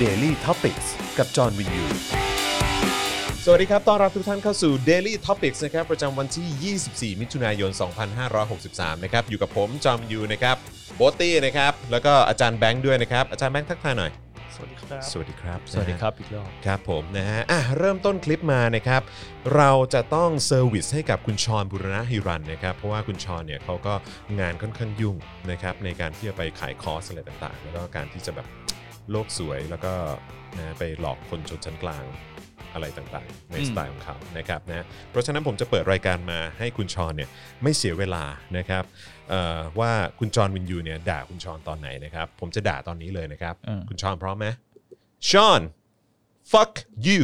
Daily Topics กับจอห์นวินยูสวัสดีครับต้อนรับทุกท่านเข้าสู่ Daily Topics นะครับประจำวันที่24มิถุนายน2563นะครับอยู่กับผมจอห์นวินยูนะครับโบตี้นะครับแล้วก็อาจารย์แบงค์ด้วยนะครับอาจารย์แบงค์ทักทายหน่อยสวัสดีครับสวัสดีครับสวัสดีครับอีกรอบครับผมนะฮะเริ่มต้นคลิปมานะครับเราจะต้องเซอร์วิสให้กับคุณชรบุรณหิรันนะครับเพราะว่าคุณชรเนี่ยเขาก็งานค่อนข้างยุ่งนะครับในการที่จะไปขายคอร์สอะไรต่างๆแล้วก็การที่จะแบบโลกสวยแล้วก็นะไปหลอกคนชนชั้นกลางอะไรต่างๆในสไตล์ของเขานะครับนะเพราะฉะนั้นผมจะเปิดรายการมาให้คุณชรเนี่ยไม่เสียเวลานะครับว่าคุณจอห์นวินยูเนี่ยด่าคุณชรตอนไหนนะครับผมจะด่าตอนนี้เลยนะครับคุณชรพร้อมไหมSean fuck you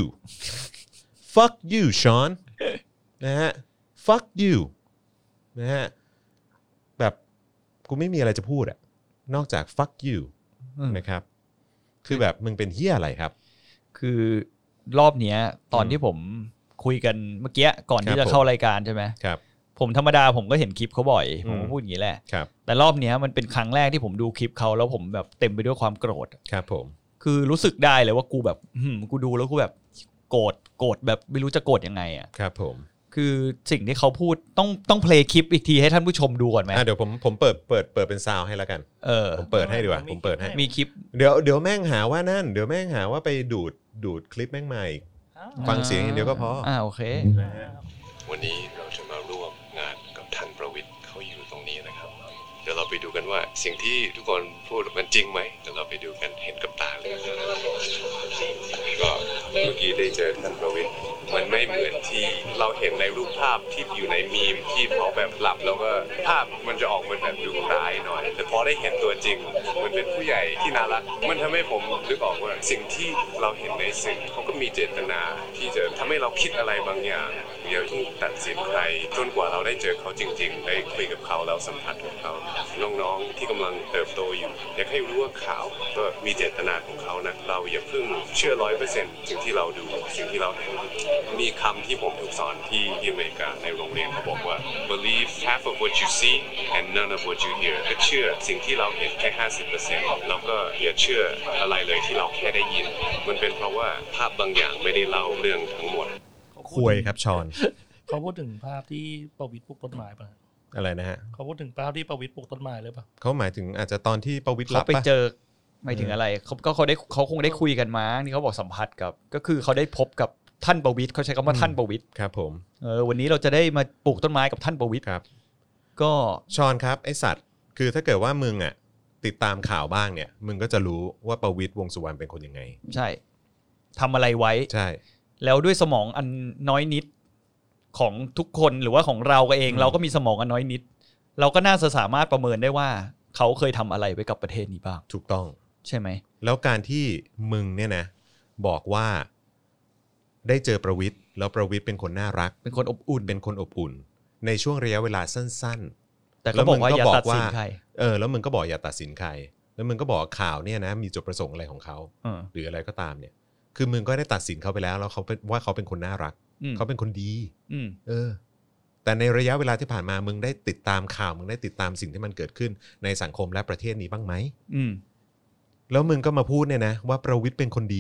fuck you Sean นะฮะ fuck you นะฮะแบบกูไม่มีอะไรจะพูดอะนอกจาก fuck you นะครับคือแบบมึงเป็นเหี้ยอะไรครับคือรอบเนี้ยตอนที่ผมคุยกันเมื่อกี้ก่อนที่จะเข้ารายการใช่ไหมครับผมธรรมดาผมก็เห็นคลิปเขาบ่อยผมก็พูดอย่างนี้แหละแต่รอบเนี้ยมันเป็นครั้งแรกที่ผมดูคลิปเขาแล้วผมแบบเต็มไปด้วยความโกรธครับผมคือรู้สึกได้เลยว่ากูแบบกูดูแล้วกูแบบโกรธแบบไม่รู้จะโกรธยังไงอ่ะครับผมคือสิ่งที่เขาพูดต้องเพลย์คลิปอีกทีให้ท่านผู้ชมดูก่อนไหมเดี๋ยวผมเปิดเป็นซาวให้แล้วกันผมเปิดให้ดีกว่าผมเปิดให้มีคลิปเดี๋ยวแม่งหาว่านั่นเดี๋ยวแม่งหาว่าไปดูดคลิปแม่งมาอีกฟังเสียงอย่างเดียวก็พอโอเควันนี้เราจะมาร่วมงานกับท่านประวิตรเขาอยู่ตรงนี้นะครับเดี๋ยวเราไปดูกันว่าสิ่งที่ทุกคนพูดมันจริงไหมเดี๋ยวเราไปดูกันเห็นกับตาเลยก็เมื่อกี้ได้เจอท่านประวิตรมันไม่เหมือนที่เราเห็นในรูปภาพที่อยู่ในมีมที่เขาแบบหลับแล้วก็ภาพมันจะออกมันแบบดูร้ายหน่อยแต่พอได้เห็นตัวจริงมันเป็นผู้ใหญ่ที่น่ารักมันทำให้ผมนึกออกว่าสิ่งที่เราเห็นในสื่อเขาก็มีเจตนาที่จะทำให้เราคิดอะไรบางอย่างอย่าเพิ่งตัดสินใครจนกว่าเราได้เจอเขาจริงๆได้คุยกับเขาแล้วสัมผัสกับเขาน้องๆที่กำลังเติบโตอยู่อยากให้รู้ว่าข่าวก็มีเจตนาของเขานะเราอย่าเพิ่งเชื่อ 100% สิ่งที่เราดูสิ่งที่เราเห็นมีคำที่ผมถูกสอนที่อเมริกาในโรงเรียนเขาบอกว่า believe half of what you see and none of what you hear ก็เชื่อสิ่งที่เราเห็นแค่ 50% แล้วก็อย่าเชื่ออะไรเลยที่เราแค่ได้ยินมันเป็นเพราะว่าภาพบางอย่างไม่ได้เล่าเรื่องทั้งหมดคุยครับชอนเขาพูดถึงภาพที่ประวิตรปลูกต้นไม้ป่ะอะไรนะฮะเขาพูดถึงภาพที่ประวิตรปลูกต้นไม้เลยป่ะเขาหมายถึงอาจจะตอนที่ประวิตรเขาไปเจอหมายถึงอะไรเขาคงได้คุยกันมาที่เขาบอกสัมผัสกับก็คือเขาได้พบกับท่านประวิตรเขาใช้คำว่าท่านประวิตรครับผมวันนี้เราจะได้มาปลูกต้นไม้กับท่านประวิตรครับก็ชอนครับไอสัตว์คือถ้าเกิดว่ามึงอ่ะติดตามข่าวบ้างเนี่ยมึงก็จะรู้ว่าประวิตรวงษ์สุวรรณเป็นคนยังไงใช่ทำอะไรไว้ใช่แล้วด้วยสมองอันน้อยนิดของทุกคนหรือว่าของเราเองเราก็มีสมองอันน้อยนิดเราก็น่าจะสามารถประเมินได้ว่าเขาเคยทำอะไรไว้กับประเทศนี้บ้างถูกต้องใช่ไหมแล้วการที่มึงเนี่ยนะบอกว่าได้เจอประวิตรแล้วประวิตรเป็นคนน่ารักเป็นคนอบอุ่นในช่วงระยะเวลาสั้นๆแต่ก็บอกว่าอย่าตัดสินใครแล้วมึงก็บอกอย่าตัดสินใครแล้วมึงก็บอกข่าวเนี่ยนะมีจุดประสงค์อะไรของเขาหรืออะไรก็ตามเนี่ยคือมึงก็ได้ตัดสินเขาไปแล้วเขาว่าเขาเป็นคนน่ารักเขาเป็นคนดีแต่ในระยะเวลาที่ผ่านมามึงได้ติดตามข่าวมึงได้ติดตามสิ่งที่มันเกิดขึ้นในสังคมและประเทศนี้บ้างไหมแล้วมึงก็มาพูดเนี่ยนะว่าประวิตรเป็นคนดี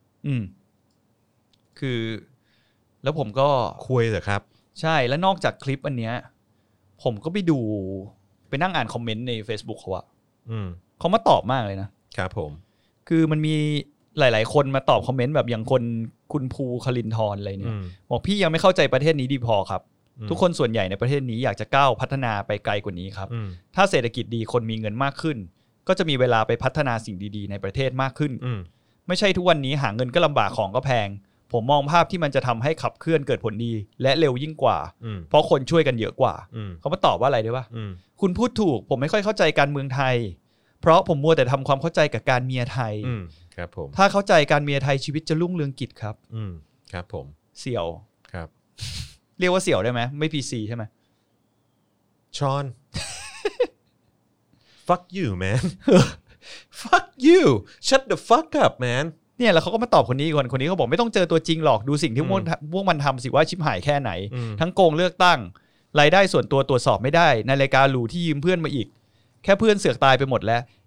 คือแล้วผมก็คุยเหรอครับใช่แล้วนอกจากคลิปอันเนี้ยผมก็ไปนั่งอ่านคอมเมนต์ใน Facebook เขาเขามาตอบมากเลยนะครับผมคือมันมีหลายๆคนมาตอบคอมเมนต์แบบอย่างคุณภูคลินทร์อะไรเนี่ยบอกพี่ยังไม่เข้าใจประเทศนี้ดีพอครับทุกคนส่วนใหญ่ในประเทศนี้อยากจะก้าวพัฒนาไปไกลกว่านี้ครับถ้าเศรษฐกิจดีคนมีเงินมากขึ้นก็จะมีเวลาไปพัฒนาสิ่งดีๆในประเทศมากขึ้นไม่ใช่ทุกวันนี้หาเงินก็ลำบากของก็แพงผมมองภาพที่มันจะทำให้ขับเคลื่อนเกิดผลดีและเร็วยิ่งกว่าเพราะคนช่วยกันเยอะกว่าเขามาตอบว่าอะไรด้วยป่ะคุณพูดถูกผมไม่ค่อยเข้าใจการเมืองไทยเพราะผมมัวแต่ทำความเข้าใจกับการเมียไทยครับผมถ้าเข้าใจการเมียไทยชีวิตจะรุ่งเรืองกิจครับครับผมเสี่ยวครับเรียกว่าเสี่ยวได้ไหมไม่ PC ใช่ไหมชอน fuck you man fuck you shut the fuck up man เนี่ยแล้วเขาก็มาตอบคนนี้เขาบอกไม่ต้องเจอตัวจริงหรอกดูสิ่งที่พวกมันทำสิว่าชิบหายแค่ไหนทั้งโกงเลือกตั้งรายได้ส่วนตัวตรวจสอบไม่ได้นาฬิกาหรูที่ยืมเพื่อนมาอีกแค่เพื่อนเสือกตายไปหมดแล้ว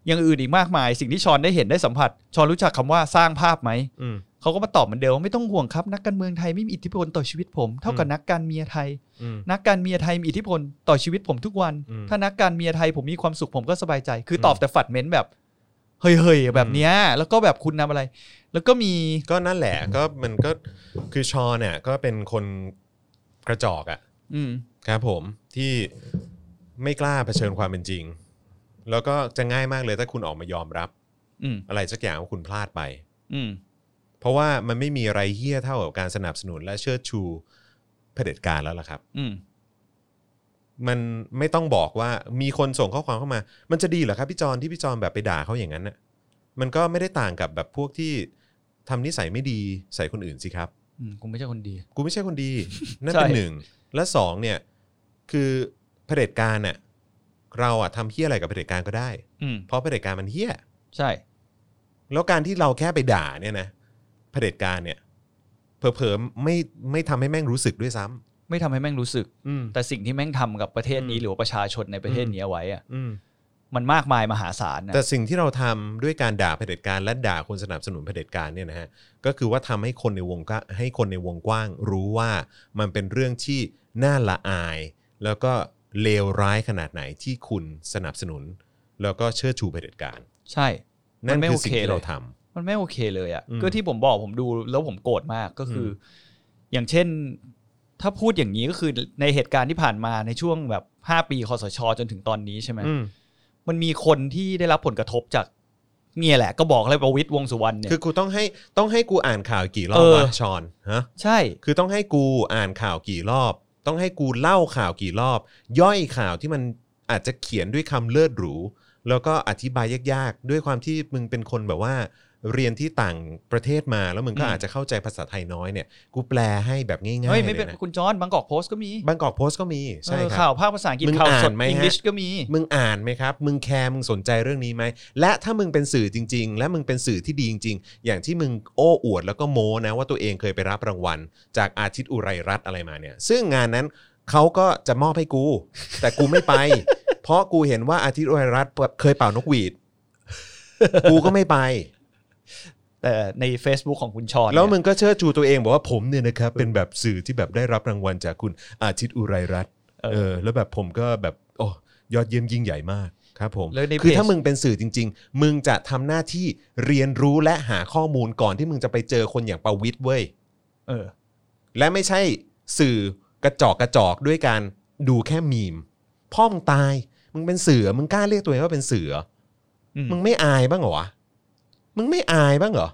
อย่างอื่นอีกมากมายสิ่งที่ชอนได้เห็นได้สัมผัสชอนรู้จักคำว่าสร้างภาพไหมเขาก็มาตอบเหมือนเดิมว่าไม่ต้องห่วงครับนักการเมืองไทยไม่มีอิทธิพลต่อชีวิตผมเท่ากับนักการเมืองไทยนักการเมืองไทยมีอิทธิพลต่อชีวิตผมทุกวันถ้านักการเมืองไทยผมมีความสุขผมก็สบายใจคือตอบแต่ฝัดเม้นแบบเฮ้ยๆแบบเนี้ยแล้วก็แบบคุณนำอะไรแล้วก็มีก็นั่นแหละก็มันก็คือชอนเนี่ยก็เป็นคนกระจอกอ่ะครับผมที่ไม่กล้าเผชิญความเป็นจริงแล้วก็จะง่ายมากเลยถ้าคุณออกมายอมรับอะไรสักอย่างว่าคุณพลาดไปเพราะว่ามันไม่มีอะไรเหี้ยเท่ากับการสนับสนุนและเชิดชูเผด็จการแล้วล่ะครับมันไม่ต้องบอกว่ามีคนส่งข้อความเข้ามามันจะดีเหรอครับพี่จอนที่พี่จอนแบบไปด่าเขาอย่างนั้นน่ะมันก็ไม่ได้ต่างกับแบบพวกที่ทำนิสัยไม่ดีใส่คนอื่นสิครับกูไม่ใช่คนดีกูไม่ใช่คนดี นั่นเป็นหนึ่งและสองเนี่ยคือเผด็จการน่ะเราอะทำเหี้ยอะไรกับเผด็จการก็ได้เพราะเผด็จการมันเหี้ยใช่แล้วการที่เราแค่ไปด่าเนี่ยนะเผด็จการเนี่ยเผลอๆไม่ทำให้แม่งรู้สึกด้วยซ้ำไม่ทำให้แม่งรู้สึกแต่สิ่งที่แม่งทำกับประเทศนี้หรือว่าประชาชนในประเทศนี้เอาไว้อะมันมากมายมหาศาลนะแต่สิ่งที่เราทำด้วยการด่าเผด็จการและด่าคนสนับสนุนเผด็จการเนี่ยนะฮะก็คือว่าทำให้คนในวงกว้างรู้ว่ามันเป็นเรื่องที่น่าละอายแล้วก็เลวร้ายขนาดไหนที่คุณสนับสนุนแล้วก็เชิดชูเผด็จการใช่นั่นคือสิ่งที่เราทำมันไม่โอเคเลยอ่ะก็ที่ผมบอกผมดูแล้วผมโกรธมากก็คืออย่างเช่นถ้าพูดอย่างนี้ก็คือในเหตุการณ์ที่ผ่านมาในช่วงแบบ5ปีคสช.จนถึงตอนนี้ใช่ไหมมันมีคนที่ได้รับผลกระทบจากเนี่ยแหละก็บอกเลยประวิตรวงษ์สุวรรณเนี่ยคือกูต้องให้กูอ่านข่าวกี่รอบวะชอนฮะใช่คือต้องให้กูอ่านข่าวกี่รอบต้องให้กูเล่าข่าวกี่รอบย่อยข่าวที่มันอาจจะเขียนด้วยคำเลิศหรูแล้วก็อธิบายยากๆด้วยความที่มึงเป็นคนแบบว่าเรียนที่ต่างประเทศมาแล้วมึงก็อาจจะเข้าใจภาษาไทยน้อยเนี่ยกูแปลให้แบบง่ายๆเลยไม่เป็นคุณจอนบางกอกโพสต์ก็มีบางกอกโพสต์ก็มีใช่ครับข่าวภาคภาษาอังกฤษข่าวสดอังกฤษก็มีมึงอ่านไหมครับมึงแคร์มึงสนใจเรื่องนี้ไหมและถ้ามึงเป็นสื่อจริงๆและมึงเป็นสื่อที่ดีจริงๆอย่างที่มึงโอ้อวดแล้วก็โม้นะว่าตัวเองเคยไปรับรางวัลจากอาทิตย์อุไรรัตน์อะไรมาเนี่ยซึ่งงานนั้นเขาก็จะมอบให้กูแต่กูไม่ไปเพราะกูเห็นว่าอาทิตย์อุไรรัตน์เคยเป่านกหวีดกูก็ไม่ไปแต่ใน Facebook ของคุณชอนแล้วมึงก็เชิดชูตัวเองบอกว่าผมเนี่ยนะครับเป็นแบบสื่อที่แบบได้รับรางวัลจากคุณอาทิตย์อุไรรัตน์แล้วแบบผมก็แบบโอ้ยอดเยี่ยมยิ่งใหญ่มากครับผมคือถ้ามึงเป็นสื่อจริงๆมึงจะทำหน้าที่เรียนรู้และหาข้อมูลก่อนที่มึงจะไปเจอคนอย่างประวิตรเว้ยและไม่ใช่สื่อกระจอกด้วยการดูแค่มีมพ่อมึงตายมึงเป็นเสือมึงกล้าเรียกตัวเองว่าเป็นเสือมึงไม่อายบ้างเหรอวะมึงไม่อายบ้างเหรอ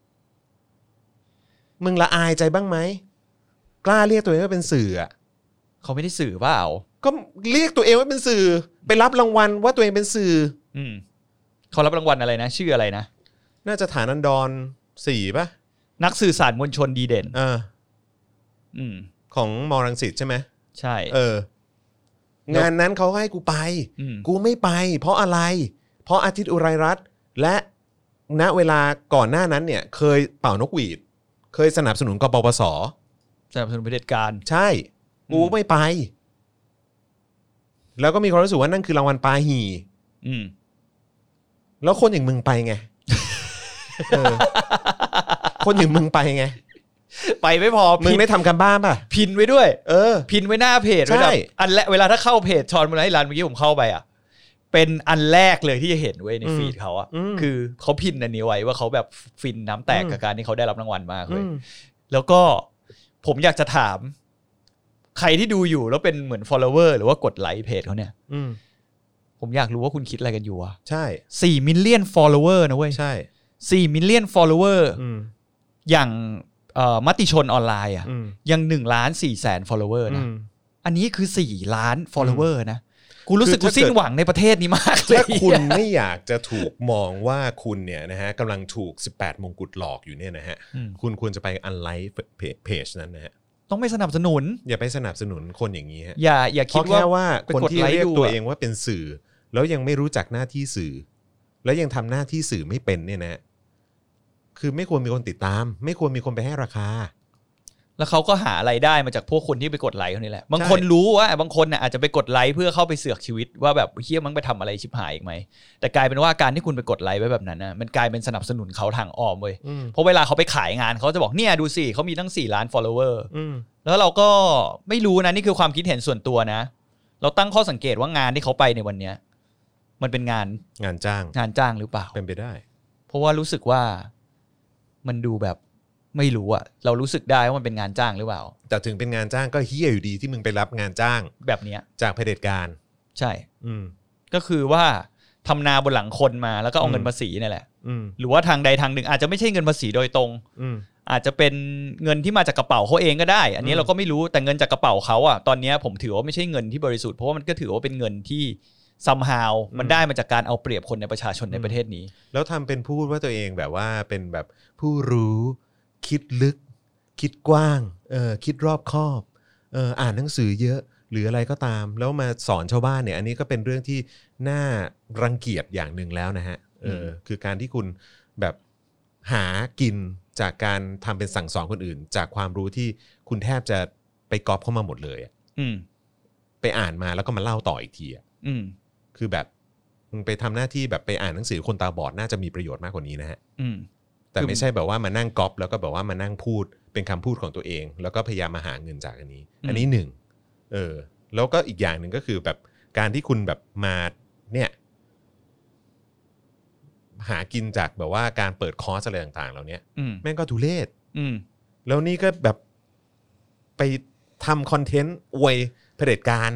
มึงละอายใจบ้างไหมกล้าเรียกตัวเองว่าเป็นสื่อเขาไม่ได้สื่อเปล่าก็เรียกตัวเองว่าเป็นสื่อไปรับรางวัลว่าตัวเองเป็นสื่อเขารับรางวัลอะไรนะชื่ออะไรนะน่าจะฐานันดร4ป่ะนักสื่อสารมวลชนดีเด่นของม.รังสิตใช่ไหมใช่งานนั้นเขาให้กูไปกูไม่ไปเพราะอะไรเพราะอาทิตย์อุไรรัตน์และณเวลาก่อนหน้านั้นเนี่ยเคยเป่านกหวีดเคยสนับสนุนกปปส. สนับสนุนเผด็จการใช่กูไม่ไปแล้วก็มีความรู้สึกว่านั่นคือรางวัลปาหี่แล้วคนอย่างมึงไปไงคนอย่างมึงไปไงไปไม่พอมึงได้ทำกันบ้านป่ะพินไว้ด้วยพินไว้หน้าเพจไว้แบบอันแรกเวลาถ้าเข้าเพจชอนบุรณะฮิรันเมื่อกี้ผมเข้าไปอ่ะเป็นอันแรกเลยที่จะเห็นไว้ในฟีดเขาอ่ะคือเขาพินอันนี้ไว้ว่าเขาแบบฟินน้ำแตกกับการที่เขาได้รับรางวัลมากเลยแล้วก็ผมอยากจะถามใครที่ดูอยู่แล้วเป็นเหมือน follower หรือว่ากดไลค์เพจเขาเนี่ยผมอยากรู้ว่าคุณคิดอะไรกันอยู่อ่ะใช่ 4 million follower นะเว้ยใช่ 4 million follower อย่างมติชนออนไลน์อ่ะยัง1.4 แสน follower นะอันนี้คือ4ล้าน follower นะกูรู้สึกกูสิ้นหวังในประเทศนี้มากเลยถ้าคุณไม่อยากจะถูกมองว่าคุณเนี่ยนะฮะกำลังถูก18มงกุฎหลอกอยู่เนี่ยนะฮะคุณควรจะไปอันไลค์เพจนั้นนะฮะต้องไม่สนับสนุนอย่าไปสนับสนุนคนอย่างนี้ฮะอย่าคิดว่าคนที่เรียกตัวเองว่าเป็นสื่อแล้วยังไม่รู้จักหน้าที่สื่อแล้วยังทำหน้าที่สื่อไม่เป็นเนี่ยนะคือไม่ควรมีคนติดตามไม่ควรมีคนไปให้ราคาแล้วเขาก็หาอะไรได้มาจากพวกคนที่ไปกดไลค์เขานี่แหละบางคนรู้ว่าบางคนน่ะอาจจะไปกดไลค์เพื่อเข้าไปเสือกชีวิตว่าแบบเฮียมันไปทำอะไรชิบหายอีกไหมแต่กลายเป็นว่าการที่คุณไปกดไลค์ไว้แบบนั้นนะมันกลายเป็นสนับสนุนเขาทางอ้อมเว้ยเพราะเวลาเขาไปขายงานเขาจะบอกเนี่ยดูสิเขามีตั้ง4 ล้าน follower แล้วเราก็ไม่รู้นะนี่คือความคิดเห็นส่วนตัวนะเราตั้งข้อสังเกตว่างานที่เขาไปในวันเนี้ยมันเป็นงานจ้างหรือเปล่าเป็นไปได้เพราะว่ารู้สึกว่ามันดูแบบไม่รู้อะเรารู้สึกได้ว่ามันเป็นงานจ้างหรือเปล่าแต่ถึงเป็นงานจ้างก็เฮี้ยอยู่ดีที่มึงไปรับงานจ้างแบบเนี้ยจากเผด็จการใช่ก็คือว่าทำนาบนหลังคนมาแล้วก็เอาเงินภาษีนี่แหละหรือว่าทางใดทางหนึ่งอาจจะไม่ใช่เงินภาษีโดยตรงอาจจะเป็นเงินที่มาจากกระเป๋าเขาเองก็ได้อันนี้เราก็ไม่รู้แต่เงินจากกระเป๋าเขาอะตอนนี้ผมถือว่าไม่ใช่เงินที่บริสุทธิ์เพราะว่ามันก็ถือว่าเป็นเงินที่somehow มันได้มาจากการเอาเปรียบคนในประชาชนในประเทศนี้แล้วทำเป็นพูดว่าตัวเองแบบว่าเป็นแบบผู้รู้คิดลึกคิดกว้างคิดรอบคอบอ่านหนังสือเยอะหรืออะไรก็ตามแล้วมาสอนชาวบ้านเนี่ยอันนี้ก็เป็นเรื่องที่น่ารังเกียจอย่างหนึ่งแล้วนะฮะคือการที่คุณแบบหากินจากการทำเป็นสั่งสอนคนอื่นจากความรู้ที่คุณแทบจะไปก๊อปเข้ามาหมดเลยไปอ่านมาแล้วก็มาเล่าต่ออีกทีคือแบบมึงไปทำหน้าที่แบบไปอ่านหนังสือคนตาบอดน่าจะมีประโยชน์มากกว่านี้นะฮะแต่ไม่ใช่แบบว่ามานั่งก๊อปแล้วก็แบบว่ามานั่งพูดเป็นคำพูดของตัวเองแล้วก็พยายามมาหาเงินจากอันนี้หนึ่งแล้วก็อีกอย่างหนึ่งก็คือแบบการที่คุณแบบมาเนี่ยหากินจากแบบว่าการเปิดคอร์สอะไรต่างๆเหล่านี้แม่งก็ทุเรศแล้วนี่ก็แบบไปทำคอนเทนต์อวยเผด็จการ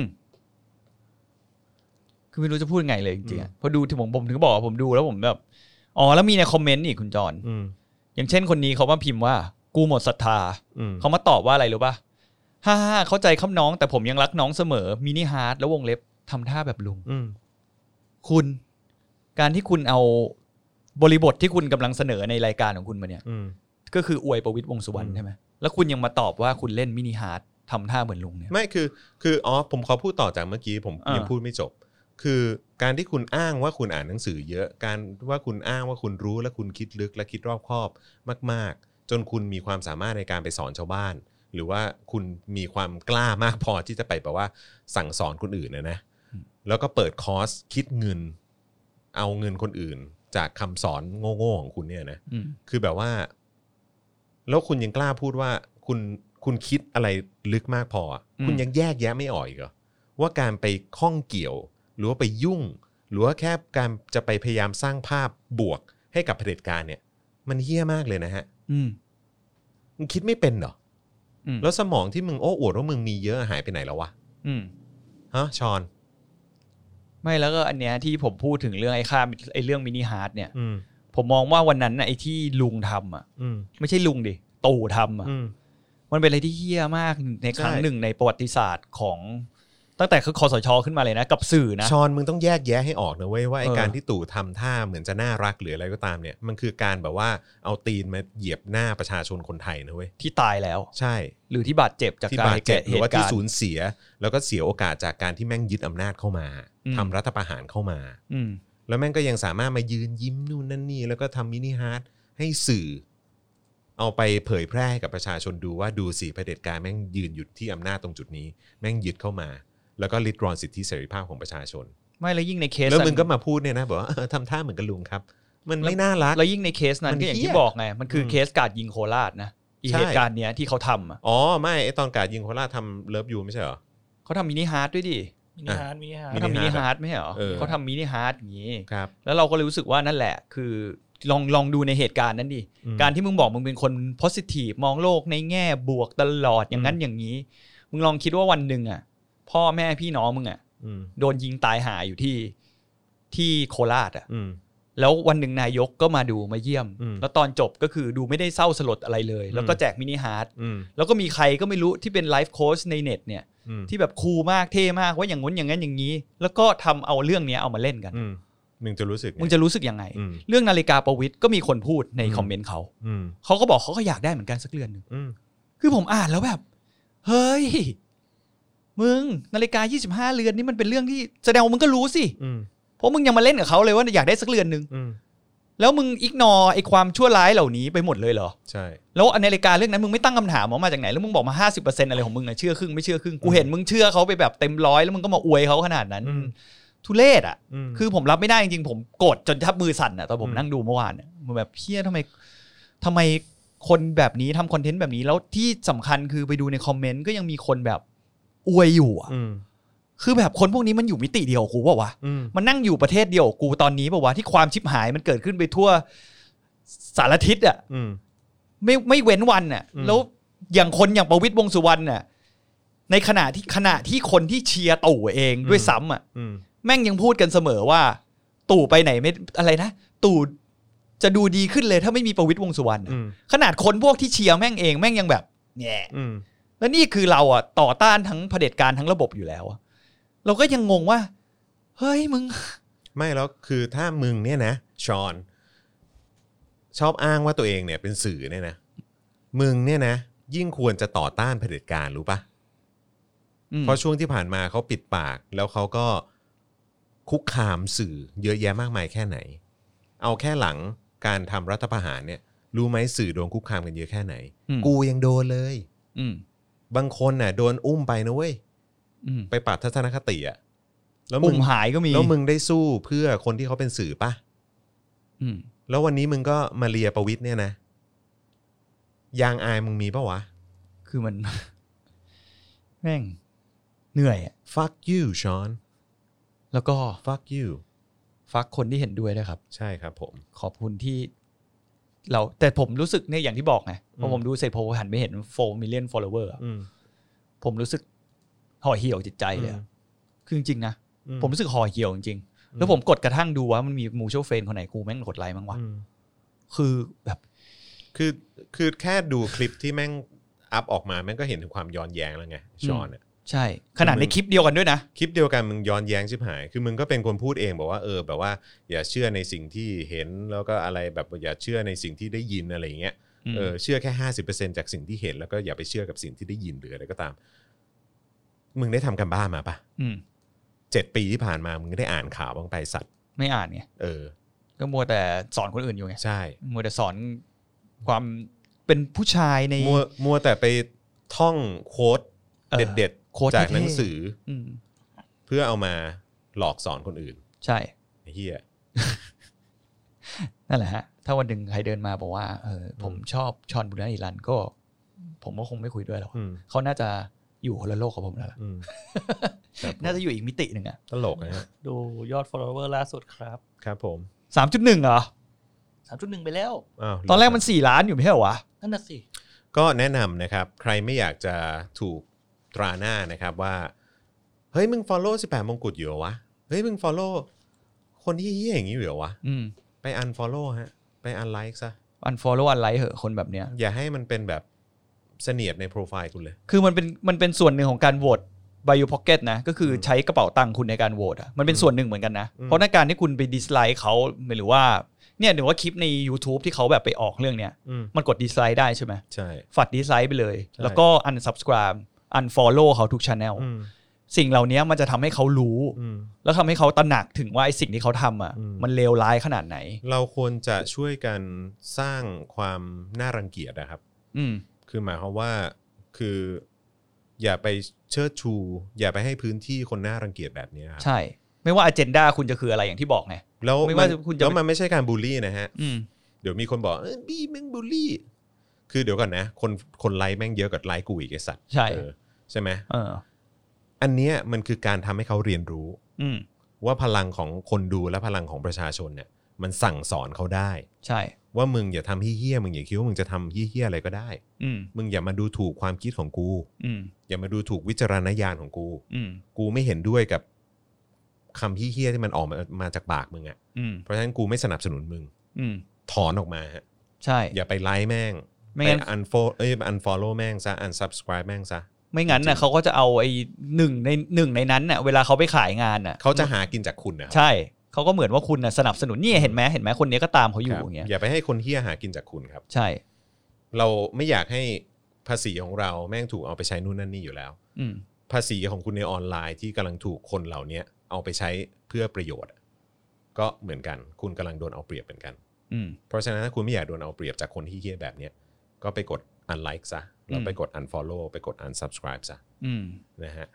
คือไม่รู้จะพูดไงเลยจริงๆพอดูที่ผมถึงบอกว่าผมดูแล้วผมแบบอ๋อแล้วมีในคอมเมนต์อีกคุณจอนอย่างเช่นคนนี้เขามาพิมพ์ว่ากูหมดศรัทธาเขามาตอบว่าอะไรรู้ป่ะฮ่าเข้าใจครับน้องแต่ผมยังรักน้องเสมอมินิฮาร์ทแล้ววงเล็บทำท่าแบบลุงคุณการที่คุณเอาบริบทที่คุณกำลังเสนอในรายการของคุณมาเนี่ยก็คืออวยประวิตรวงษ์สุวรรณใช่ไหมแล้วคุณยังมาตอบว่าคุณเล่นมินิฮาร์ททำท่าเหมือนลุงเนี่ยไม่คือผมขอพูดต่อจากเมื่อกี้ผมยังพูดไม่จบคือการที่คุณอ้างว่าคุณอ่านหนังสือเยอะการว่าคุณอ้างว่าคุณรู้และคุณคิดลึกและคิดรอบคอบมากๆจนคุณมีความสามารถในการไปสอนชาวบ้านหรือว่าคุณมีความกล้ามากพอที่จะไปแบบว่าสั่งสอนคนอื่นนะแล้วก็เปิดคอร์สคิดเงินเอาเงินคนอื่นจากคำสอนโง่ๆของคุณเนี่ยนะคือแบบว่าแล้วคุณยังกล้าพูดว่าคุณคิดอะไรลึกมากพอคุณยังแยกแยะไม่ออกอีกเหรอว่าการไปข้องเกี่ยวหรือว่าไปยุ่งหรือว่าแค่การจะไปพยายามสร้างภาพบวกให้กับเผด็จการเนี่ยมันเหี้ยมากเลยนะฮะมึงคิดไม่เป็นเหรอแล้วสมองที่มึงโอ้อวดว่ามึงมีเยอะหายไปไหนแล้ววะฮะชอนไม่แล้วก็อันเนี้ยที่ผมพูดถึงเรื่องไอ้เรื่องมินิฮาร์ทเนี่ยผมมองว่าวันนั้นไอ้ที่ลุงทำไม่ใช่ลุงดิตู่ทำมันเป็นอะไรที่เหี้ยมากในครั้งหนึ่งในประวัติศาสตร์ของตั้งแต่คือคสช.ขึ้นมาเลยนะกับสื่อนะชอนมึงต้องแยกแยะให้ออกนะเว้ยว่าไอ้การที่ตู่ทำท่าเหมือนจะน่ารักหรืออะไรก็ตามเนี่ยมันคือการแบบว่าเอาตีนมาเหยียบหน้าประชาชนคนไทยนะเว้ยที่ตายแล้วใช่หรือที่บาดเจ็บจากการหรือว่าที่สูญเสียแล้วก็เสียโอกาสจากการที่แม่งยึดอำนาจเข้ามาทำรัฐประหารเข้ามาแล้วแม่งก็ยังสามารถมายืนยิ้มนู่นนั่นนี่แล้วก็ทำมินิฮาร์ทให้สื่อเอาไปเผยแพร่ให้กับประชาชนดูว่าดูสิเผด็จการแม่งยืนหยุดที่อำนาจตรงจุดนี้แม่งยึดเข้ามาแล้วก็ริดรอนสิทธิเสรีภาพของประชาชนไม่แล้วยิ่งในเคสแล้วมึงก็มาพูดเนี่ยนะบอกว่าทำท่าเหมือนกับลุงครับมันไม่น่ารักแล้วยิ่งในเคสนั้นก็อย่างที่บอกไงมันคือเคสการยิงโคราชนะเหตุการณ์เนี้ยที่เขาทำอ๋อไม่ไอตอนการยิงโคราชทำเลิฟยูไม่ใช่เหรอเขาทำมินิฮาร์ทด้วยดิมินิฮาร์ทเขาทำมินิฮาร์ทไม่ใช่เหรอเขาทำมินิฮาร์ทอย่างนี้ครับแล้วเราก็เลยรู้สึกว่านั่นแหละคือลองดูในเหตุการณ์นั้นดิการที่มึงบอกมึงเป็นคน positive มองโลกในแง่บวกตลอดอย่างนั้นอย่างนี้มึงลองคิดว่าวันนึงอ่ะพ่อแม่พี่น้องมึงอ่ะโดนยิงตายหายอยู่ที่โคราชอ่ะแล้ววันหนึ่งนายกก็มาดูมาเยี่ยมแล้วตอนจบก็คือดูไม่ได้เศร้าสลดอะไรเลยแล้วก็แจกมินิฮาร์ทแล้วก็มีใครก็ไม่รู้ที่เป็นไลฟ์โค้ชในเน็ตเนี่ยที่แบบคูลมากเท่มากว่าอย่างงู้นอย่างนั้นอย่างนี้แล้วก็ทำเอาเรื่องนี้เอามาเล่นกันมึงจะรู้สึกยังไงเรื่องนาฬิกาประวิตรก็มีคนพูดในคอมเมนต์เขาก็บอกเขาก็อยากได้เหมือนกันสักเรือนนึงคือผมอ่านแล้วแบบเฮ้ยมึงนาฬิกา25เรือนนี่มันเป็นเรื่องที่แสดงว่ามึงก็รู้สิเพราะมึงยังมาเล่นกับเขาเลยว่าอยากได้สักเรือนนึงแล้วมึงอิกนอไอ้ความชั่วร้ายเหล่านี้ไปหมดเลยเหรอใช่แล้วในรายการเรื่องนั้นมึงไม่ตั้งคำถามมาจากไหนแล้วมึงบอกมา 50% อะไรของมึงอะเชื่อครึ่งไม่เชื่อครึ่งกูเห็นมึงเชื่อเขาไปแบบเต็ม100แล้วมึงก็มาอวยเขาขนาดนั้นทุเรศอ่ะคือผมรับไม่ได้จริงๆผมโกรธจนทับมือสั่นอ่ะตอนผมนั่งดูเมื่อวานเนี่ยมันแบบเพี้ยทำไมคนแบบนี้ทำคอนเทนต์แบบนี้แล้วที่สำคัญคือไปดูในคอมเมนต์ก็ยังมีคนแบบอวยอยู่อ่ะคือแบบคนพวกนี้มันอยู่มิติเดียวกูเปล่าวะมันนั่งอยู่ประเทศเดียวกูตอนนี้เปล่าวะที่ความชิบหายมันเกิดขึ้นไปทั่วสารทิศอ่ะไม่เว้นวันอ่ะแล้วอย่างคนอย่างประวิตรวงษ์สุวรรณน่ะในขณะที่คนที่เชียร์ตู่เองด้วยซ้ำอ่ะแม่งยังพูดกันเสมอว่าตู่ไปไหนไม่อะไรนะตู่จะดูดีขึ้นเลยถ้าไม่มีประวิตรวงษ์สุวรรณขนาดคนพวกที่เชียร์แม่งเองแม่งยังแบบแง่แล้วนี่คือเราอ่ะต่อต้านทั้งเผด็จการทั้งระบบอยู่แล้วเราก็ยังงงว่าเฮ้ยมึงไม่แล้วคือถ้ามึงเนี่ยนะชอนชอบอ้างว่าตัวเองเนี่ยเป็นสื่อเนี่ยนะมึงเนี่ยนะยิ่งควรจะต่อต้านเผด็จการรู้ปะเพราะช่วงที่ผ่านมาเขาปิดปากแล้วเขาก็คุกคามสื่อเยอะแยะมากมายแค่ไหนเอาแค่หลังการทำรัฐประหารเนี่ยรู้ไหมสื่อโดนคุกคามกันเยอะแค่ไหนกูยังโดนเลยบางคนน่ะโดนอุ้มไปนะเว้ยไปปรับทัศนคติอ่ะแล้วมึงหายก็มีแล้วมึงได้สู้เพื่อคนที่เขาเป็นสื่อป่ะแล้ววันนี้มึงก็มาเลียประวิตรเนี่ยนะยางอายมึงมีป่ะวะคือมันแม่งเหนื่อยอ่ะ fuck you Sean แล้วก็ fuck you ฟักคนที่เห็นด้วยนะครับใช่ครับผมขอบคุณที่เราแต่ผมรู้สึกเนี่ยอย่างที่บอกไงพอผมดูเสร็จผมหันไปเห็น4 million follower ผมรู้สึกห่อเหี่ยวจิตใจเลยคือจริงๆนะผมรู้สึกห่อเหี่ยวจริงๆแล้วผมกดกระทั่งดูว่ามันมีมูชัลเฟรนด์คนไหนกูแม่งกดไลค์มั้งวะคือแบบคือแค่ดูคลิปที่แม่งอัพออกมาแม่งก็เห็นถึงความย้อนแย้งแล้วไงชอนเนี่ยใช่ขนาดในคลิปเดียวกันด้วยนะคลิปเดียวกันมึงย้อนแย้งชิบหายคือมึงก็เป็นคนพูดเองบอกว่าแบบว่าอย่าเชื่อในสิ่งที่เห็นแล้วก็อะไรแบบอย่าเชื่อในสิ่งที่ได้ยินอะไรอย่างเงี้ยเชื่อแค่ 50% จากสิ่งที่เห็นแล้วก็อย่าไปเชื่อกับสิ่งที่ได้ยินหรืออะไรก็ตามมึงได้ทำกันบ้านมาปะ7 ปีที่ผ่านมามึงได้อ่านข่าวบ้างไปสัตว์ไม่อ่านไงก็มัวแต่สอนคนอื่นอยู่ไงใช่มัวแต่สอนความเป็นผู้ชายในมัวแต่ไปท่องโค้ดเด็ดๆจากหนังสือเพื่อเอามาหลอกสอนคนอื่นใช่ไอ้เหี้ยนั่นแหละฮะถ้าวันหนึ่งใครเดินมาบอกว่าผมชอบชอนบุรณะฮิรัญก็ผมก็คงไม่คุยด้วยหรอกเขาน่าจะอยู่คนละโลกกับผมแล้วน่าจะอยู่อีกมิติหนึ่งอะตลกนะดูยอด follower ล่าสุดครับครับผม 3.1 เหรอ 3.1 ไปแล้วตอนแรกมัน4 ล้านอยู่ไม่ใช่เหรอวะนั่นน่ะสิก็แนะนำนะครับใครไม่อยากจะถูกตราหน้านะครับว่าเฮ้ยมึง follow 18 มงกุฎอยู่เหรอวะเฮ้ยมึง follow คนที่เหี้ยอย่างนี้อยู่เหรอวะไป unfollow ฮะไป unlike ซะ unfollow unlike เหอะคนแบบเนี้ยอย่าให้มันเป็นแบบเสนียดในโปรไฟล์คุณเลยคือมันเป็นส่วนหนึ่งของการโหวต Bio Pocket นะก็คือใช้กระเป๋าตังค์คุณในการโหวตอ่ะมันเป็นส่วนหนึ่งเหมือนกันนะเพราะในการที่คุณไปดิสไลค์เขาหรือว่าเนี่ยหรือว่าคลิปใน YouTube ที่เขาแบบไปออกเรื่องเนี้ยมันกดดิสไลค์ได้ใช่ไหมใช่ฝัดดิสไลค์ไปเลยแล้วก็ unsubscribe unfollow เขาทุก channel สิ่งเหล่านี้มันจะทำให้เขารู้แล้วทำให้เขาตระหนักถึงว่าไอ้สิ่งที่เขาทำอ่ะมันเลวร้ายขนาดไหนเราควรจะช่วยกันสร้างความน่ารังเกียจนะครับคือหมายความว่าคืออย่าไปเชิดชูอย่าไปให้พื้นที่คนน่ารังเกียจแบบนี้ครับใช่ไม่ว่า agenda คุณจะคืออะไรอย่างที่บอกไงแล้วมันไม่ใช่การบูลลี่นะฮะเดี๋ยวมีคนบอกบี้แม่งบูลลี่คือเดี๋ยวก่อนนะคนไลค์แม่งเยอะกว่าไลค์กูอีกไอ้สัตว์ใช่ไหมอันเนี้ยมันคือการทำให้เขาเรียนรู้ว่าพลังของคนดูและพลังของประชาชนเนี่ยมันสั่งสอนเขาได้ใช่ว่ามึงอย่าทำเหี้ยมึงอย่าคิดว่ามึงจะทำเหี้ยอะไรก็ได้มึงอย่ามาดูถูกความคิดของกูอย่ามาดูถูกวิจารณญาณของกูไม่เห็นด้วยกับคำเหี้ยที่มันออกมาจากปากมึงอ่ะเพราะฉะนั้นกูไม่สนับสนุนมึงถอนออกมาฮะใช่อย่าไปไลค์แม่งไป unfollow แม่งซะ unsubscribe แม่งซะไม่งั้นน่ะเขาก็จะเอาไอ้หนึ่งในนั้นน่ะเวลาเขาไปขายงานน่ะเขาจะหากินจากคุณนะใช่เขาก็เหมือนว่าคุณน่ะสนับสนุนนี่เห็นไหมคนนี้ก็ตามเขาอยู่อย่างเงี้ยอย่าไปให้คนเหี้ยหากินจากคุณครับใช่เราไม่อยากให้ภาษีของเราแม่งถูกเอาไปใช้นู่นนั่นนี่อยู่แล้วภาษีของคุณในออนไลน์ที่กำลังถูกคนเหล่านี้เอาไปใช้เพื่อประโยชน์ก็เหมือนกันคุณกำลังโดนเอาเปรียบเหมือนกันเพราะฉะนั้นถ้าคุณไม่อยากโดนเอาเปรียบจากคนที่เหี้ยแบบเนี้ยก็ไปกด unlike ซะแล้วไปกด unfollow ไปกด unsubscribe ซะนะฮะ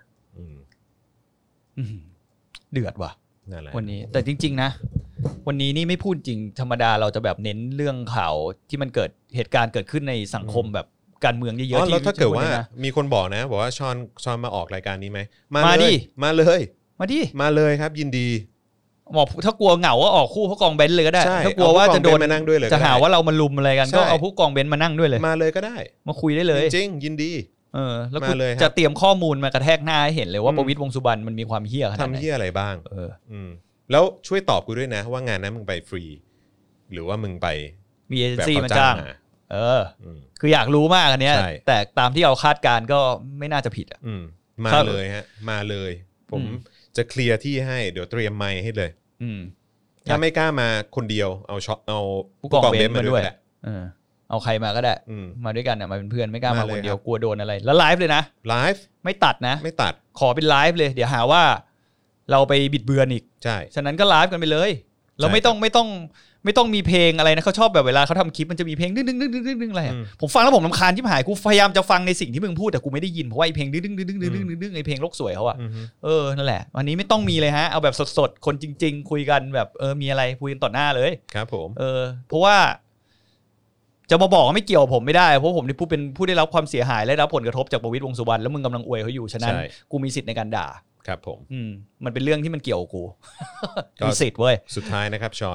เดือดว่ะนั่นแหละวันนี้แต่จริงๆนะวันนี้นี่ไม่พูดจริงธรรมดาเราจะแบบเน้นเรื่องข่าวที่มันเกิดเหตุการณ์เกิดขึ้นในสังคมแบบการเมืองเยอะๆที่แล้วถ้าเกิดว่ามีคนบอกว่าชอนมาออกรายการนี้ไหมมาเลยมาเลยครับยินดีบอกถ้ากลัวเหงาก็ออกคู่ผู้กองเบนซ์เลยก็ได้ถ้ากลัวว่าจะโดนจะหาว่าเรามาลุมอะไรกันก็เอาผู้กองเบนซ์มานั่งด้วยเลยมาเลยก็ได้มาคุยได้เลยจริงยินดีแล้วกูจะเตรียมข้อมูลมากระแทกหน้าให้เห็นเลยว่าประวิตรวงษ์สุบรรณมันมีความเหี้ยขนาดไหนทำเหี้ยอะไรบ้างแล้วช่วยตอบกูด้วยนะว่างานนั้นมึงไปฟรีหรือว่ามึงไปมีเอเจนซี่มาจ้างคืออยากรู้มากอันเนี้ยแต่ตามที่เราคาดการก็ไม่น่าจะผิดมาเลยฮะมาเลยผมจะเคลียร์ที่ให้เดี๋ยวเตรียมไมค์ให้เลยถ้าไม่กล้ามาคนเดียวเอาผู้กองเบนซ์มาด้วยเอาใครมาก็ได้มาด้วยกันมาเป็นเพื่อนไม่กล้ามาคนเดียวกลัวโดนอะไรแล้วไลฟ์เลยนะไลฟ์ไม่ตัดนะไม่ตัดขอเป็นไลฟ์เลยเดี๋ยวหาว่าเราไปบิดเบือนอีกใช่ฉะนั้นก็ไลฟ์กันไปเลยเราไม่ต้องมีเพลงอะไรนะเขาชอบแบบเวลาเขาทำคลิปมันจะมีเพลงดึงๆๆๆอะไรผมฟังแล้วผมรำคาญชิบหายกูพยายามจะฟังในสิ่งที่มึงพูดแต่กูไม่ได้ยินเพราะว่าไอ้เพลงดึงๆๆๆไอ้เพลงโลกสวยเขาอะนั่นแหละวันนี้ไม่ต้องมีเลยฮะเอาแบบสดๆคนจริงๆคุยกันแบบมีอะไรคุยกันต่อหน้าเลยครับผมเพราะว่าจะมาบอกว่าไม่เกี่ยวผมไม่ได้เพราะผมเป็นผู้ได้รับความเสียหายและรับผลกระทบจากประวิตรวงษ์สุวรรณแล้วมึงกำลังอวยเขาอยู่ฉะนั้นกูมีสิทธิ์ในการด่าครับผมมันเป็นเรื่องที่มันเกี่ยวกับกูมีสิทธิ์เว้ยสุดท้ายนะครับชอน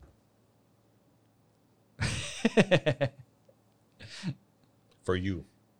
for you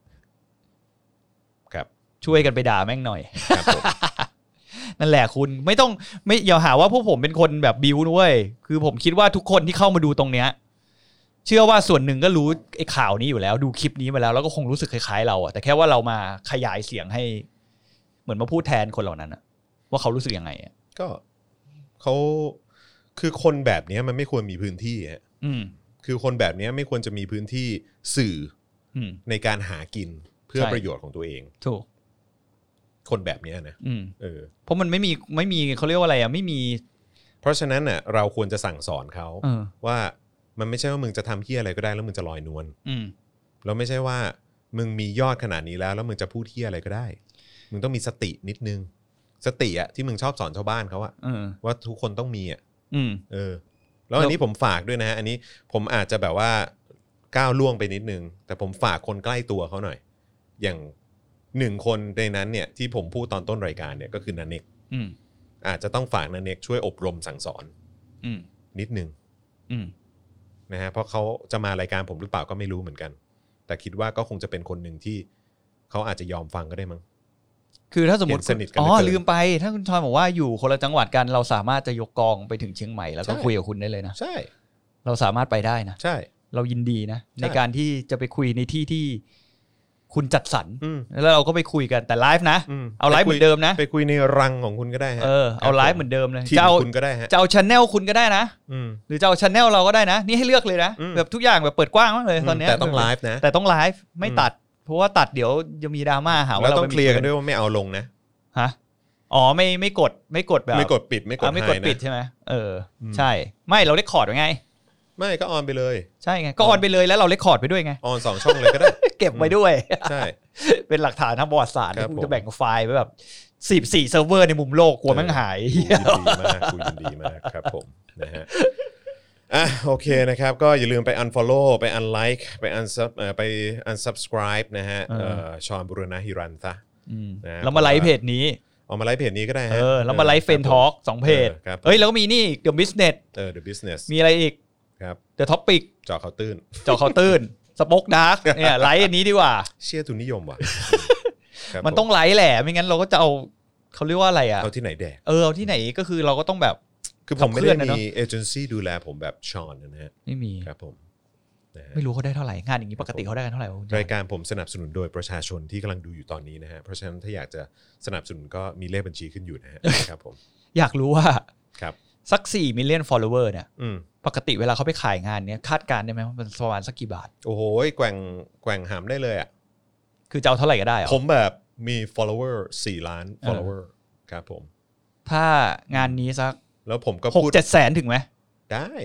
ครับช่วยกันไปด่าแม่งหน่อยครับผมนั่นแหละคุณไม่อย่าหาว่าพวกผมเป็นคนแบบบิ้วด้วยคือผมคิดว่าทุกคนที่เข้ามาดูตรงเนี้ยเชื่อว่าส่วนหนึ่งก็รู้ไอ้ข่าวนี้อยู่แล้วดูคลิปนี้มาแล้วก็คงรู้สึกคล้ายๆเราอะแต่แค่ว่าเรามาขยายเสียงให้เหมือนมาพูดแทนคนเหล่านั้นอะว่าเขารู้สึกยังไงอะก็เขาคือคนแบบนี้มันไม่ควรมีพื้นที่ฮะคือคนแบบนี้ไม่ควรจะมีพื้นที่สื่อในการหากินเพื่อประโยชน์ของตัวเองถูกคนแบบนี้นะเพราะมันไม่มีเขาเรียกว่าอะไรอะไม่มีเพราะฉะนั้นน่ะเราควรจะสั่งสอนเขาว่ามันไม่ใช่ว่ามึงจะทำเหี้ยอะไรก็ได้แล้วมึงจะลอยนวลแล้วไม่ใช่ว่ามึงมียอดขนาดนี้แล้วมึงจะพูดเหี้ยอะไรก็ได้มึงต้องมีสตินิดนึงสติอะที่มึงชอบสอนชาวบ้านเขาอะว่าทุกคนต้องมีอะแล้วอันนี้ผมฝากด้วยนะฮะอันนี้ผมอาจจะแบบว่าก้าวล่วงไปนิดนึงแต่ผมฝากคนใกล้ตัวเขาหน่อยอย่างหนึ่งคนในนั้นเนี่ยที่ผมพูดตอนต้นรายการเนี่ยก็คือนันเน็กอาจจะต้องฝากนันเน็กช่วยอบรมสั่งสอนนิดนึงนะฮะเพราะเขาจะมารายการผมหรือเปล่าก็ไม่รู้เหมือนกันแต่คิดว่าก็คงจะเป็นคนหนึ่งที่เขาอาจจะยอมฟังก็ได้มั้งคือถ้าสมมติลืมไปถ้าคุณชอยบอกว่าอยู่คนละจังหวัดกันเราสามารถจะยกกองไปถึงเชียงใหม่แล้วก็คุยกับคุณได้เลยนะใช่เราสามารถไปได้นะใช่เรายินดีนะในการที่จะไปคุยในที่ที่คุณจัดสรรแล้วเราก็ไปคุยกันแต่ไลฟ์นะเอาไลฟ์เหมือนเดิมนะไปคุยในรังของคุณก็ได้ฮะเอาไลฟ์เหมือนเดิมเลยจะเอาคุณก็ได้ฮะจะเอา channel คุณก็ได้นะหรือจะเอา channel เราก็ได้นะนี่ให้เลือกเลยนะแบบทุกอย่างแบบเปิดกว้างมากเลยตอนนี้แต่ต้องไลฟ์นะแต่ต้องไลฟ์ไม่ตัดเพราะว่าตัดเดี๋ยวจะมีดราม่าหาว่าเราต้องเคลียร์กันด้วยว่าไม่เอาลงนะฮะไม่กดแบบไม่กดปิดไม่กดปิดใช่ไหมใช่ไม่เราเรคคอร์ดไว้ไงไม่ก็ออนไปเลยใช่ไงก็ออนไปเลยแล้วเราเรคคอร์ดไปด้วยไงออน2ช่องเลยก็ได้เก็บไว้ด้วยใช่เป็นหลักฐานทางประวัติศาสตร์กูจะแบ่งไฟล์ไว้แบบ14เซิร์ฟเวอร์ในมุมโลกกลัวมันหายยินดีมากครับผมนะฮะโอเคนะครับก็อย่าลืมไป unfollow ไป unlike ไป unsubscribe นะฮะชอนบุรณะฮิรันซะแล้วมาไลฟ์เพจนี้มาไลฟ์เพจนี้ก็ได้ฮะแล้วมาไลฟ์เฟนทอล์ก2เพจแล้วก็มีนี่ The Business The Business มีอะไรอีกครับ The Topic เจาะเขาตื้นสป็อกดาร์กเนี่ยไลฟ์อันนี้ดีกว่าเชื่อทุนนิยมว่ะมันต้องไลฟ์แหละไม่งั้นเราก็จะเอาเขาเรียกว่าอะไรอ่ะเอาที่ไหนแดกเอาที่ไหนก็คือเราก็ต้องแบบคือผมไม่ได้มีเอเจนซี่ดูแลผมแบบชอนนะฮะไม่มีครับผมไม่รู้เขาได้เท่าไหร่งานอย่างนี้ปกติเขาได้กันเท่าไหร่รายการผมสนับสนุนโดยประชาชนที่กำลังดูอยู่ตอนนี้นะฮะเพราะฉะนั้นถ้าอยากจะสนับสนุนก็มีเลขบัญชีขึ้นอยู่นะฮะครับผมอยากรู้ว่าครับสัก4 million follower เนี่ยปกติเวลาเขาไปขายงานเนี้ยคาดการณ์ได้ไหมว่ามันประมาณสักกี่บาทโอ้โหแกว่งหามได้เลยอ่ะคือจะเอาเท่าไหร่ก็ได้ผมแบบมี follower 4 ล้าน follower ครับผมถ้างานนี้สักแล้วผมก็พูด 6-7 แสนถึงไหมได้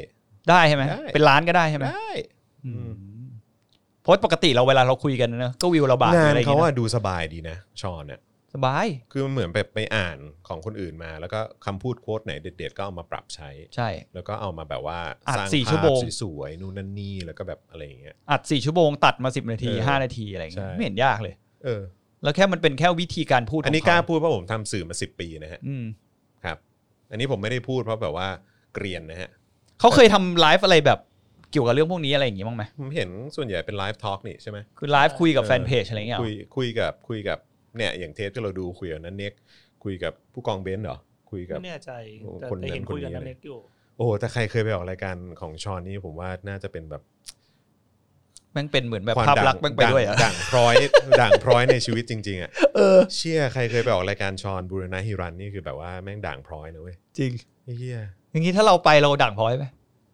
ได้ใช่ไหมเป็นล้านก็ได้ใช่ไหมได้เพราะปกติเราเวลาเราคุยกันนะก็วิวเราบาทอะไรอย่างเงี้ยงานเขาดูสบายดีนะชอนเนี่ยสบายคือมันเหมือนแบบไปอ่านของคนอื่นมาแล้วก็คำพูดโค้ดไหนเด็ดๆก็เอามาปรับใช้ใช่แล้วก็เอามาแบบว่าสร้างภาพสวยๆนู่นนั่นนี่แล้วก็แบบอะไรอย่างเงี้ยอัด4 ชั่วโมงตัดมา10 นาที5 นาทีอะไรอย่างเงี้ยไม่เห็นยากเลยแล้วแค่มันเป็นแค่วิธีการพูดอันนี้กล้าพูดเพราะผมทำสื่อมา10 ปีนะฮะครับอันนี้ผมไม่ได้พูดเพราะแบบว่าเกรียนนะฮะเขาเคยทำไลฟ์อะไรแบบเกี่ยวกับเรื่องพวกนี้อะไรอย่างงี้บ้างไหมผมเห็นส่วนใหญ่เป็นไลฟ์ทอล์กนี่ใช่ไหมคือไลฟ์คุยกับแฟนเพจอะไรเงี้ยคุยกับเนี่ยอย่างเทปที่เราดูคุยกับนันเน็กคุยกับผู้กองเบนซ์เหรอคุยกับไม่แน่ใจแต่เห็นคุยกับนันเน็กอยู่โอ้แต่ใครเคยไปออกรายการของชอนนี่ผมว่าน่าจะเป็นแบบแม่งเป็นเหมือนแบบภาพลักษณ์แม่งไปด้วยอ่ะด่างพร้อยในชีวิตจริงๆอ่ะเชี่ยใครเคยไปออกรายการชอนบูรณะฮิรันนี่คือแบบว่าแม่งด่างพร้อยนะเว้ยจริงเฮียอย่างงี้ถ้าเราไปเราด่างพร้อยไหม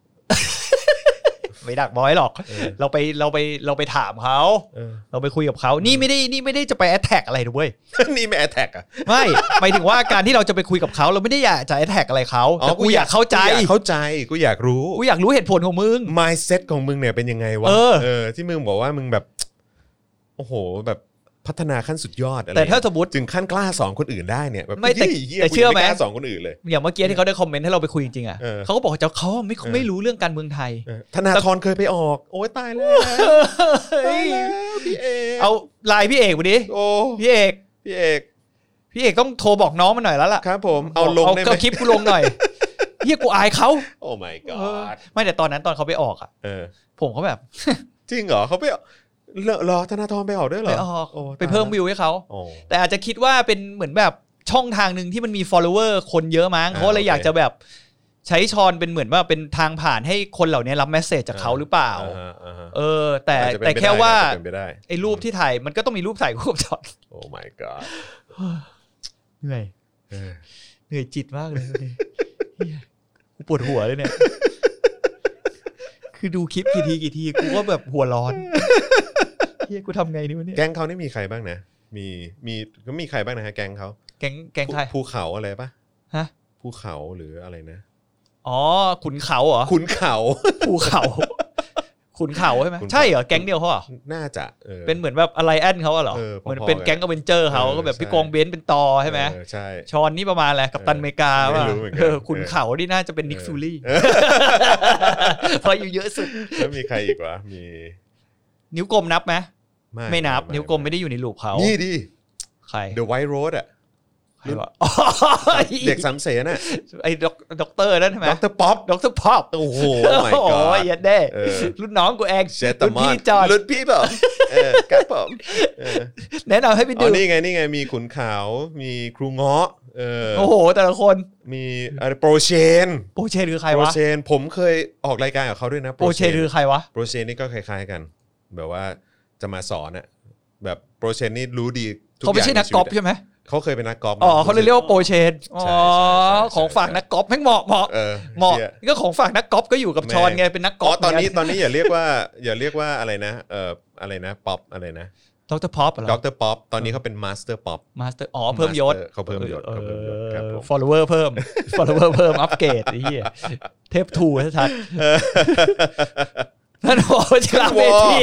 ไม่ดักบอยหรอกเราไปถามเขาเราไปคุยกับเขานี่ไม่ได้จะไปแอทแทกอะไรด้วยนี่ไม่แอทแทกอ่ะไม่หมายถึงว่าการที่เราจะไปคุยกับเขาเราไม่ได้อยากจะแอทแทกอะไรเขาแต่กูอยากเข้าใจกูอยากรู้เหตุผลของมึง mindset ของมึงเนี่ยเป็นยังไงวะที่มึงบอกว่ามึงแบบโอ้โหแบบพัฒนาขั้นสุดยอดอะไรแต่ถ้าสมมติจึงขั้นกล้าสอนคนอื่นได้เนี่ยแบบไม่แต่เชื่อไหมสอนคนอื่นเลยอย่างเมื่อกี้ที่เขาได้คอมเมนต์ให้เราไปคุยจริงๆอ่ะเขาก็บอกว่าเขาไม่รู้เรื่องการเมืองไทยธนาธรเคยไปออกโอ้ยตายแล้วพี่เอกเอาไลน์พี่เอกมาดิโอ้พี่เอกต้องโทรบอกน้องมันหน่อยแล้วล่ะครับผมเอาลงได้ไหมเอาคลิปกูลงหน่อยเฮียกูอายเขาโอ้ my god ไม่แต่ตอนนั้นตอนเขาไปออกอ่ะผมเขาแบบจริงเหรอเขาไปรอธนาธรไปออกด้วยเหรอไปออกไปเพิ่มวิวให้เขาแต่อาจจะคิดว่าเป็นเหมือนแบบช่องทางนึงที่มันมี follower คนเยอะมั้งเขาเลยอยากจะแบบใช้ชอนเป็นเหมือนว่าเป็นทางผ่านให้คนเหล่านี้รับเมสเสจจากเขาหรือเปล่าแต่แค่ว่าไอ้รูปที่ถ่ายมันก็ต้องมีรูปถ่ายคู่กับชอนโอ้ my god เหนื่อยจิตมากเลยกูปวดหัวเลยเนี่ยคือดูคลิปกี่ทีกูก็แบบหัวร้อนเฮียกูทำไงนี่วะเนี่ยแก๊งเขานี่มีใครบ้างนะมีใครบ้างนะฮะแก๊งเขาแก๊งใครภูเขาอะไรปะฮะภูเขาหรืออะไรนะอ๋อขุนเขาเหรอขุนเขาภูเขาขุนเขาใช่ไหมใช่เหรอแก๊งเดียวเขาเหรอน่าจะเป็นเหมือนแบบอะไรแอนเขาเหรอเหมือนเป็นแก๊งอเวนเจอร์เขาก็แบบพี่กองเบนซ์เป็นตอใช่ไหมใช่ชอนนี่ประมาณอะไรกัปตันอเมริกาว่าขุนเขานี่น่าจะเป็นนิกฟิลลี่เพราะอยู่เยอะสุดแล้วมีใครอีกวะมีนิ้วกลมนับไหมไม่นับนิ้วกลมไม่ได้อยู่ในลูปเขานี่ดิใคร The White Road อ่ะเด็กสามเสนน่ะไอ้ด็อกเตอร์นั่นใช่ไหมด็อกเตอร์ป๊อปโอ้โห my god โอ้ยยัดได้รุ่นน้องกูเองรุ่นพี่จอนรุ่นพี่ผมครับผมแนะนำให้ไปดูนี่ไงมีขุนขาวมีครูเงาะโอ้โหแต่ละคนมีอะไรโปรเชนคือใครวะโปรเชนผมเคยออกรายการกับเขาด้วยนะโปรเชนคือใครวะโปรเชนนี่ก็คล้ายๆกันแบบว่าจะมาสอนอ่ะแบบโปรเชนนี่รู้ดีทุกอย่างเขาไม่ใช่นักกอล์ฟใช่ไหมเขาเคยเป็นนักกอล์ฟเขาเลยเรียกว่าโปรเชนของฝากนักกอล์ฟแม่งเหมาะนี่ก็ของฝากนักกอล์ฟก็อยู่กับชอนไงเป็นนักกอล์ฟตอนนี้อย่าเรียกว่าอะไรนะอะไรนะป๊อปอะไรนะดร.ป๊อปดร.ป๊อปตอนนี้เขาเป็นมาสเตอร์ป๊อปเพิ่มยศเขาเพิ่มยศครับผม follower เพิ่ม อัปเกรดไอ้เหี้ยเทป2ชัดท่านวอลจะลาเวที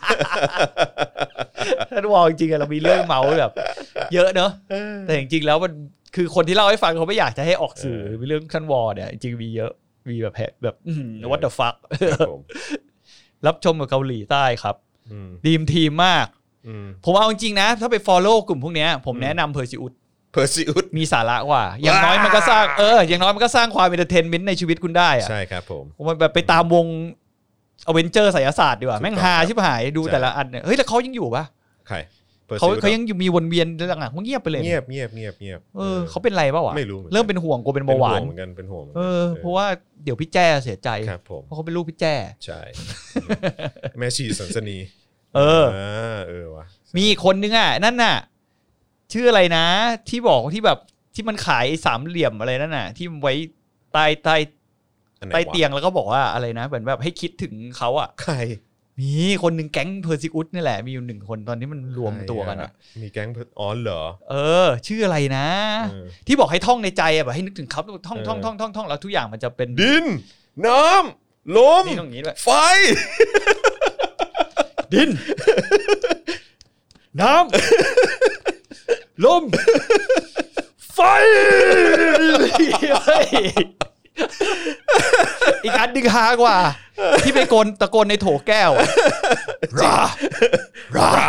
ท่านวอลจริงๆเรามีเรื่องเมาแบบเยอะเนอะแต่จริงๆแล้วมันคือคนที่เล่าให้ฟังเขาไม่อยากจะให้ออกสื่อมีเรื่องท่านวอลเนี่ยจริงๆมีเยอะมีแบบ what the fuck รับชมกับเกาหลีใต้ครับดีมทีมมากผมเอาจริงๆนะถ้าไป follow กลุ่มพวกนี้ผมแนะนำเพอร์ซิอุดมีสาระกว่าอย่างน้อยมันก็สร้างอย่างน้อยมันก็สร้างความเอนเตอร์เทนเมนต์ในชีวิตคุณได้อะใช่ครับผมมันแบบไปตามวงอเวนเจอร์ไสยศาสตร์ดีกว่าแม่งฮาชิบหายดูแต่ละอันเนี่ยเฮ้ยแต่เขายังอยู่ปะใครเขายังอยู่มีวนเวียนหลังๆเขาเงียบไปเลยเงียบเขาเป็นไรป่าวะไม่รู้เริ่มเป็นห่วงกูเป็นเบาหวานเหมือนกันเป็นห่วงเพราะว่าเดี๋ยวพี่แจ้เสียใจเพราะเขาเป็นลูกพี่แจ้ใช่แม่ชีสันสนีวะมีคนนึงอ่ะนั่นน่ะชื่ออะไรนะที่บอกที่แบบที่มันขายสามเหลี่ยมอะไรนั่นน่ะที่ไว้ใต้เตียงแล้วก็บอกว่าอะไรนะเหมือนแบบให้คิดถึงเขาอ่ะใครมีคนหนึ่งแก๊งเพอร์ซิอุสนี่แหละมีอยู่1คนตอนนี้มันรวมตัวกันอ่ะมีแก๊งเหรอชื่ออะไรนะที่บอกให้ท่องในใจอ่ะแบบให้นึกถึงเขาท่องแล้วทุกอย่างมันจะเป็นดินน้ลมนี่ตรงนี้ด้วยไฟดิน น้ำ ลม ไฟ อีกอันดึงฮากว่า ที่ไปตะโกนในโถแก้วรา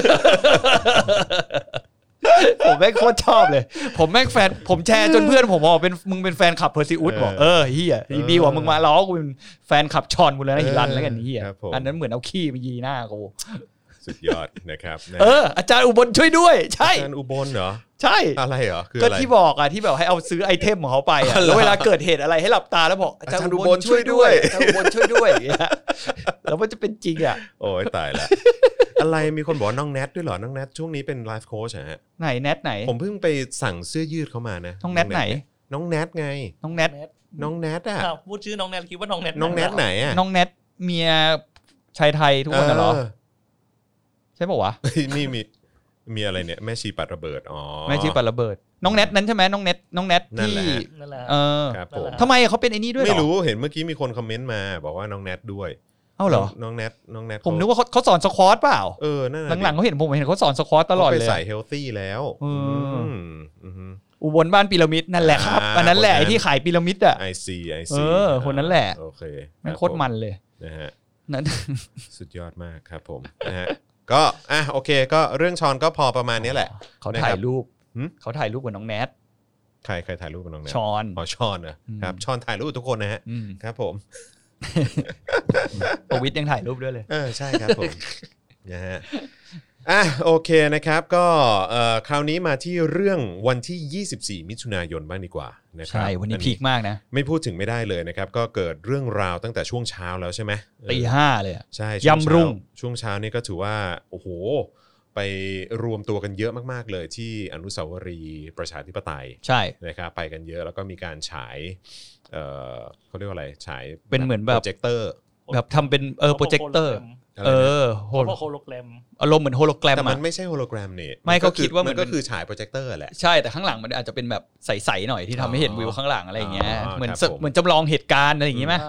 ผมแม่งโคตรชอบเลยผมแม่งแฟนผมแชร์จนเพื่อนผมบอกมึงเป็นแฟนคลับเพอร์ซิอุสบอกเฮียดีกว่ามึงมาล้อกูเป็นแฟนคลับชอนกูเลยนะฮิรันแล้วกันเฮียอันนั้นเหมือนเอาขี้มายีหน้ากูสุดยอดนะครับอาจารย์อุบลช่วยด้วยใช่อาจารย์อุบลเหรอใช่อะไรเหรอคือก็อะไรที่บอกที่แบบให้เอาซื้อไอเทมของเขาไปแล้วเวลาเกิดเหตุอะไรให้หลับตาแล้วบอกอาจารย์อุบลช่วยด้วยอาจารย์อุบลช่วยด้วยแล้วมันจะเป็นจริงโอ้ยตายละอะไรมีคนบอกน้องแนทด้วยเหรอน้องแนทช่วงนี้เป็นไลฟ์โค้ชฮะไหนแนทไหนผมเพิ่งไปสั่งเสื้อยืดเข้ามานะน้องแนทไหนน้องแนทไงน้องแนทอ่ะพูดชื่อน้องแนทคิดว่าน้องแนทน้องแนทไหนอ่ะน้องแนทเมียชายไทยทุกคนเหรอใช่ป่าววะนี่มีอะไรเนี่ยแม่ชีปัดระเบิดแม่ชีปัดระเบิดน้องแนทนั้นใช่ไหมน้องแนทที่ครับผมทำไมเขาเป็นไอ้นี่ด้วยไม่รู้เห็นเมื่อกี้มีคนคอมเมนต์มาบอกว่าน้องแนทด้วยเหรอน้องแนทผมนึกว่าเขาสอนสควอตเปล่านั่นหลังๆเขาเห็นเขาสอนสควอตตลอดเลยไปใส่เฮลตี้แล้วอุบลบ้านพีระมิดนั่นแหละครับอันนั้นแหละที่ขายพีระมิดอ่ะไอซีคนนั้นแหละโอเคมันโคตรมันเลยนะฮะนั่นสุดยอดมากครับผมนะฮะก็โอเคก็เรื่องชอนก็พอประมาณนี้แหละเขาถ่ายรูปกับน้องแนทใครถ่ายรูปกับน้องแนทชอนชอนครับชอนถ่ายรูปทุกคนนะฮะครับผมประวิตรยังถ่ายรูปด้วยเลยใช่ครับผมนะฮะโอเคนะครับก็คราวนี้มาที่เรื่องวันที่24มิถุนายนบ้างดีกว่านะครับใช่วันนี้พีคมากนะไม่พูดถึงไม่ได้เลยนะครับก็เกิดเรื่องราวตั้งแต่ช่วงเช้าแล้วใช่ไหมตี 5เลยใช่ยำรุ่งช่วงเช้านี่ก็ถือว่าโอ้โหไปรวมตัวกันเยอะมากๆเลยที่อนุสาวรีย์ประชาธิปไตยใช่นะครับไปกันเยอะแล้วก็มีการฉายเขาเรียกว่าอะไรฉายเป็นเหมือนแบบโปรเจคเตอร์แบบทำเป็นโปรเจคเตอร์โฮโลแกรมอารมณ์เหมือนโฮโลแกรมแต่มันไม่ใช่โฮโลแกรมนี่ไม่ก็คิดว่ามันก็คือฉายโปรเจคเตอร์แหละใช่แต่ข้างหลังมันอาจจะเป็นแบบใสๆหน่อยที่ทำให้เห็นวิวข้างหลังอะไรอย่างเงี้ยเหมือนจำลองเหตุการณ์อะไรอย่างงี้มั้ย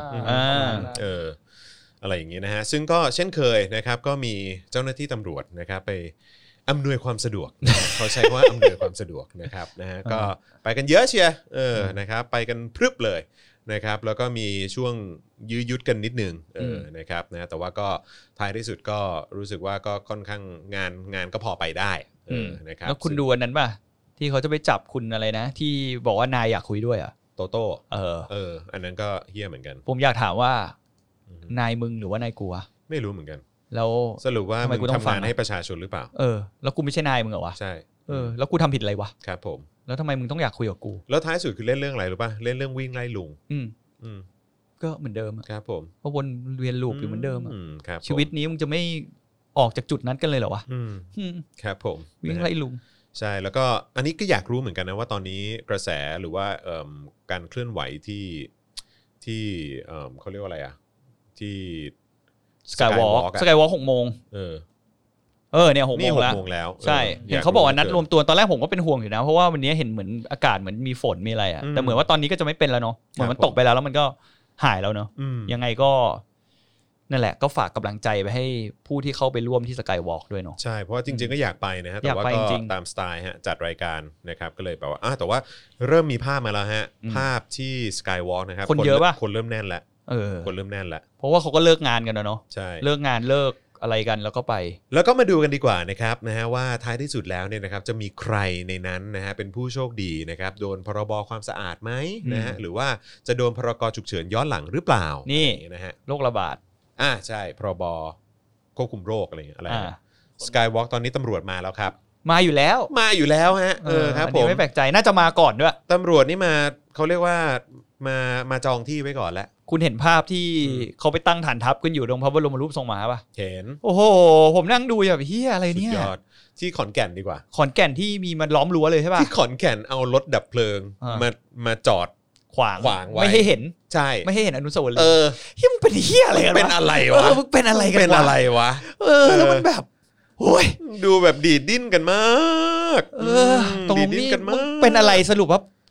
อะไรอย่างงี้นะฮะซึ่งก็เช่นเคยนะครับก็มีเจ้าหน้าที่ตำรวจนะครับไปอำนวยความสะดวกเขาใช้ว่าอำนวยความสะดวกนะครับนะฮะก็ไปกันเยอะเชียร์นะครับไปกันพรึบเลยนะครับแล้วก็มีช่วงยื้อยุดกันนิดนึงนะครับนะแต่ว่าก็ท้ายที่สุดก็รู้สึกว่าก็ค่อนข้างงานก็พอไปได้นะครับแล้วคุณดูอันนั้นป่ะที่เขาจะไปจับคุณอะไรนะที่บอกว่านายอยากคุยด้วยอ่ะโตโต้อันนั้นก็เฮี้ยเหมือนกันผมอยากถามว่านายมึงหรือว่านายกูไม่รู้เหมือนกันแล้วสรุปว่ามึงทำงานให้ประชาชนหรือเปล่าแล้วกูไม่ใช่นายมึงเหรอวะใช่แล้วกูทำผิดอะไรวะครับผมแล้วทำไมมึงต้องอยากคุยกับกูแล้วท้ายสุดคือเล่นเรื่องอะไรรู้ป่ะเล่นเรื่องวิ่งไล่ลุงก็เหมือนเดิมครับผมก็วนเวียนลูปอยู่เหมือนเดิมครับชีวิตนี้มึงจะไม่ออกจากจุดนั้นกันเลยเหรอวะครับผมวิ่งไล่ลุงใช่แล้วก็อันนี้ก็อยากรู้เหมือนกันนะว่าตอนนี้กระแสหรือว่าการเคลื่อนไหวที่เขาเรียกว่าอะไรที่สกายวอล์ก6 โมงเนี่ย6 โมงแล้วใช่เห็นเขาบอกว่านัดรวมตัวตอนแรกผมก็เป็นห่วงอยู่นะเพราะว่าวันนี้เห็นเหมือนอากาศเหมือนมีฝนมีอะไรแต่เหมือนว่าตอนนี้ก็จะไม่เป็นแล้วเนาะเหมือนมันตกไปแล้วมันก็หายแล้วเนาะยังไงก็นั่นแหละก็ฝากกำลังใจไปให้ผู้ที่เข้าไปร่วมที่สกายวอล์กด้วยเนาะใช่เพราะว่าจริงๆก็อยากไปนะฮะแต่ว่าก็ตามสไตล์ฮะจัดรายการนะครับก็เลยแบบว่าแต่ว่าเริ่มมีภาพมาแล้วฮะภาพที่สกายวอล์กนะครับคนเยอะป่ะคนเริ่มแน่นแล้วคนเริ่มแน่นแล้วเพราะว่าเขาก็เลิกงานกันเนาะใช่เลิกงานเลิกอะไรกันแล้วก็ไปแล้วก็มาดูกันดีกว่านะครับนะฮะว่าท้ายที่สุดแล้วเนี่ยนะครับจะมีใครในนั้นนะฮะเป็นผู้โชคดีนะครับโดนพรบความสะอาดไหมนะฮะหรือว่าจะโดนพรกฉุกเฉินย้อนหลังหรือเปล่านี่นะฮะโรคระบาดใช่พรบควบคุมโรคอะไรสกายวอล์กตอนนี้ตำรวจมาแล้วครับมาอยู่แล้วฮะครับผมไม่แปลกใจน่าจะมาก่อนด้วยตำรวจนี่มาเขาเรียกว่ามาจองที่ไว้ก่อนแล้วคุณเห็นภาพที่เขาไปตั้งฐานทัพกันอยู่ตรงพระบรมรูปทรงม้าป่ะเห็นโอ้โหผมนั่งดูแบบเฮียอะไรเนี่ยสุดยอดที่ขอนแก่นดีกว่าขอนแก่นที่มีมันล้อมรั้วเลยใช่ป่ะที่ขอนแก่นเอารถดับเพลิงมาจอดขวางไว้ไม่ให้เห็นใช่ไม่ให้เห็นอนุสาวรีย์เฮ้ยมันเป็นเฮียอะไรกันเป็นอะไรวะมึงเป็นอะไรกันวะแล้วมันแบบโอ้ยดูแบบดีดดิ้นกันมากตรงนี้เป็นอะไรสรุปว่า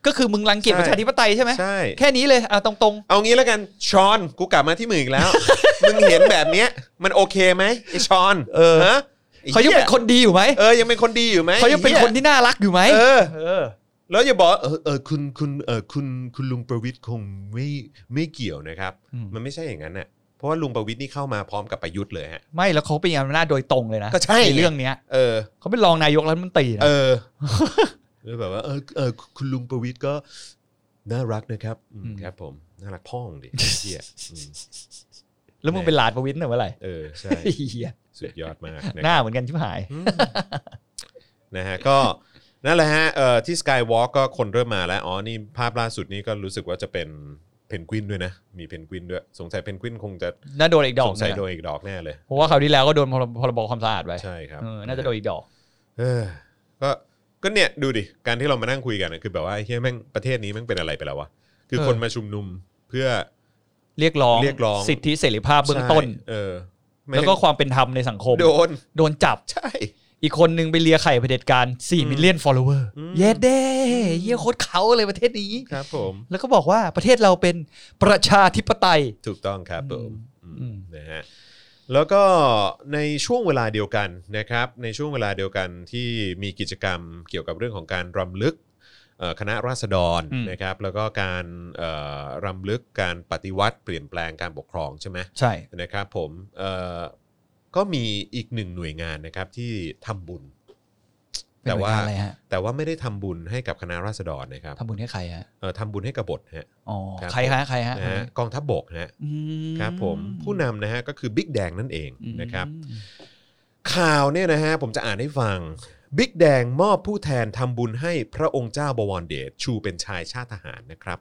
ก็คือมึงรังเกียจประชาธิปไตยใช่ไหมใช่แค่นี้เลยเอาตรงเอางี้แล้วกันชอนกูกลับมาที่มึงอีกแล้ว มึงเห็นแบบเนี้ยมันโอเคไหมไอชอนฮะๆเขายังเป็นคนดีอยู่ไหมยังเป็นคนดีอยู่ไหมเขายังเป็นคนที่น่ารักอยู่ไหมแล้วอย่าบอกคุณลุงประวิตรคงไม่เกี่ยวนะครับมันไม่ใช่อย่างนั้นน่ะเพราะว่าลุงประวิตรนี่เข้ามาพร้อมกับประยุทธ์เลยฮะไม่แล้วเขาเป็นอำนาจโดยตรงเลยนะก็ใช่ในเรื่องเนี้ยเขาเป็นรองนายกรัฐมนตรีนะแล้วแบบว่าคุณลุงประวิตรก็น่ารักนะครับครับผมน่ารักพ่องดิเหี้ยแล้วมึงเป็นหลานประวิตรเนี่ยเมื่อไหร่ใช่สุดยอดมากหน้าเหมือนกันชิบหายนะฮะก็นั่นแหละฮะที่สกายวอล์กก็คนเริ่มมาแล้วนี่ภาพล่าสุดนี้ก็รู้สึกว่าจะเป็นเพนกวินด้วยนะมีเพนกวินด้วยสงสัยเพนกวินคงจะน่าโดนอีกดอกสงสัยโดนอีกดอกแน่เลยเพราะว่าคราวที่แล้วก็โดนพรบความสะอาดไปใช่ครับน่าจะโดนอีกดอกก็เนี่ยดูดิการที่เรามานั่งคุยกันคือแบบว่าไอ้เหี้ยแม่งประเทศนี้แม่งเป็นอะไรไปแล้ววะคือคนมาชุมนุมเพื่อเรียกร้องสิทธิเสรีภาพเบื้องต้นแล้วก็ความเป็นธรรมในสังคมโดนจับใช่อีกคนนึงไปเลียไข่เผด็จการ4 มิลเลียน follower เย้เด้เยี่ยโคตรเขาเลยประเทศนี้ครับผมแล้วก็บอกว่าประเทศเราเป็นประชาธิปไตยถูกต้องครับผมนะฮะแล้วก็ในช่วงเวลาเดียวกันนะครับในช่วงเวลาเดียวกันที่มีกิจกรรมเกี่ยวกับเรื่องของการรำลึกคณะราษฎรนะครับแล้วก็การรำลึกการปฏิวัติเปลี่ยนแปลงการปกครองใช่ไหมใช่นะครับผมก็มีอีกหนึ่งหน่วยงานนะครับที่ทำบุญแต่ว่าไม่ได้ทำบุญให้กับคณะราษฎรนะครับทำบุญให้ใครฮะทำบุญให้กบฏฮะใครฮะกองทัพบกฮะครับผมผู้นำนะฮะก็คือบิ๊กแดงนั่นเองนะครับข่าวเนี่ยนะฮะผมจะอ่านให้ฟังบิ๊กแดงมอบผู้แทนทำบุญให้พระองค์เจ้าบวรเดชชูเป็นชายชาติทหารนะครับ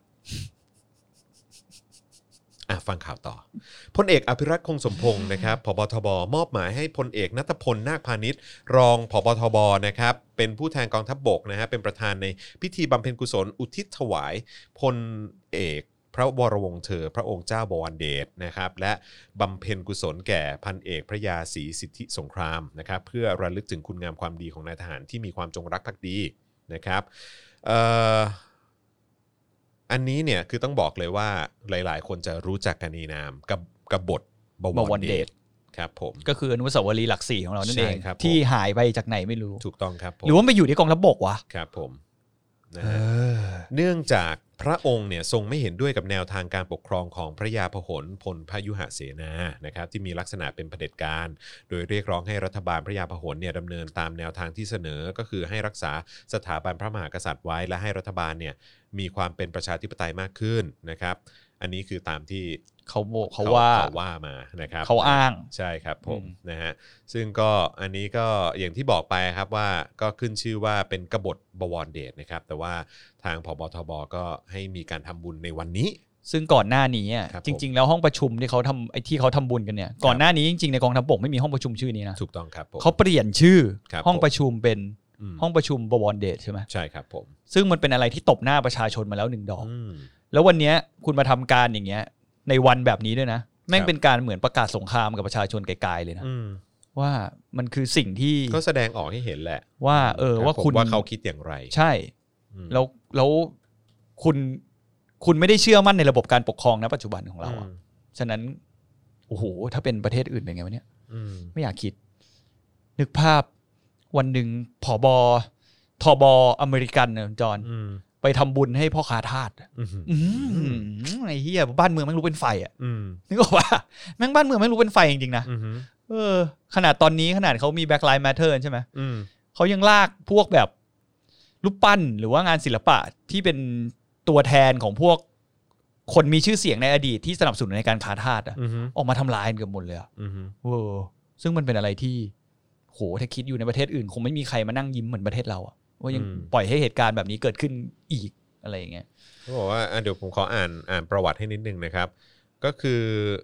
ฟังข่าวต่อพลเอกอภิรักษ์คงสมพงศ์นะครับผบ.ทบ.มอบหมายให้พลเอกณัฐพลนาคพานิชรองผบ.ทบ.นะครับเป็นผู้แทนกองทัพบกนะฮะเป็นประธานในพิธีบำเพ็ญกุศลอุทิศถวายพลเอกพระวรวงศ์เธอพระองค์เจ้าบวรเดชนะครับและบำเพ็ญกุศลแก่พันเอกพระยาศรีสิทธิสงครามนะครับเพื่อระลึกถึงคุณงามความดีของนายทหารที่มีความจงรักภักดีนะครับอันนี้เนี่ยคือต้องบอกเลยว่าหลายๆคนจะรู้จักกันในนามกบฏบวรเดชครับผมก็คืออนุสาวรีย์หลัก4ของเรานั่นเองที่หายไปจากไหนไม่รู้ถูกต้องครับหรือว่าไปอยู่ที่กองทัพบกวะครับผมนะฮะเนื่องจากพระองค์เนี่ยทรงไม่เห็นด้วยกับแนวทางการปกครองของพระยาพหลพลพยุหเสนานะครับที่มีลักษณะเป็นเผด็จการโดยเรียกร้องให้รัฐบาลพระยาพหลเนี่ยดำเนินตามแนวทางที่เสนอก็คือให้รักษาสถาบันพระมหากษัตริย์ไว้และให้รัฐบาลเนี่ยมีความเป็นประชาธิปไตยมากขึ้นนะครับอันนี้คือตามที่เขาว่ามานะครับเขาอ้างใช่ครับผมนะฮะซึ่งก็อันนี้ก็อย่างที่บอกไปครับว่าก็ขึ้นชื่อว่าเป็นกบฏบวรเดชนะครับแต่ว่าทางผบ.ทบ.ก็ให้มีการทำบุญในวันนี้ซึ่งก่อนหน้านี้จริงๆแล้วห้องประชุมที่เขาทำบุญกันเนี่ยก่อนหน้านี้จริงๆในกองทัพบกไม่มีห้องประชุมชื่อนี้นะถูกต้องครับเขาเปลี่ยนชื่อห้องประชุมเป็นห้องประชุมบวรเดชใช่ไหมใช่ครับผมซึ่งมันเป็นอะไรที่ตบหน้าประชาชนมาแล้ว1 ดอกแล้ววันนี้คุณมาทำการอย่างเงี้ยในวันแบบนี้ด้วยนะแม่งเป็นการเหมือนประกาศสงครามกับประชาชนไกลๆเลยนะว่ามันคือสิ่งที่ก็แสดงออกให้เห็นแหละว่าว่าคุณว่าเขาคิดอย่างไรใช่แล้วคุณไม่ได้เชื่อมั่นในระบบการปกครองณปัจจุบันของเราฉะนั้นโอ้โหถ้าเป็นประเทศอื่นเป็นไงวะเนี่ยไม่อยากคิดนึกภาพวันหนึ่งผบ.ทบ.อเมริกันเนี่ยจอนไปทำบุญให้พ่อค้าทาสไอ้เหี้ยบ้านเมืองแม่งรู้เป็นไฟอ่ะนึกออกว่าแม่งบ้านเมืองแม่งรู้เป็นไฟจริงๆนะขนาดตอนนี้ขนาดเขามี Black Lives Matter ใช่ไหมเขายังลากพวกแบบรูปปั้นหรือว่างานศิลปะที่เป็นตัวแทนของพวกคนมีชื่อเสียงในอดีตที่สนับสนุนในการค้าทาสออกมาทำลายกันเกือบหมดเลยซึ่งมันเป็นอะไรที่โหถ้าคิดอยู่ในประเทศอื่นคงไม่มีใครมานั่งยิ้มเหมือนประเทศเราอะว่ายังปล่อยให้เหตุการณ์แบบนี้เกิดขึ้นอีกอะไรอย่างเงี้ยเขาบอกว่าเดี๋ยวผมขออ่านประวัติให้นิดนึงนะครับก็คื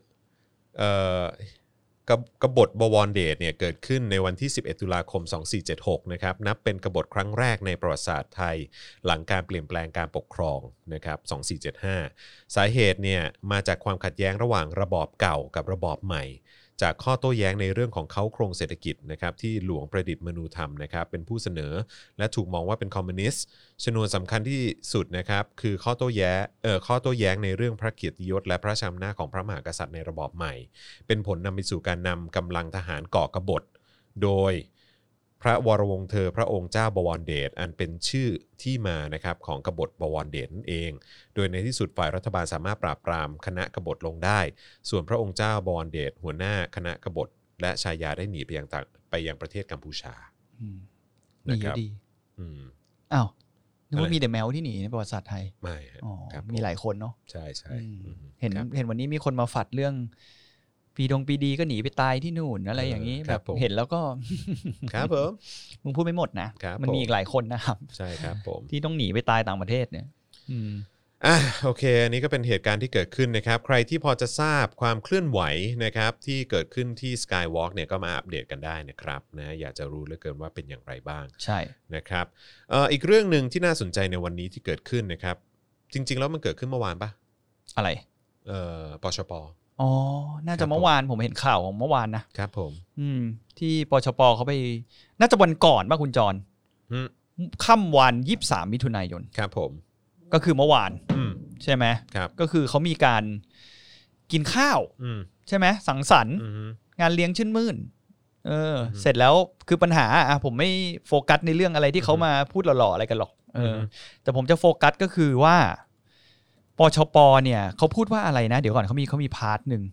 อกบฏบวรเดชเนี่ยเกิดขึ้นในวันที่11ตุลาคม2476นะครับนับเป็นกบฏครั้งแรกในประวัติศาสตร์ไทยหลังการเปลี่ยนแปลงการปกครองนะครับ2475สาเหตุเนี่ยมาจากความขัดแย้งระหว่างระบอบเก่ากับระบอบใหม่จากข้อโต้แย้งในเรื่องของเขาโครงเศรษฐกิจนะครับที่หลวงประดิษฐ์มนูธรรมนะครับเป็นผู้เสนอและถูกมองว่าเป็นคอมมิวนิสต์ชนวนสำคัญที่สุดนะครับคือข้อโต้แย้งในเรื่องพระเกียรติยศและพระราชอำนาจของพระมหากษัตริย์ในระบอบใหม่เป็นผลนำไปสู่การนำกำลังทหารก่อกบฏโดยพระวรวงศ์เธอพระองค์เจ้าบวรเดชอันเป็นชื่อที่มานะครับของกบฏบวรเดชนั่นเองโดยในที่สุดฝ่ายรัฐบาลสามารถปราบปรามคณะกบฏลงได้ส่วนพระองค์เจ้าบวรเดชหัวหน้าคณะกบฏและชายาได้หนีไปยังประเทศกัมพูชาหนีดีอ้าวนึกว่ามีแต่แมวที่หนีในประวัติศาสตร์ไทยไม่ครับมีหลายคนเนาะใช่เห็นวันนี้มีคนมาฝัดเรื่องปีดีก็หนีไปตายที่นู่นอะไรอย่างนี้แบบเห็นแล้วก็ครับผมมึงพูดไม่หมดนะมันมีอีกหลายคนนะครับใช่ครับผมที่ต้องหนีไปตายต่างประเทศเนี่ยโอเคอันนี้ก็เป็นเหตุการณ์ที่เกิดขึ้นนะครับใครที่พอจะทราบความเคลื่อนไหวนะครับที่เกิดขึ้นที่ Skywalk เนี่ยก็มาอัปเดตกันได้นะครับนะอยากจะรู้เหลือเกินว่าเป็นอย่างไรบ้างใช่นะครับอีกเรื่องนึงที่น่าสนใจในวันนี้ที่เกิดขึ้นนะครับจริงๆแล้วมันเกิดขึ้นเมื่อวานปะอะไรปชป. น่าจะเมื่อวานผมเห็นข่าวของเมื่อวานนะครับผมที่ปชป.เขาไปน่าจะวันก่อนป่ะคุณจรค่ำวัน23มิถุนายนครับผมก็คือเมื่อวานใช่ไหมครับก็คือเขามีการกินข้าวใช่ไหมสังสรรค์งานเลี้ยงชื่นมื่นเสร็จแล้วคือปัญหาผมไม่โฟกัสในเรื่องอะไรที่เขามาพูดหล่อๆอะไรกันหรอกแต่ผมจะโฟกัสก็คือว่าปชป.เนี่ยเขาพูดว่าอะไรนะเดี๋ยวก่อนเขามีพาร์ทหนึ่ง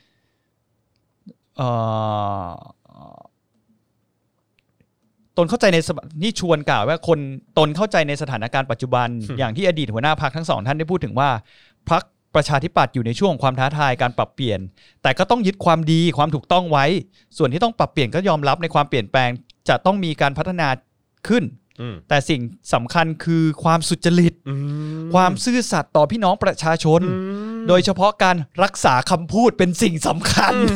ตนเข้าใจในนี่ชวนกล่าวว่าคนตนเข้าใจในสถานการณ์ปัจจุบัน อย่างที่อดีตหัวหน้าพรรคทั้งสองท่านได้พูดถึงว่าพรรคประชาธิปัตย์อยู่ในช่วงความท้าทายการปรับเปลี่ยนแต่ก็ต้องยึดความดีความถูกต้องไว้ส่วนที่ต้องปรับเปลี่ยนก็ยอมรับในความเปลี่ยนแปลงจะต้องมีการพัฒนาขึ้นแต่สิ่งสำคัญคือความสุจริตความซื่อสัตย์ต่อพี่น้องประชาชนโดยเฉพาะการรักษาคำพูดเป็นสิ่งสำคัญ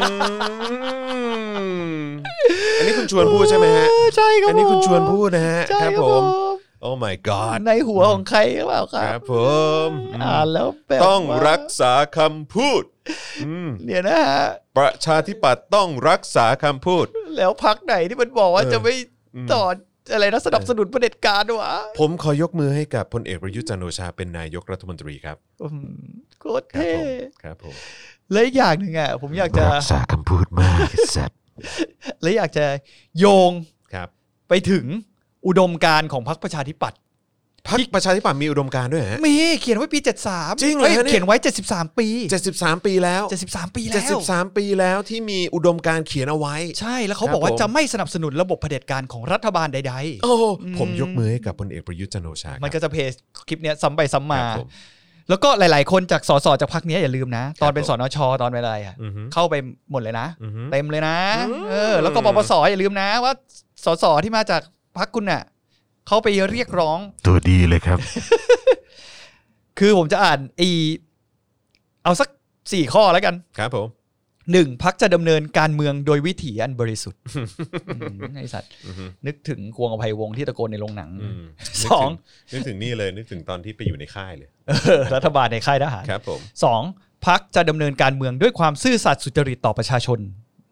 อันนี้คุณชวนพูดใช่ไหมฮะใช่ครับอันนี้คุณชวนพูดนะฮะครับผมโอ้ my god ในหัวของใครหรือเปล่าครับผมแล้วต้องรักษาคำพูดเนี่ยนะฮะประชาธิปัตย์ต้องรักษาคำพูดแล้วพรรคไหนที่มันบอกว่าจะไม่ต่ออะไรนะสนับสนุนเผด็จการวะผมขอยกมือให้กับพลเอกประยุทธ์จันทร์โอชาเป็นนายกรัฐมนตรีครับโคตรเท่ครับผมและอีกอย่างหนึ่งผมอยากจะรักษาคำพูดมากสัตว์และอยากจะโยงไปถึงอุดมการณ์ของพรรคประชาธิปัตย์พรรคประชาธิปัตย์มีอุดมการณ์ด้วยฮะมีเขียนไว้ปี73 จริงเหรอเนี่ยเขียนไว้73ปี 73ปีแล้ว 73ปีแล้ว 73ปีแล้วที่มีอุดมการณ์เขียนเอาไว้ใช่แล้วเขาบอกว่าจะไม่สนับสนุนระบบเผด็จการของรัฐบาลใดๆโอ้ผมยกมือให้กับพลเอกประยุทธ์จันทร์โอชามันก็จะเพจคลิปเนี้ยซ้ำไปซ้ำมาแล้วก็หลายๆคนจากสสจากพรรคนี้อย่าลืมนะตอนเป็นสนชตอนเป็นอะไรเข้าไปหมดเลยนะเต็มเลยนะแล้วก็ปปสอย่าลืมนะว่าสสที่มาจากพรรคคุณน่ะเขาไปเรียกร้องตัวดีเลยครับคือผมจะอ่านเอาสัก4ข้อแล้วกันครับผม 1. พรรคจะดำเนินการเมืองโดยวิถีอันบริสุทธิ์ไอ้สัตว์นึกถึงควงอภัยวงศ์ที่ตะโกนในโรงหนัง 2. นึกถึงนี่เลยนึกถึงตอนที่ไปอยู่ในค่ายเลยรัฐบาลในค่ายทหารครับผม 2. พรรคจะดำเนินการเมืองด้วยความซื่อสัตย์สุจริตต่อประชาชน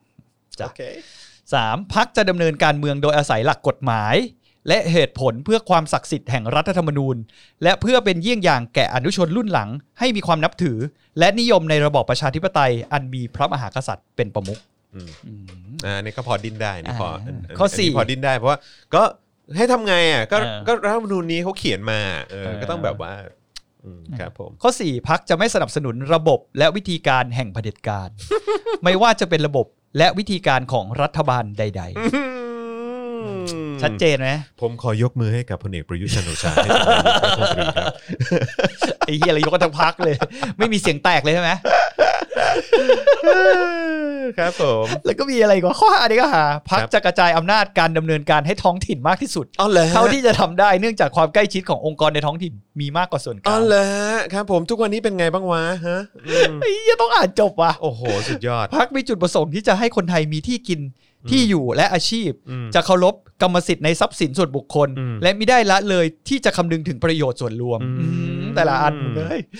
3. พรรคจะดำเนินการเมืองโดยอาศัยหลักกฎหมายและเหตุผลเพื่อความศักดิ์สิทธิ์แห่งรัฐธรรมนูญและเพื่อเป็นเยี่ยงอย่างแก่อนุชนรุ่นหลังให้มีความนับถือและนิยมในระบอบประชาธิปไตยอันมีพระมหากษัตริย์เป็นประมุขนี่ก็พอดิ้นได้นี่พอข้อ4 พอดิ้นได้เพราะว่าก็ให้ทำไงก็รัฐธรรมนูญนี้เขาเขียนมาก็ต้องแบบว่าครับผมข้อ4พรรคจะไม่สนับสนุนระบบและวิธีการแห่งเผด็จการ ไม่ว่าจะเป็นระบบและวิธีการของรัฐบาลใดๆชัดเจนไหมผมขอยกมือให้กับพลเอกประยุทธ์จันทร์โอชาให้เป็นนายกรัฐมนตรีครับไอ้เหี้ยอะไรยกกันทั้งพรรคเลยไม่มีเสียงแตกเลยใช่ไหมครับผมแล้วก็มีอะไรอีกว่าข้อ5นี่ก็พรรคจะกระจายอำนาจการดำเนินการให้ท้องถิ่นมากที่สุดเท่าที่จะทำได้เนื่องจากความใกล้ชิดขององค์กรในท้องถิ่นมีมากกว่าส่วนกลางครับผมทุกวันนี้เป็นไงบ้างวะฮะไอ้เหี้ยต้องอ่านจบว่ะโอ้โหสุดยอดพรรคมีจุดประสงค์ที่จะให้คนไทยมีที่กินที่อยู่และอาชีพจะเคารพกรรมสิทธิ์ในทรัพย์สินส่วนบุคคลและมิได้ละเลยที่จะคำนึงถึงประโยชน์ส่วนรวมแต่ละอันเลยเฮ้ย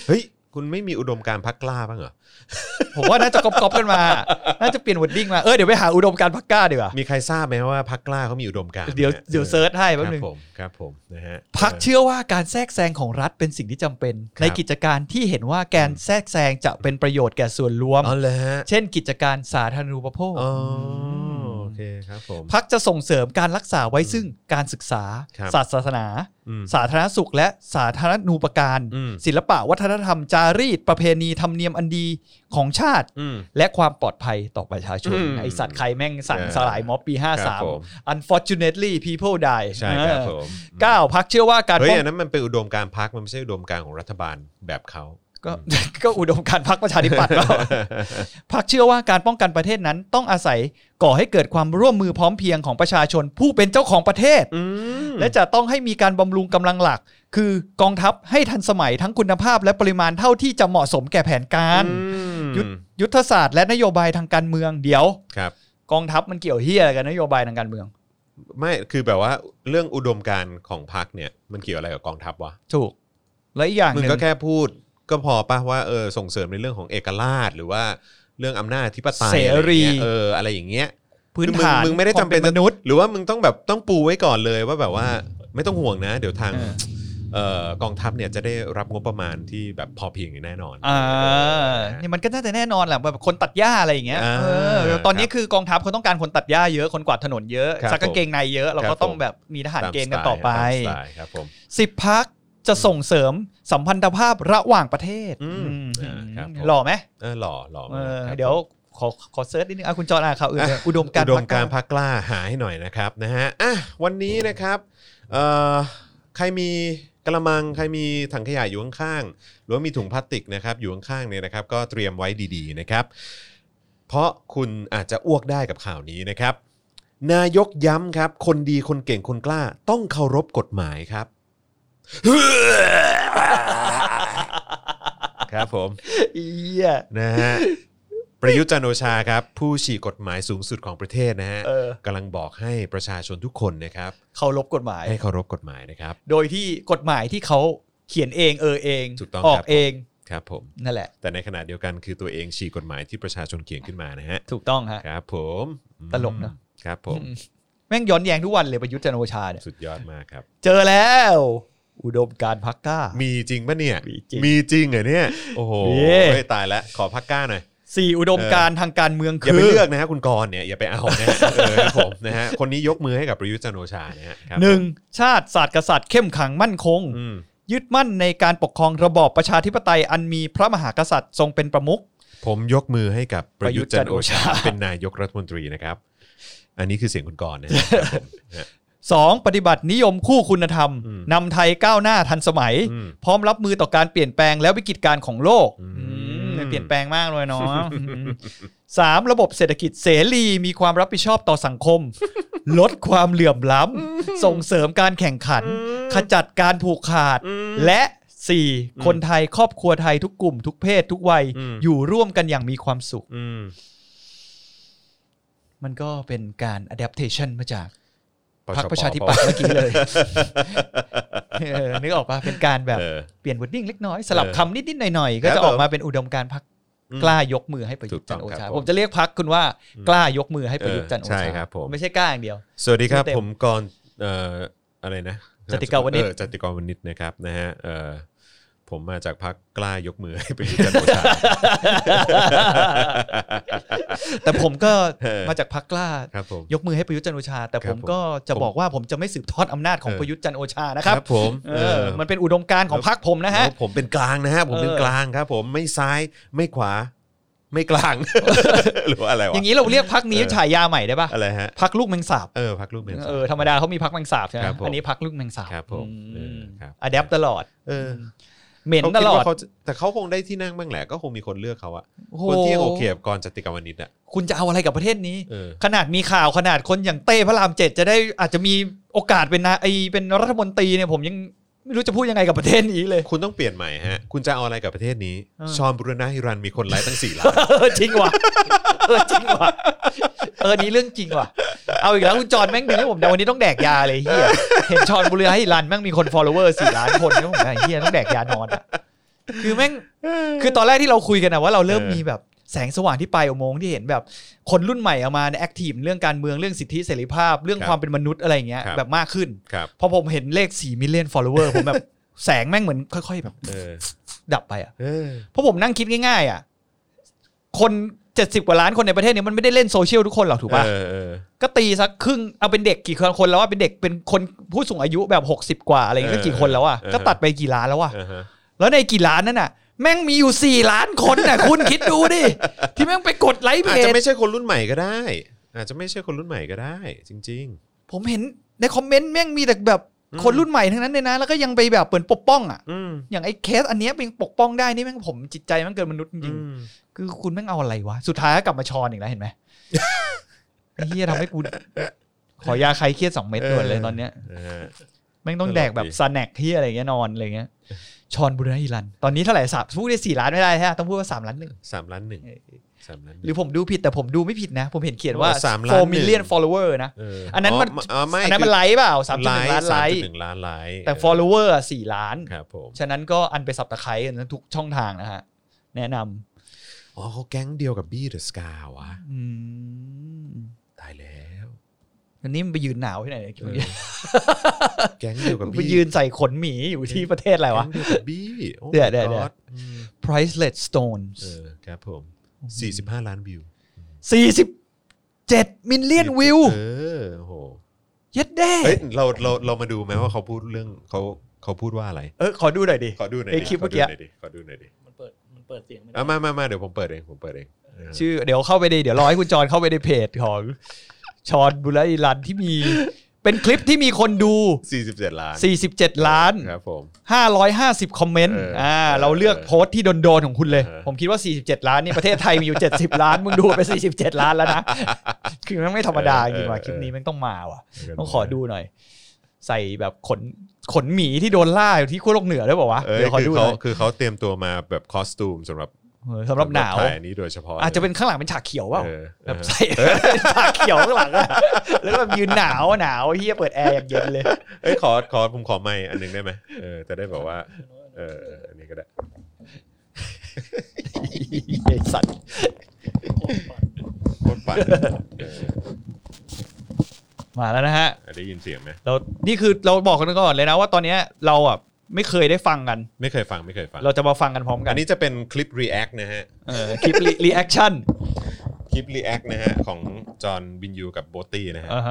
คุณไม่มีอุดมการณ์พรรคกล้าบ้างเหรอผมว่าน่าจะก๊อปกันมาน่าจะเปลี่ยนวอร์ดดิ้งมาเดี๋ยวไปหาอุดมการณ์พรรคกล้าดีกว่ามีใครทราบไหมว่าพรรคกล้าเขามีอุดมการณ์เดี๋ยวเซิร์ชให้แป๊บนึงครับผมนะฮะพรรคเชื่อว่าการแทรกแซงของรัฐเป็นสิ่งที่จำเป็นในกิจการที่เห็นว่าการแทรกแซงจะเป็นประโยชน์แก่ส่วนรวมเช่นกิจการสาธารณูปโภคโอเคครับผมพรรคจะส่งเสริมการรักษาไว้ซึ่งการศึกษาศาสนาสาธารณสุขและสาธารณูปการศิลปะวัฒนธรรมจารีตประเพณีธรรมเนียมอันดีของชาติและความปลอดภัยต่อประชาชนไอสัตว์ใครแม่งสั่งสลายม็อบปี53 unfortunately people die ใช่ครับผม 9 พรรคเชื่อว่าการเฮ้ยอันนั้นมันเป็นอุดมการณ์พรรคมันไม่ใช่อุดมการณ์ของรัฐบาลแบบเขาก็อุดมการณ์พรรคประชาธิปัตย์ก็พรรคเชื่อว่าการป้องกันประเทศนั้นต้องอาศัยก่อให้เกิดความร่วมมือพร้อมเพรียงของประชาชนผู้เป็นเจ้าของประเทศและจะต้องให้มีการบำรุงกำลังหลักคือกองทัพให้ทันสมัยทั้งคุณภาพและปริมาณเท่าที่จะเหมาะสมแก่แผนการยุทธศาสตร์และนโยบายทางการเมืองเดี๋ยวกองทัพมันเกี่ยวเหี้ยอะไรกับนโยบายทางการเมืองไม่คือแบบว่าเรื่องอุดมการณ์ของพรรคเนี่ยมันเกี่ยวอะไรกับกองทัพวะถูกและอีกอย่างนึงมึงก็แค่พูดก็พอป่ะว่าส่งเสริมในเรื่องของเอกราชหรือว่าเรื่องอำนาจอธิปไตยเสรีอะไรอย่างเงี้ยพื้นฐานมึงไม่ได้จำเป็นมนุษย์หรือว่ามึงต้องปูไว้ก่อนเลยว่าแบบว่าไม่ต้องห่วงนะเดี๋ยวทางกองทัพเนี่ยจะได้รับงบประมาณที่แบบพอเพียงอย่างแน่นอนนี่มันก็น่าจะแน่นอนแหละแบบคนตัดหญ้าอะไรอย่างเงี้ยตอนนี้คือกองทัพเขาต้องการคนตัดหญ้าเยอะคนกวาดถนนเยอะซักกางเกงในเยอะเราก็ต้องแบบมีทหารเกณฑ์กันต่อไป10 พรรคจะส่งเสริมสัมพันธภาพระหว่างประเทศหล่อไหมหล่อเดี๋ยวขอเซิร์ชนิดนึงคุณจอห์นข่าวอื่นอุดมการณ์พรรคกล้าหาให้หน่อยนะครับนะฮะวันนี้นะครับใครมีกระมังใครมีถังขยะอยู่ข้างๆหรือว่ามีถุงพลาสติกนะครับอยู่ข้างๆเนี่ยนะครับก็เตรียมไว้ดีๆนะครับเพราะคุณอาจจะอ้วกได้กับข่าวนี้นะครับนายกย้ำครับคนดีคนเก่งคนกล้าต้องเคารพกฎหมายครับครับผมนะฮะประยุทธ์จันทร์โอชาครับผู้ฉีกกฎหมายสูงสุดของประเทศนะฮะกำลังบอกให้ประชาชนทุกคนนะครับเคารพกฎหมายให้เคารพกฎหมายนะครับโดยที่กฎหมายที่เขาเขียนเองเองออกเองครับผมนั่นแหละแต่ในขณะเดียวกันคือตัวเองฉีกกฎหมายที่ประชาชนเขียนขึ้นมานะฮะถูกต้องฮะครับผมตลกเนาะครับผมแม่งย้อนแย้งทุกวันเลยประยุทธ์จันทร์โอชาเนี่ยสุดยอดมากครับเจอแล้วอุดมการณ์พรรคกล้ามีจริงป่ะเนี่ยมีจริงเหรอเนี่ยโอ้โหตายแล้วขอพรรคกล้าหน่อย 4อุดมการณ์ทางการเมืองคืออย่าไปเลือกนะฮะคุณกรณ์เนี่ยอย่าไปเอานะครับผมนะฮะคนนี้ยกมือให้กับประยุทธ์จันทร์โอชานะฮะ 1. ชาติศาสตร์กษัตริย์เข้มขังมั่นคงยึดมั่นในการปกครองระบอบประชาธิปไตยอันมีพระมหากษัตริย์ทรงเป็นประมุขผมยกมือให้กับประยุทธ์จันทร์โอชาเป็นนายกรัฐมนตรีนะครับอันนี้คือเสียงคุณกรณ์นะ 2. ปฏิบัตินิยมคู่คุณธรรมนำไทยก้าวหน้าทันสมัยพร้อมรับมือต่อการเปลี่ยนแปลงและวิกฤตการณ์ของโลกเปลี่ยนแปลงมากเลยเนาะ 3. ระบบเศรษฐกิจเสรีมีความรับผิดชอบต่อสังคมลดความเหลื่อมล้ำส่งเสริมการแข่งขันขจัดการผูกขาดและ 4. คนไทยครอบครัวไทยทุกกลุ่มทุกเพศทุกวัยอยู่ร่วมกันอย่างมีความสุขมันก็เป็นการ adaptation มาจากพรรคประชาธิปัตย์เมื่อกี้เลยนึกออกป่ะเป็นการแบบเปลี่ยนวอร์ดดิ้งเล็กน้อยสลับคำนิดๆหน่อยๆก็จะออกมาเป็นอุดมการณ์พรรคกล้ายกมือให้ประยุทธ์จันทร์โอชาผมจะเรียกพรรคคุณว่ากล้ายกมือให้ประยุทธ์จันทร์โอชาไม่ใช่กล้าอย่างเดียวสวัสดีครับผมกรณ์อะไรนะจติกาวนิชจติกาวนิชนะครับนะฮะผมมาจากพรรคกล้ายกมือให้ประยุทธ์จันทร์โอชาแต่ผมก็มาจากพรรคกล้ายกมือให้ประยุทธ์จันทร์โอชาแต่ผมก็จะบอกว่าผมจะไม่สืบทอดอำนาจของประยุทธ์จันทร์โอชานะครับผมมันเป็นอุดมการณ์ของพรรคผมนะฮะผมเป็นกลางนะฮะผมเป็นกลางครับผมไม่ซ้ายไม่ขวาไม่กลางหรือว่าอะไรวะอย่างนี้เราเรียกพรรคนี้ฉายาใหม่ได้ป่ะอะไรฮะพรรคลูกแมงสาบพรรคลูกแมงสาบธรรมดาเขามีพรรคแมงสาบใช่ไหมอันนี้พรรคลูกแมงสาบครับผมอะแดปตลอดเหม็นตลอดแต่เขาคงได้ที่นั่งบ้างแหละก็คงมีคนเลือกเขาอะคนที่โอเคกับกรจติกาวนิชอะคุณจะเอาอะไรกับประเทศนี้ขนาดมีข่าวขนาดคนอย่างเต้พระราม7จะได้อาจจะมีโอกาสเป็นรัฐมนตรีเนี่ยผมยังไม่รู้จะพูดยังไงกับประเทศนี้เลยคุณต้องเปลี่ยนใหม่ฮะคุณจะเอาอะไรกับประเทศนี้ชอนบุรณะฮิรันมีคนไลค์ตั้ง4 ล้านจริงว่ะจริงว่ะนี้เรื่องจริงว่ะเอาอีกแล้วคุณจอนแม่งดึงให้ผมแต่วันนี้ต้องแดกยาเลยเฮียเห็นชอนบุรณะฮิรันแม่งมีคน follower 4 ล้านคนแล้วผมเฮียต้องแดกยานอนอ่ะคือแม่งคือตอนแรกที่เราคุยกันนะว่าเราเริ่มมีแบบแสงสว่างที่ปลายอุโมงค์ที่เห็นแบบคนรุ่นใหม่เอามาแอคทีฟเรื่องการเมืองเรื่องสิทธิเสรีภาพเรื่องความเป็นมนุษย์อะไรอย่างเงี้ยแบบมากขึ้นพอผมเห็นเลข4 million follower ผมแบบแสงแม่งเหมือนค่อยๆแบบดับไปอ่ะเพราะผมนั่งคิดง่ายๆอ่ะคน70กว่าล้านคนในประเทศนี้มันไม่ได้เล่นโซเชียลทุกคนหรอกถูกป่ะก็ตีสักครึ่งเอาเป็นเด็กกี่คนแล้วว่าเป็นเด็กเป็นคนผู้สูงอายุแบบ60กว่าอะไรเงี้ยก็กี่คนแล้วอ่ะก็ตัดไปกี่ล้านแล้วอ่ะแล้วในกี่ล้านนั่นน่ะแม่งมีอยู่4ล้านคนน่ะคุณคิดดูดิที่แม่งไปกดไลค์เพจอาจจะไม่ใช่คนรุ่นใหม่ก็ได้อาจจะไม่ใช่คนรุ่นใหม่ก็ได้จริงๆผมเห็นในคอมเมนต์แม่งมีแต่แบบคนรุ่นใหม่ทั้งนั้นเลยนะแล้วก็ยังไปแบบเปิดปกป้องอ่ะอย่างไอ้เคสอันเนี้ยเป็นปกป้องได้นี่แม่งผมจิตใจมันเกินมนุษย์จริงๆคือคุณแม่งเอาอะไรวะสุดท้ายก็กลับมาชอนอีกแล้วเห็นไหมไอ้เหี้ยทำให้กูขอยาคลายเครียด2 เม็ดด่วนเลยตอนเนี้ยแม่งต้องแดกแบบซาแนกที่อะไรเงี้ยนอนอะไรเงี้ยชอนบุรณะฮิรันตอนนี้เท่าไหร่พูดได้4ล้านไม่ได้ฮะต้องพูดว่า3 ล้าน 1 3 ล้าน 1 หรือผมดูผิดแต่ผมดูไม่ผิดนะผมเห็นเขียนว่า4 million follower นะอันนั้นมันไลค์เปล่า 3.1 ล้านไลค์แต่ follower อ่ะ4 ล้านครับผมฉะนั้นก็อันไปซับตะไคร้กันทุกช่องทางนะฮะแนะนำเขาแก๊งเดียวกับบี้เดอะสกาวะตายแล้วอันนี้มันไปยืนหนาวที่ไหนแก๊งเดียวกับบี้ไปยืนใส่ขนหมีอยู่ที่ประเทศอะไรวะแก๊งเดียวกับบี้เดี๋ยวpriceless stones ครับผม45 ล้านวิว 47 million วิวโอ้โหเย็ดแด้เฮ้ยเรามาดูไหมว่าเขาพูดเรื่องเขาพูดว่าอะไรขอดูหน่อยดิในคลิปเมื่อกี้ขอดูหน่อยดิมันเปิดเสียงมาเดี๋ยวผมเปิดเองชื่อเดี๋ยวเข้าไปเดี๋ยวรอให้คุณจอนเข้าไปในเพจของชอนบุรณะฮิรันที่มีเป็นคลิปที่มีคนดู47 ล้านครับผม 550คอมเมนต์เราเลือกโพสต์ที่โดนๆของคุณเลยผมคิดว่า47ล้านนี่ประเทศไทยมีอยู่70ล้านมึงดูไป47ล้านแล้วนะคือมันไม่ธรรมดาจริงว่ะคลิปนี้มันต้องมาว่ะต้องขอดูหน่อยใส่แบบขนหมีที่โดนล่าอยู่ที่ขั้วโลกเหนือได้ป่าววะเดี๋ยวขอดูหน่อยคือเขาเตรียมตัวมาแบบคอสตูมสำหรับหนาวอันนี้โดยเฉพาะอาจจะเป็นข้างหลังเป็นฉากเขียวเปล่าแบบใส่ฉากเขียวข้างหลังแล้วแบบยืนหนาวเฮียเปิดแอร์อย่างเย็นเลยผมขอไมค์อันนึงได้ไหมจะได้บอกว่าอันนี้ก็ได้สัตว์โคตรปั่นมาแล้วนะฮะได้ยินเสียงไหมนี่คือเราบอกกันก่อนเลยนะว่าตอนนี้เราอ่ะไม่เคยได้ฟังกันไม่เคยฟังเราจะมาฟังกันพร้อมกันอันนี้จะเป็นคลิป react นะฮะคลิป reaction คลิป react นะฮะของจอห์นบินยูกับโบตี้นะฮะ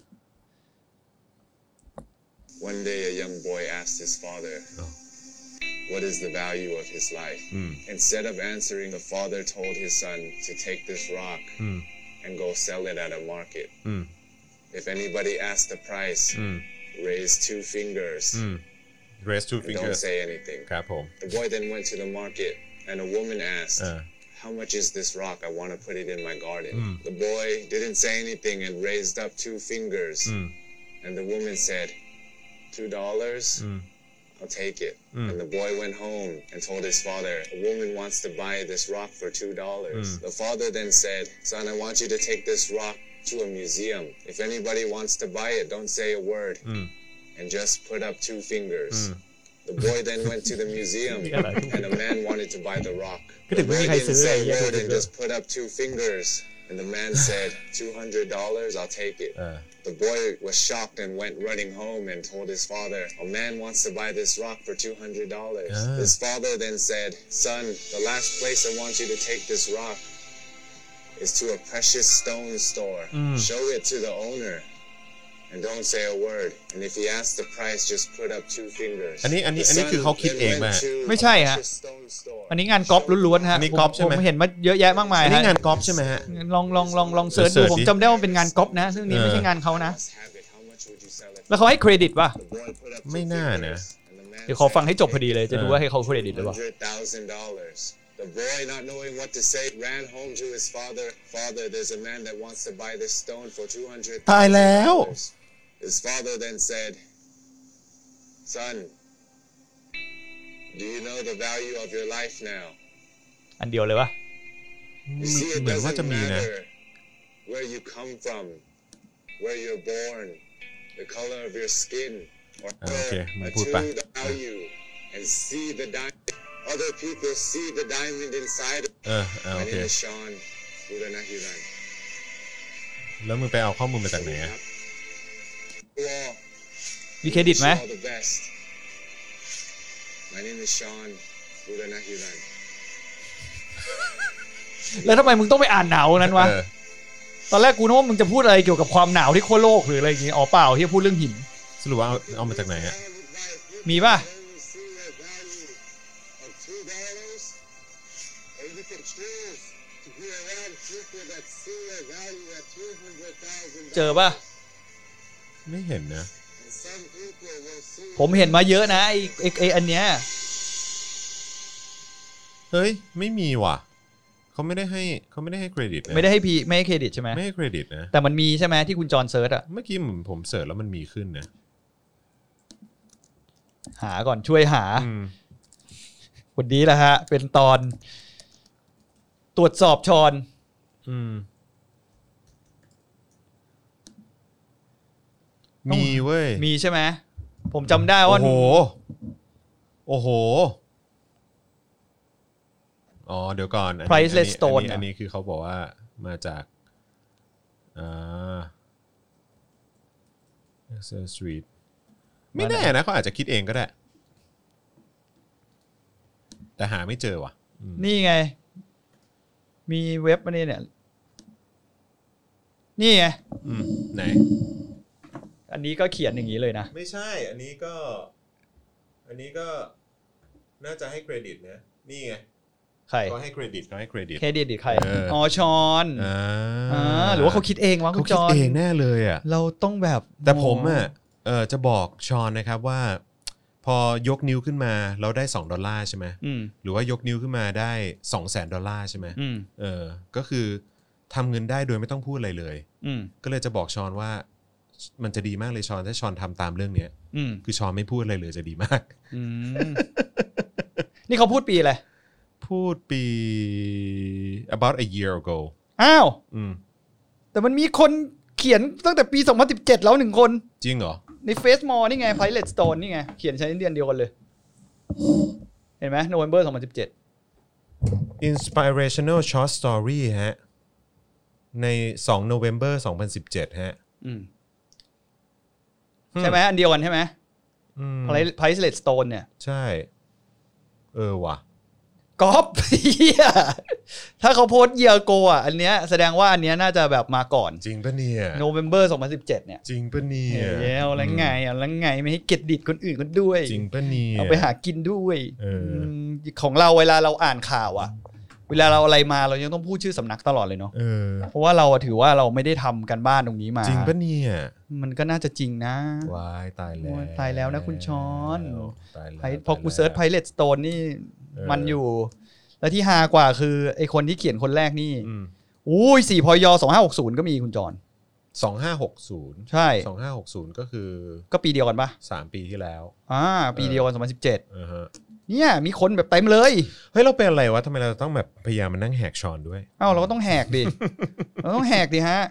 One day a young boy asked his father what is the value of his life Instead of answering the father told his son to take this rock and go sell it at a market If anybody asks the price raise 2 fingers Raise 2 fingers Don't say anything ครับผม The boy then went to the market and a woman asked How much is this rock? I want to put it in my garden. The boy didn't say anything and raised up 2 fingers. And the woman said, $2? I'll take it. And the boy went home and told his father, a woman wants to buy this rock for $2. The father then said, son, I want you to take this rock to a museum. If anybody wants to buy it, don't say a word. And just put up 2 fingers. The boy then went to the museum and a man wanted to buy the rock. The boy didn't say a word and just put up 2 fingers. And the man said, $200, I'll take it. The boy was shocked and went running home and told his father, a man wants to buy this rock for $200. His father then said, son, the last place I want you to take this rock is to a precious stone store. Show it to the owner.And don't say a word. And if he asks the price, just put up 2 fingers. อันนี้คือเขาคิดเองป่ะไม่ใช่ฮะอันนี้งานก๊อปล้วนๆฮะผมเห็นมาเยอะแยะมากมายอันนี้งานก๊อปใช่ไหมฮะลองเสิร์ชดูผมจำได้ว่าเป็นงานก๊อปนะซึ่งนี้ไม่ใช่งานเขานะแล้วเขาให้เครดิตป่ะไม่น่านะเดี๋ยวขอฟังให้จบพอดีเลยจะดูว่าให้เขาเครดิตหรือเปล่า The boy, not knowing what to say, ran home to his father. Father, there's a man that wants to buy this stone for $200. ตายแล้ว His father then said, son, do you know the value of your life now? อันเดียวเลยวะ You see, it doesn't matter where you come from, where you're born, the color of your skin, or a true value, and see the diamond other people see the diamond inside. โอเค My name is Sean Buranahiran. แล้วมึงไปเอาข้อมูลมาจากไหนอ่ะมีเครดิตไหม All the best. My name is Sean Buranahiran. แล้วทำไมมึงต้องไปอ่านหนาวนั้นวะตอนแรกกูนึกว่ามึงจะพูดอะไรเกี่ยวกับความหนาวที่ขั้วโลกหรืออะไรอย่างงี้อ๋อเปล่าที่พูดเรื่องหินสรุปว่าเอามาจากไหนฮะมีป่ะเจอป่ะไม่เห็นนะผมเห็นมาเยอะนะไออันเนี้ยเฮ้ยไม่มีว่ะเขาไม่ได้ให้เครดิตนะไม่ได้ให้ไม่ให้เครดิตใช่ไหมไม่ให้เครดิตนะแต่มันมีใช่ไหมที่คุณจอนเซิร์ชอะเมื่อกี้ผมเสิร์ชแล้วมันมีขึ้นนะหาก่อนช่วยหาวันนี้แหละฮะเป็นตอนตรวจสอบชอนมีเว้ยมีใช่ไหมผมจำได้ว่าโอ้โหอ๋อเดี๋ยวก่อน Priceless Stone อันนี้คือเขาบอกว่ามาจากStreet ไม่แน่นะเขาอาจจะคิดเองก็ได้แต่หาไม่เจอว่ะนี่ไงมีเว็บอันนี้เนี่ยนี่ไงไหนอันนี้ก็เขียนอย่างนี้เลยนะไม่ใช่อันนี้ก็น่าจะให้เครดิตนะนี่ไงใครก็ให้เครดิตใครอ๋อชอนหรือว่าเขาคิดเองวะคุณจอนเขาคิดเองแน่เลยอ่ะเราต้องแบบแต่ผมอ่ะจะบอกชอนนะครับว่าพอยกนิ้วขึ้นมาเราได้$2ใช่ไหมหรือว่ายกนิ้วขึ้นมาได้$200,000ใช่ไหมก็คือทำเงินได้โดยไม่ต้องพูดอะไรเลยก็เลยจะบอกชอนว่ามันจะดีมากเลยชอนถ้าชอนทำตามเรื่องนี้คือชอนไม่พูดอะไรเลยจะดีมากนี่เขาพูดปีอะไรพูดปี about a year ago อ้าวแต่มันมีคนเขียนตั้งแต่ปี2017แล้ว1คนจริงเหรอใน Face More นี่ไง Pilot Stone นี่ไงเขียนใช้เดือนเดียวกันเลยเห็นไหม November 2017 Inspirational Short Story ฮะใน2 November 2017ฮะใช่ไหมอันเดียวกันใช่ไหมPilot Stone เนี่ยใช่ว่ะก๊อปถ้าเขาโพสต์เยียโกอ่ะอันเนี้ยแสดงว่าอันเนี้ยน่าจะแบบมาก่อนจริงป่ะเนี่ย November 2017เนี่ยจริงป่ะเนี่ยแล้วไงไม่ให้เกียรติคนอื่นกันด้วยจริงป่ะเนี่ยเอาไปหากินด้วยของเราเวลาเราอ่านข่าวอ่ะเวลาเราอะไรมาเรายังต้องพูดชื่อสำนักตลอดเลยเนาะเพราะว่าเราถือว่าเราไม่ได้ทำกันบ้านตรงนี้มาจริงป่ะเนี่ยมันก็น่าจะจริงนะวายตายแล้วนะคุณชอนพอกูเซิร์ช Pilot Stone นี่มันอยู่แล้วที่ฮากว่าคือไอคนที่เขียนคนแรกนี่อุ้ย4 พย2560ก็มีคุณจอน 2560 ใช่ 2560ก็คือก็ปีเดียวกันปะ 3ปีที่แล้วปีเดียวกัน2017เนี่ยมีคนแบบเต็มเลยเฮ้ยเราเป็นอะไรวะทำไมเราต้องแบบพยายามมานั่งแหกชอนด้วยเราก็ต้องแหกดิเราต้องแหกดิฮะ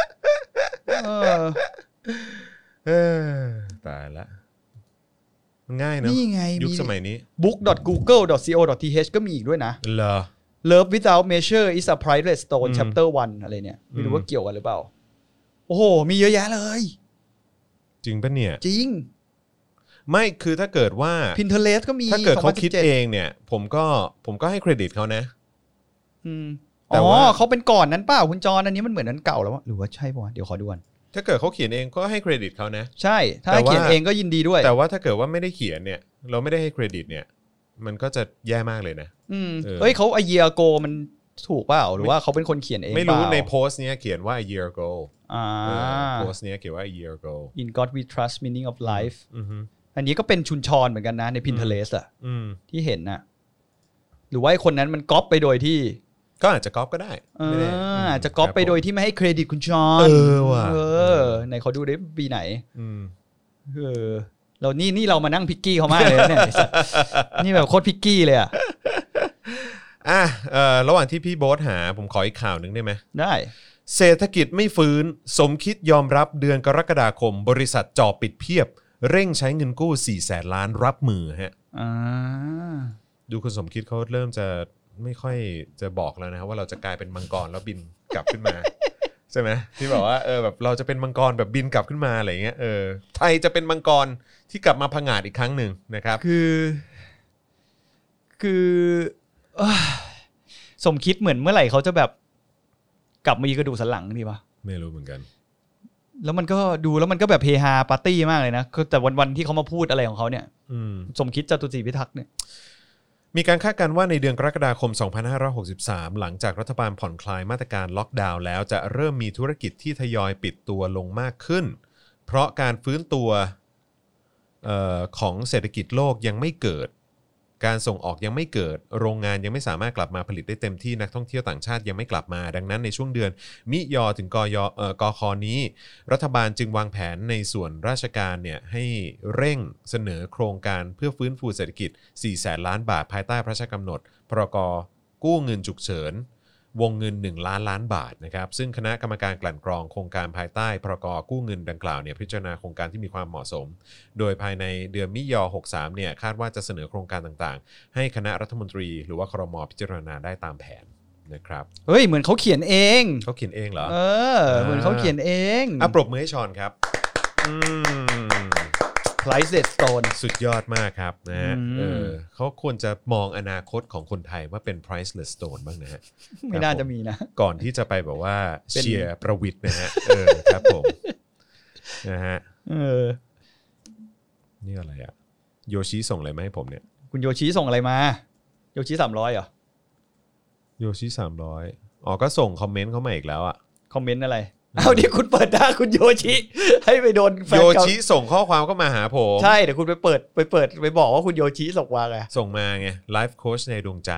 ตายละง่ายนะนี่ไงยุคสมัยนี้ book.google.co.th ก็มีอีกด้วยนะเหรอ Love Without Measure is a Private Stone Chapter 1อะไรเนี่ยไม่รู้ว่าเกี่ยวกันหรือเปล่าโอ้โหมีเยอะแยะเลยจริงป่ะเนี่ยจริงไม่คือถ้าเกิดว่า Pinterest ก็มีถ้าเกิดเขาคิดเองเนี่ยผมก็ให้เครดิตเขานะแต่ว่าเขาเป็นก่อนนั้นเปล่าคุณจอนอันนี้มันเหมือนนั้นเก่าแล้วหรือว่าใช่ป่ะเดี๋ยวขอดูก่อนถ้าเกิดเขาเขียนเองก็ให้เครดิตเขานะใช่ถ้าเขียนเองก็ยินดีด้วยแต่ว่าถ้าเกิดว่าไม่ได้เขียนเนี่ยเราไม่ได้ให้เครดิตเนี่ยมันก็จะแย่มากเลยนะเฮ้ยเขา a year ago มันถูกเปล่าหรือว่าเขาเป็นคนเขียนเองไม่รู้ในโพสต์เนี้ยเขียนว่า a year ago โพสต์เนี้ยเขียนว่า a year ago In God We Trust Meaning of Life อันนี้ก็เป็นชุนชรเหมือนกันนะใน Pinterest อ่ะที่เห็นน่ะหรือว่าคนนั้นมันก๊อปไปโดยที่ก็อาจจะก๊อปก็ได้อาจจะก๊อปไปโดยที่ไม่ให้เครดิตคุณชอนว่ะไหนเขาดูได้ปีไหนเรานี่เรามานั่งพิกกี้เขามากเลยเนี่ยนี่แบบโคตรพิกกี้เลยอ่ะระหว่างที่พี่โบ๊ทหาผมขออีกข่าวนึงได้ไหมได้เศรษฐกิจไม่ฟื้นสมคิดยอมรับเดือนกรกฎาคมบริษัทจ่อปิดเพียบเร่งใช้เงินกู้400,000 ล้านรับมือฮะดูคุณสมคิดเขาเริ่มจะไม่ค่อยจะบอกแล้วนะครับว่าเราจะกลายเป็นมังกรแล้วบินกลับขึ้นมา ใช่ไหมที่บอกว่าแบบเราจะเป็นมังกรแบบบินกลับขึ้นมาอะไรเงี้ยไทยจะเป็นมังกรที่กลับมาผงาดอีกครั้งหนึ่งนะครับคือสมคิดเหมือนเมื่อไหร่เขาจะแบบกลับมามีกระดูกสันหลังดีป่ะไม่รู้เหมือนกันแล้วมันก็ดูแล้วมันก็แบบเฮฮาปาร์ตี้มากเลยนะแต่วันที่เขามาพูดอะไรของเขาเนี่ยสมคิดจตุศรีพิทักษ์เนี่ยมีการคาดการณ์ว่าในเดือนกรกฎาคม 2563 หลังจากรัฐบาลผ่อนคลายมาตรการล็อกดาวน์แล้วจะเริ่มมีธุรกิจที่ทยอยปิดตัวลงมากขึ้นเพราะการฟื้นตัวของเศรษฐกิจโลกยังไม่เกิดการส่งออกยังไม่เกิดโรงงานยังไม่สามารถกลับมาผลิตได้เต็มที่นักท่องเที่ยวต่างชาติยังไม่กลับมาดังนั้นในช่วงเดือนมิยอถึงกคนี้รัฐบาลจึงวางแผนในส่วนราชการเนี่ยให้เร่งเสนอโครงการเพื่อฟื้นฟูเศรษฐกิจ 400,000 ล้านบาทภายใต้พระราชกำหนดพรก.กู้เงินฉุกเฉินวงเงิน1 ล้านล้านบาทนะครับซึ่งคณะกรรมการกลั่นกรองโครงการภายใต้พรก.กู้เงินดังกล่าวเนี่ยพิจารณาโครงการที่มีความเหมาะสมโดยภายในเดือนมิยอ63เนี่ยคาดว่าจะเสนอโครงการต่างๆให้คณะรัฐมนตรีหรือว่าครม.พิจารณาได้ตามแผนนะครับเฮ้ยเหมือนเขาเขียนเองเขาเขียนเองเหรอเหมือนเขาเขียนเองปรบมือให้ชอนครับ Priceless Stone สุดยอดมากครับนะฮะเขาควรจะมองอนาคตของคนไทยว่าเป็น Priceless Stone บ้างนะฮะไม่น่าจะมีนะก่อนที่จะไปแบบว่าเชียร์ประวิตรนะฮะครับผมนะฮะนี่อะไรอ่ะโยชิส่งอะไรมาให้ผมเนี่ยคุณโยชิส่งอะไรมาโยชิ300เหรอโยชิ300ก็ส่งคอมเมนต์เข้ามาอีกแล้วอ่ะคอมเมนต์อะไรเอาดิคุณเปิดหน้าคุณโยชิให้ไปโดนแฟนโยชิส่งข้อความเข้ามาหาผมใช่เดี๋ยวคุณไปเปิดไปบอกว่าคุณโยชิส่งมาไงส่งมาไงไลฟ์โค้ชในดวงใจ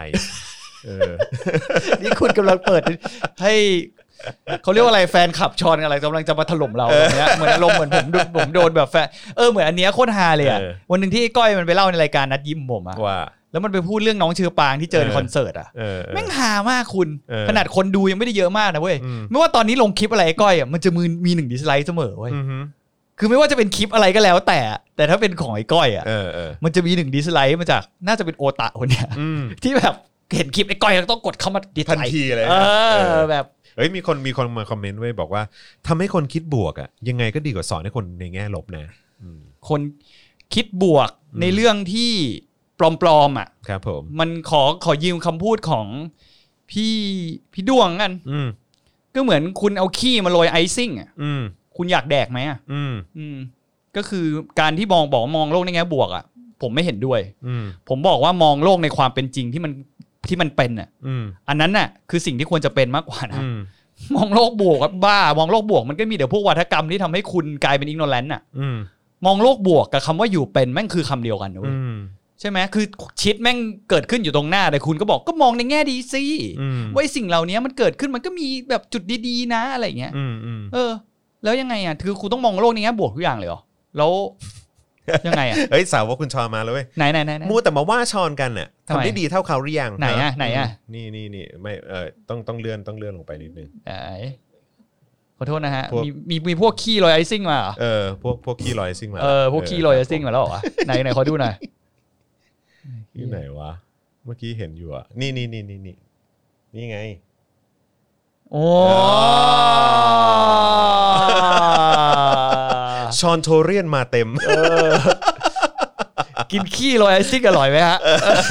นี่คุณกำลังเปิดให้เขาเรียกว่าอะไรแฟนขับชอนอะไรกำลังจะมาถล่มเราแบบนี้เหมือนอารมณ์เหมือนผมโดนแบบแฟนเหมือนอันเนี้ยโคตรฮาเลยอ่ะวันนึงที่ไอ้ก้อยมันไปเล่าในรายการนัดยิ้มผมอ่ะว่าแล้วมันไปพูดเรื่องน้องเชือปางที่เจอในคอนเสิร์ตอ่ะแม่งฮามากคุณขนาดคนดูยังไม่ได้เยอะมากนะเว้ยไม่ว่าตอนนี้ลงคลิปอะไรไอ้ก้อยอ่ะมันจะมี1ดิสไลค์เสมอเว้ยคือไม่ว่าจะเป็นคลิปอะไรก็แล้วแต่ถ้าเป็นของไอ้ก้อยอ่ะมันจะมี1ดิสไลค์มาจากน่าจะเป็นโอตะคนเนี้ยที่แบบเห็นคลิปไอ้ก้อยแล้วต้องกดเข้ามาดิสไลค์ทันทีเลยแบบมีคนมาคอมเมนต์ไว้บอกว่าทำให้คนคิดบวกอ่ะยังไงก็ดีกว่าสอนให้คนในแง่ลบนะคนคิดบวกในเรื่องที่ปลอมๆอ่ะครับผมมันขอยืมคำพูดของพี่ดวงกันก็เหมือนคุณเอาขี้มาโรยไอซิ่งอ่ะคุณอยากแดกไหมอ่ะก็คือการที่บอกว่ามองโลกในแง่บวกอ่ะผมไม่เห็นด้วยผมบอกว่ามองโลกในความเป็นจริงที่มันเป็นอ่ะอันนั้นน่ะคือสิ่งที่ควรจะเป็นมากกว่านะมองโลกบวกบ้ามองโลกบวกมันก็มีเดี๋ยวพวกวัฒกรรมที่ทำให้คุณกลายเป็นอิกโนแลนต์อ่ะมองโลกบวกกับคำว่าอยู่เป็นแม่งคือคำเดียวกันนะใช่ไหมคือชิดแม่งเกิดขึ้นอยู่ตรงหน้าแต่คุณก็บอกก็มองในแง่ดีสิว่าสิ่งเหล่านี้มันเกิดขึ้นมันก็มีแบบจุดดีๆนะอะไรเงี้ยแล้วยังไงอ่ะคือคุณต้องมองโลกในแง่บวกทุกอย่างเลยเหรอแล้วยังไงอ่ะสาวว่าคุณชอนมาแล้วเว้ยไหนมัวแต่มาว่าชอนกันน่ะทำได้ดีเท่าเขาหรือยังไหนอ่ะนี่ไม่ต้องเลื่อนลงไปนิดนึงขอโทษนะฮะมีพวกขี้ลอยไอซิ่งมาพวกขี้ลอยไอซิ่งมาพวกขี้ลอยไอซิ่งมาแล้วเหรอไหนขอดูหน่อยที่ไหนวะเมื่อกี้เห็นอยู่อ่ะนี่ไงโอ้ชอนโทเรียนมาเต็มกินขี้ลอยไอซิ่งอร่อยไหมฮะ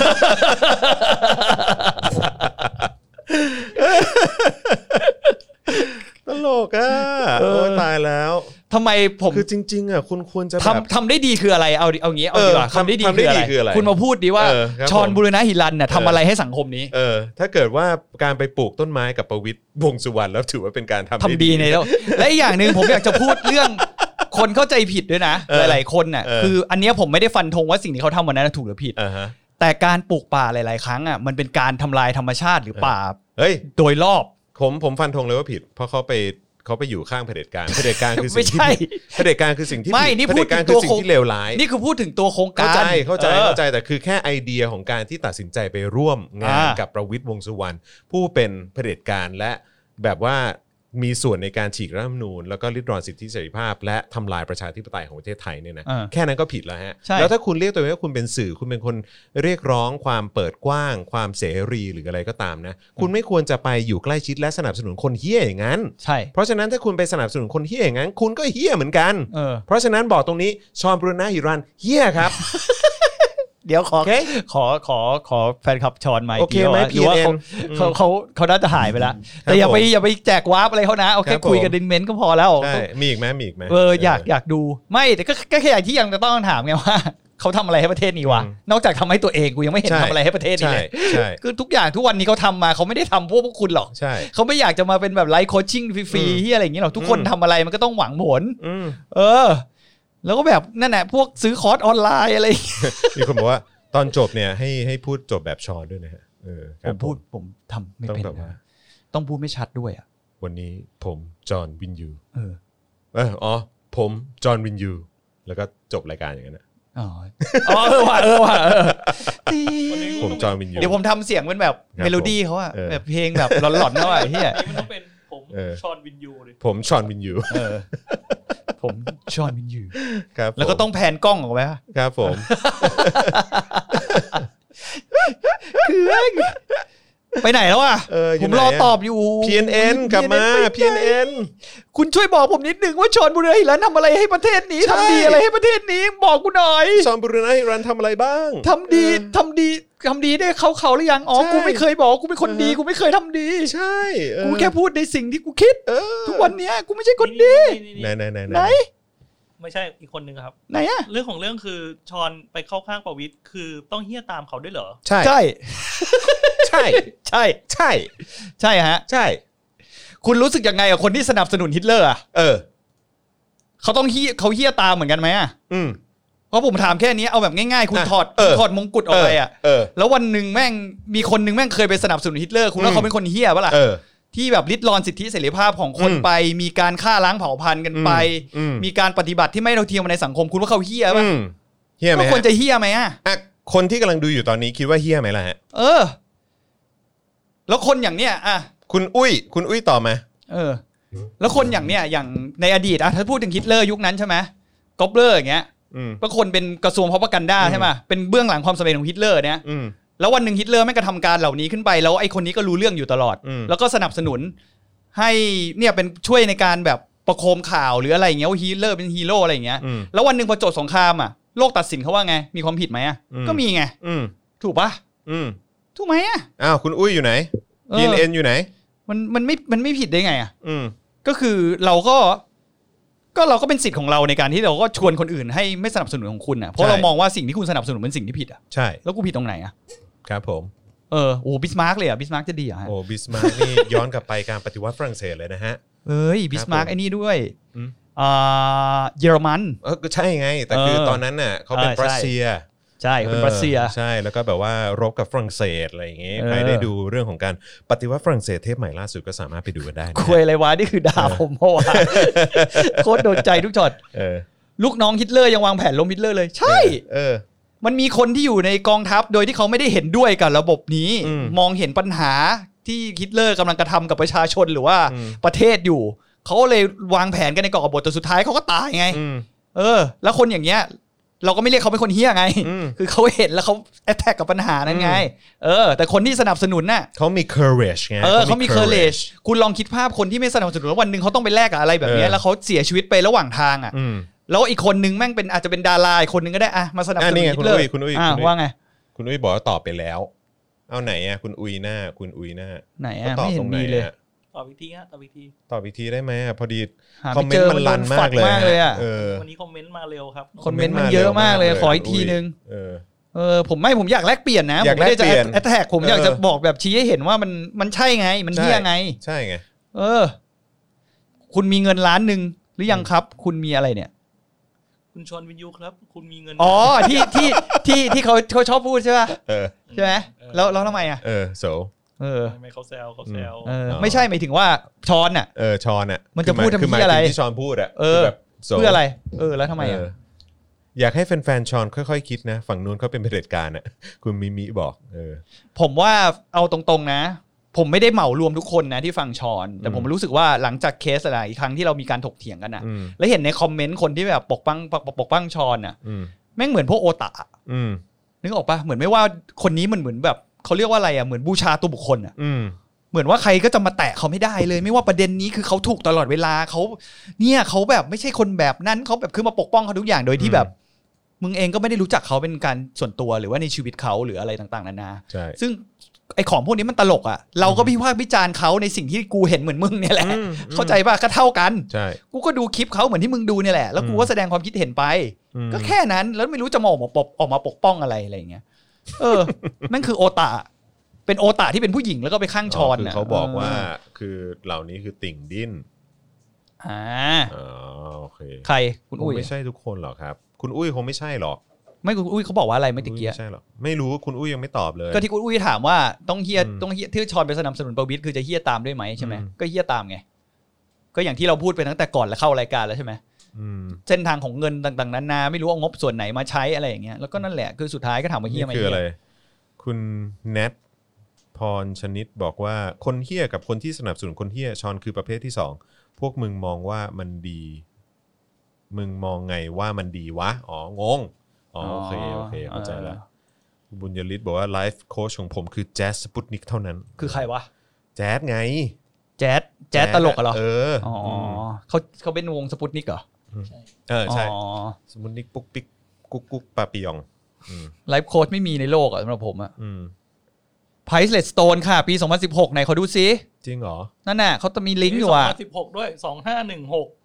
ตลกอ่ะโอ้ตายแล้วทำไมผมคือจริงๆอ่ะคุณควรจะแบบทำได้ดีคืออะไรเอางี้เอาดีกว่าทำได้ดีคืออะไรคุณมาพูดดีว่าชอนบุรณะหิรันน่ะทำอะไรให้สังคมนี้ถ้าเกิดว่าการไปปลูกต้นไม้กับประวิตรวงษ์สุวรรณแล้วถือว่าเป็นการทำดีในแล้วและอีกอย่างนึงผมอยากจะพูดเรื่องคนเข้าใจผิดด้วยนะหลายๆคนน่ะคืออันนี้ผมไม่ได้ฟันธงว่าสิ่งที่เขาทำวันนั้นถูกหรือผิดแต่การปลูกป่าหลายๆครั้งอ่ะมันเป็นการทำลายธรรมชาติหรือป่าโดยรอบผมฟันธงเลยว่าผิดเพราะเขาไปอยู่ข้างเผด็จการคือสิ่งที่เผด็จการคือสิ่งที่เผด็จการคือสิ่งที่เลวร้ายนี่คือพูดถึงตัวโครงการเข้าใจแต่คือแค่ไอเดียของการที่ตัดสินใจไปร่วมงานกับประวิตรวงษ์สุวรรณผู้เป็นเผด็จการและแบบว่ามีส่วนในการฉีกรัฐธรรมนูญแล้วก็ริดรอนสิทธิเสรีภาพและทำลายประชาธิปไตยของประเทศไทยเนี่ยนะแค่นั้นก็ผิดแล้วฮะแล้วถ้าคุณเรียกตัวเองว่าคุณเป็นสื่อคุณเป็นคนเรียกร้องความเปิดกว้างความเสรีหรืออะไรก็ตามนะคุณไม่ควรจะไปอยู่ใกล้ชิดและสนับสนุนคนเหี้ยอย่างนั้นใช่เพราะฉะนั้นถ้าคุณไปสนับสนุนคนเหี้ยอย่างนั้นคุณก็เหี้ยเหมือนกันเพราะฉะนั้นบอกตรงนี้ชอนบูรณะหิรันเหี้ยครับเดี๋ยวขอแฟนคลับชอนมาอีกทีว่าหรือว่าเขาน่าจะหายไปแล้วแต่อย่าไปแจกวาร์ปอะไรเขานะโอเคคุยกันดินเมนก็พอแล้วใช่มีอีกไหมอยากดูไม่แต่ก็แค่อย่างที่ยังจะต้องถามไงว่าเขาทำอะไรให้ประเทศนี้วะนอกจากทำให้ตัวเองกูยังไม่เห็นทำอะไรให้ประเทศนี้เลยคือทุกอย่างทุกวันนี้เขาทำมาเขาไม่ได้ทำพวกคุณหรอกเขาไม่อยากจะมาเป็นแบบไลฟ์โคชชิ่งฟรีๆที่อะไรอย่างนี้หรอกทุกคนทำอะไรมันก็ต้องหวังผลแล้วก็แบบนั่นแหละพวกซื้อคอร์สออนไลน์อะไรมีคนบอกว่าตอนจบเนี่ยให้พูดจบแบบชอนด้วยนะฮะผมทำไม่เป็นต้องพูดไม่ชัดด้วยอ่ะวันนี้ผมจอห์นวินยูผมจอห์นวินยูแล้วก็จบรายการอย่างนั้นนะว่ะผมจอห์นวินยูเดี๋ยวผมทำเสียงเป็นแบบเมโลดี้เขาอะแบบเพลงแบบหลอนๆหน่อยเฮียมันต้องเป็นผมชอนวินยูเลยผมชอนวินยูผมชอนวินยูครับแล้วก็ต้องแพนกล้องออกไปครับผมคือไปไหนแล้วอ่ะผมรอตอบอยู่ PNN กลับมา PNN คุณช่วยบอกผมนิดนึงว่าชอนบุรณะหิรันทำอะไรให้ประเทศนี้ทำดีอะไรให้ประเทศนี้บอกกูหน่อยชอนบุรณะหิรันทำอะไรบ้างทำดีได้เขาหรือยังกูไม่เคยบอกกูเป็นคนดีกูไม่เคยทำดีใช่กูแค่พูดในสิ่งที่กูคิดทุกวันนี้กูไม่ใช่คนดีไหนไม่ใช่อีกคนนึงครับไหนอะเรื่องของเรื่องคือชอนไปเข้าข้างประวิตรคือต้องเหี้ยตามเขาด้วยเหรอใช่ฮะใช่คุณรู้สึกยังไงกับคนที่สนับสนุนฮิตเลอร์อ่ะเขาต้องเหี้ยตามเหมือนกันไหมอ่ะเพราะผมถามแค่นี้เอาแบบง่ายๆคุณถอดมงกุฎออกไปอ่ะแล้ววันนึงแม่งมีคนนึงแม่งเคยไปสนับสนุนฮิตเลอร์คุณว่าเขาเป็นคนเหี้ยปะล่ะที่แบบริดรอนสิทธิเสรีภาพของคนไปมีการฆ่าล้างเผ่าพันธุ์กันไปมีการปฏิบัติที่ไม่เท่าเทียมในสังคมคุณว่าเขาเหี้ยป่ะเหี้ยไหมก็ควรจะเหี้ยไหมอ่ะคนที่กำลังดูอยู่ตอนนี้คิดว่าเหี้ยไหมล่ะฮะแล้วคนอย่างเนี้ยอ่ะคุณอุ้ยต่อมาแล้วคนอย่างเนี้ยอย่างในอดีตถ้าพูดถึงฮิตเลอร์ยุคนั้นใช่ไหมก๊อบเลอร์อย่างเงี้ยบางคนเป็นกระทรวงพอปกันด้าใช่ไหมเป็นเบื้องหลังความสำเร็จของฮิตเลอร์เนี่ยแล้ววันหนึ่งฮิตเลอร์แม่งกระทำการเหล่านี้ขึ้นไปแล้วไอ้คนนี้ก็รู้เรื่องอยู่ตลอดแล้วก็สนับสนุนให้เนี่ยเป็นช่วยในการแบบประโคมข่าวหรืออะไรอย่างเงี้ยว่าฮิตเลอร์เป็นฮีโร่อะไรอย่างเงี้ยแล้ววันหนึ่งพอจบสงครามอ่ะโลกตัดสินเขาว่าไงมีความผิดไหมอ่ะก็มีไงถูกปะถูกไหมอ่ะอ้าวคุณอุ้ยอยู่ไหน PNN อยู่ไหนมันไม่ผิดได้ไงอ่ะก็คือเราก็เป็นสิทธิ์ของเราในการที่เราก็ชวนคนอื่นให้ไม่สนับสนุนของคุณอ่ะเพราะเรามองว่าสิ่งที่คุณสนับสนุนเป็นสิ่งที่ผิดอ่ะใช่แล้วกูผิดตรงไหนอ่ะครับผมโอ้บิสมาร์กเลยอ่ะบิสมาร์กจะดีอ่ะโอ้บิสมาร์กนี่ย้อนกลับไปการปฏิวัติฝรั่งเศสเลยนะฮะบิสมาร์กไอ้นี่ด้วยเยอรมันก็ใช่ไงแต่คือตอนนั้นน่ะเขาเป็นรัสเซียใช่เป็นรัสเซียใช่แล้วก็แบบว่ารบกับฝรั่งเศสอะไรอย่างเงี้ยใครได้ดูเรื่องของการปฏิวัติฝรั่งเศสเทปใหม่ล่าสุดก็สามารถไปดูกันได้คุยอะไรวะนี่คือด่าผมเพราะว่าโคตรโดนใจทุกช็อตลูกน้องฮิตเลอร์ยังวางแผนล้มฮิตเลอร์เลยใช่มันมีคนที่อยู่ในกองทัพโดยที่เขาไม่ได้เห็นด้วยกับระบบนี้มองเห็นปัญหาที่ฮิตเลอร์กำลังกระทำกับประชาชนหรือว่าประเทศอยู่เขาเลยวางแผนกันในกองกบฏแต่สุดท้ายเขาก็ตายไงแล้วคนอย่างเงี้ยเราก็ไม่เรียกเขาเป็นคนเหี้ยไงคือเขาเห็นแล้วเขาแอทแทกกับปัญหานั้นไงแต่คนที่สนับสนุนน่ะเขามี courage ไงเขามี courage คุณลองคิดภาพคนที่ไม่สนับสนุนแล้ววันนึงเขาต้องไปแลกกับอะไรแบบนี้แล้วเขาเสียชีวิตไประหว่างทางอ่ะแล้วอีกคนนึงแม่งเป็นอาจจะเป็นดาราอีกคนนึงก็ได้มาสนับสนุนฮิตเลอร์คุณอุ้ยว่าไงคุณอุ้ยบอกว่าตอบไปแล้วเอาไหนอ่ะคุณอุ้ยหน้าไหนอ่ะไม่เห็นมีเลยตอบอีกทีตอบอีกทีได้ไหมพอดีคอมเมนต์มันรันมากเลยวันนี้คอมเมนต์มาเร็วครับคอมเมนต์มันเยอะมากเลยขออีกทีนึงผมอยากแลกเปลี่ยนนะผมไม่ได้จะแอทแทกผมอยากจะบอกแบบชี้ให้เห็นว่ามันใช่ไงมันเหี้ยไงใช่ไงคุณมีเงินล้านนึงหรือยังครับคุณมีอะไรเนี่ยคุณชอนวินยูครับคุณมีเงินที่เขาชอบพูดใช่ป่ะใช่ไหมแล้วทำไมอ่ะไม่เขาแซวไม่ใช่หมายถึงว่าชอนอ่ะชอนอ่ะมันจะพูดทำที่อะไรที่ชอนพูดอ่ะแบบเพื่ออะไรแล้วทำไมอ่ะอยากให้แฟนๆชอนค่อยๆคิดนะฝั่งนู้นเขาเป็นเผด็จการอ่ะคุณมิมิบอกผมว่าเอาตรงๆนะผมไม่ได้เหมารวมทุกคนนะที่ฟังชอนแต่ผมรู้สึกว่าหลังจากเคสหลายครั้งที่เรามีการถกเถียงกันอ่ะแล้วเห็นในคอมเมนต์คนที่แบบปกป้องชอนอ่ะแม่งเหมือนพวกโอตานึกออกปะเหมือนไม่ว่าคนนี้มันเหมือนแบบเขาเรียกว่าอะไรอ่ะเหมือนบูชาตัวบุคคลอ่ะเหมือนว่าใครก็จะมาแตะเขาไม่ได้เลยไม่ว่าประเด็นนี้คือเขาถูกตลอดเวลาเขาเนี่ยเขาแบบไม่ใช่คนแบบนั้นเขาแบบคือมาปกป้องเขาทุกอย่างโดยที่แบบมึงเองก็ไม่ได้รู้จักเขาเป็นการส่วนตัวหรือว่าในชีวิตเขาหรืออะไรต่างๆนานาซึ่งไอ้ของพวกนี้มันตลกอ่ะเราก็พิพากษ์วิจารณ์เขาในสิ่งที่กูเห็นเหมือนมึงเนี่ยแหละเข้าใจป่ะก็เท่ากันกูก็ดูคลิปเขาเหมือนที่มึงดูเนี่ยแหละแล้วกูก็แสดงความคิดเห็นไปก็แค่นั้นแล้วไม่รู้จะมาออกมาปกป้องอะไรอย่างเงี้ยนั่นคือโอตาเป็นโอตาที่เป็นผู้หญิงแล้วก็ไปข้างชอนคือเขาบอกว่าคือเหล่านี้คือติ่งดิ้นโอเคใครคุณอุ้ยไม่ใช่ทุกคนหรอกครับคุณอุ้ยคงไม่ใช่หรอกไม่คุณอุ้ยเขาบอกว่าอะไรไม่ตะเกียไม่ใช่หรอกไม่รู้คุณอุ้ยยังไม่ตอบเลยก็ที่คุณอุ้ยถามว่าต้องเฮียที่ชอนไปสนับสนุนประวิตรคือจะเฮียตามด้วยไหมใช่ไหมก็เฮียตามไงก็อย่างที่เราพูดไปตั้งแต่ก่อนแล้วเข้ารายการแล้วใช่ไหมเส้นทางของเงินต่างๆนานาไม่รู้เอางบส่วนไหนมาใช้อะไรอย่างเงี้ยแล้วก็นั่นแหละคือสุดท้ายก็ถามว่าเฮียไหมคืออะไรคุณแนทพรชนิดบอกว่าคนเฮียกับคนที่สนับสนุนคนเฮียชอนคือประเภทที่2พวกมึงมองว่ามันดีมึงมองไงว่ามันดีวะงงโอเคเข้าใจแล้วบุญยฤทธิ์บอกว่าไลฟ์โค้ชของผมคือแจ๊สสปุตนิกเท่านั้นคือใครวะแจ๊สไงแจ๊สตลกเหรอเขาเป็นวงสปุตนิกเหรอใช่สปุตนิกปุ๊กปิ๊กกุ๊กปาปิยองไลฟ์โค้ชไม่มีในโลกอ่ะสำหรับผมอ่ะPriceless Stone ค่ะปี2016ไหนเขาดูซิจริงเหรอนั่นน่ะเขาจะมีลิงก์อยู่อ่ะ 2016ด้วย2516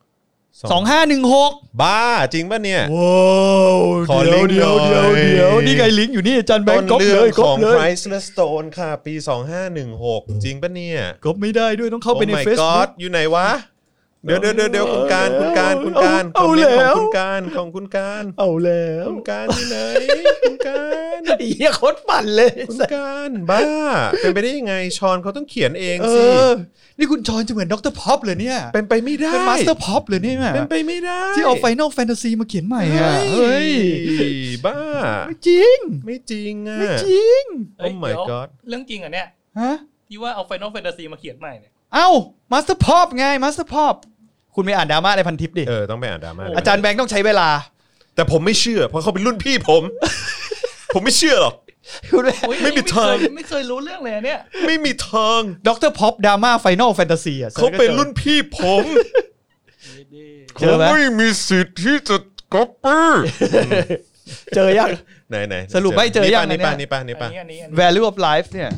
2516 บ้าจริงป่ะเนี่ยว้าวขอลิงก์เดี๋ยวนี่ไงลิงก์อยู่นี่อาจารย์แบงค์ก๊อปเลยของ Priceless Stone ค่ะปี2516จริงป่ะเนี่ยก๊อปไม่ได้ด้วยต้องเข้าไปใน Facebook อยู่ไหนวะเดี๋ยวคุณการคอมเมนต์ของคุณการเอาแล้วคุณการอยู่ไหนคุณการเหี้ยโคตรปั่นเลยคุณการบ้าเป็นไปได้ยังไงชอนเขาต้องเขียนเองสินี่คุณชอนจะเหมือนดร.พ็อปเลยเนี่ยเป็นไปไม่ได้เป็นมาสเตอร์พ็อปเลยเนี่ยเป็นไปไม่ได้ที่เอา Final Fantasy มาเขียนใหม่อ่ะเฮ้ยบ้าไม่จริงอ่ะไม่จริงโอ้ my god เรื่องจริงอ่ะเนี่ยฮะที่ว่าเอา Final Fantasy มาเขียนใหม่เนี่ยเอ้ามาสเตอร์พ็อปไงมาสเตอร์พ็อปคุณไปอ่านดราม่าในพันทิปดิต้องไปอ่านดราม่าอาจารย์แบงค์ต้องใช้เวลาแต่ผมไม่เชื่อเพราะเขาเป็นรุ่นพี่ผมไม่เชื่อหรอกไม่มีทางไม่เคยรู้เรื่องเลยเนี่ยไม่มีทางดร.พ็อปดราม่า Final Fantasy อ่ะเขาเป็นรุ่นพี่ผมเขาไม่มีสิทธิ์ที่จะก๊อปปี้เจอยังไหนสรุปไม่เจอยังนี่ป่ะ Value of Life เนี่ย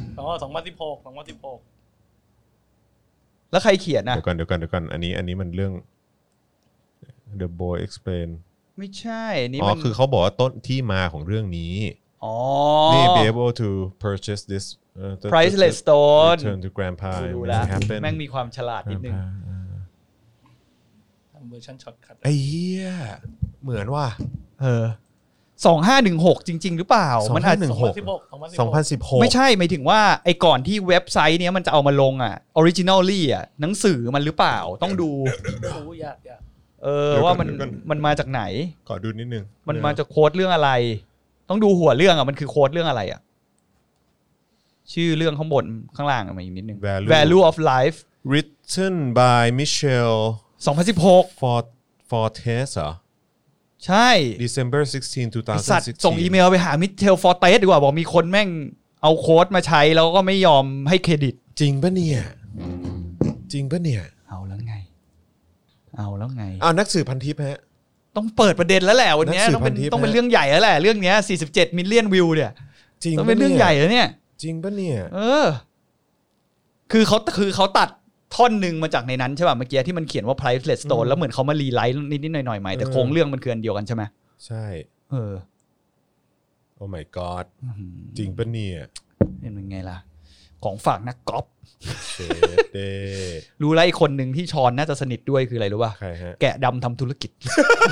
2016 แล้วใครเขียนนะเดี๋ยวก่อนอันนี้มันเรื่อง The Boy Explain ไม่ใช่นี่มันคือเขาบอกว่าต้นที่มาของเรื่องนี้นี่ be able to purchase this Priceless Stone return to grandpa แม่งมีความฉลาดนิดนึงทำเวอร์ชันช็อตคัทไอ้เหี้ยเหมือนว่า 2516จริงๆหรือเปล่ามันอาจ2016ไม่ใช่หมายถึงว่าไอ้ก่อนที่เว็บไซต์เนี้ยมันจะเอามาลงอ่ะ originally อ่ะหนังสือมันหรือเปล่าต้องดูอยากว่ามันมาจากไหนขอดูนิดนึงมันมาจากโค้ดเรื่องอะไรต้องดูหัวเรื่องอ่ะมันคือโค้ดเรื่องอะไรอ่ะชื่อเรื่องข้างบนข้างล่างมาอีกนิดนึง Value of Life written by Michelle 2016 Fortes เหรอใช่ December 16 2016 ส่งอีเมลไปหามิเทลฟอร์เตสดีกว่าบอกมีคนแม่งเอาโค้ดมาใช้แล้วก็ไม่ยอมให้เครดิตจริงป่ะเนี่ยเอาแล้วไงนักสื่อพันทิปฮะต้องเปิดประเด็นแล้วแหละวันนี้ต้องเป็นเรื่องใหญ่แล้วแหละเรื่องนี้47 มิลเลียนวิวเนี่ยต้องเป็นเรื่องใหญ่แล้วเนี่ยจริงป่ะเนี่ยคือเขาตัดท่อนหนึ่งมาจากในนั้นใช่ป่ะเมื่อกี้ที่มันเขียนว่า Priceless Stone แล้วเหมือนเขามารีไลท์นิดๆหน่อยๆใหม่แต่โครงเรื่องมันคืออันเดียวกันใช่ไหมใช่โอ้ my god จริงปะเนี่ยเป็นไงล่ะของฝากนักกอล์ฟรู้แล้วอีกคนหนึ่งที่ชอนน่าจะสนิทด้วยคืออะไรรู้ป่ะแกะดำทำธุรกิจ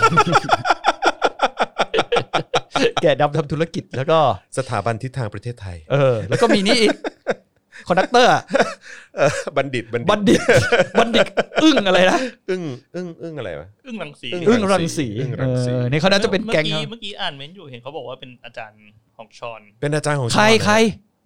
แกะดำทำธุรกิจแล้วก็สถาบันทิศทางประเทศไทยแล้วก็มีนี่อีกคอนดักเตอร์บัณฑิตอึ้งอะไรนะอึ้งอะไรวะอึ้งรังสีนี่เขาน่าจะเป็นแก๊งเมื่อกี้อ่านเม้นอยู่เห็นเขาบอกว่าเป็นอาจารย์ของชอนเป็นอาจารย์ของใคร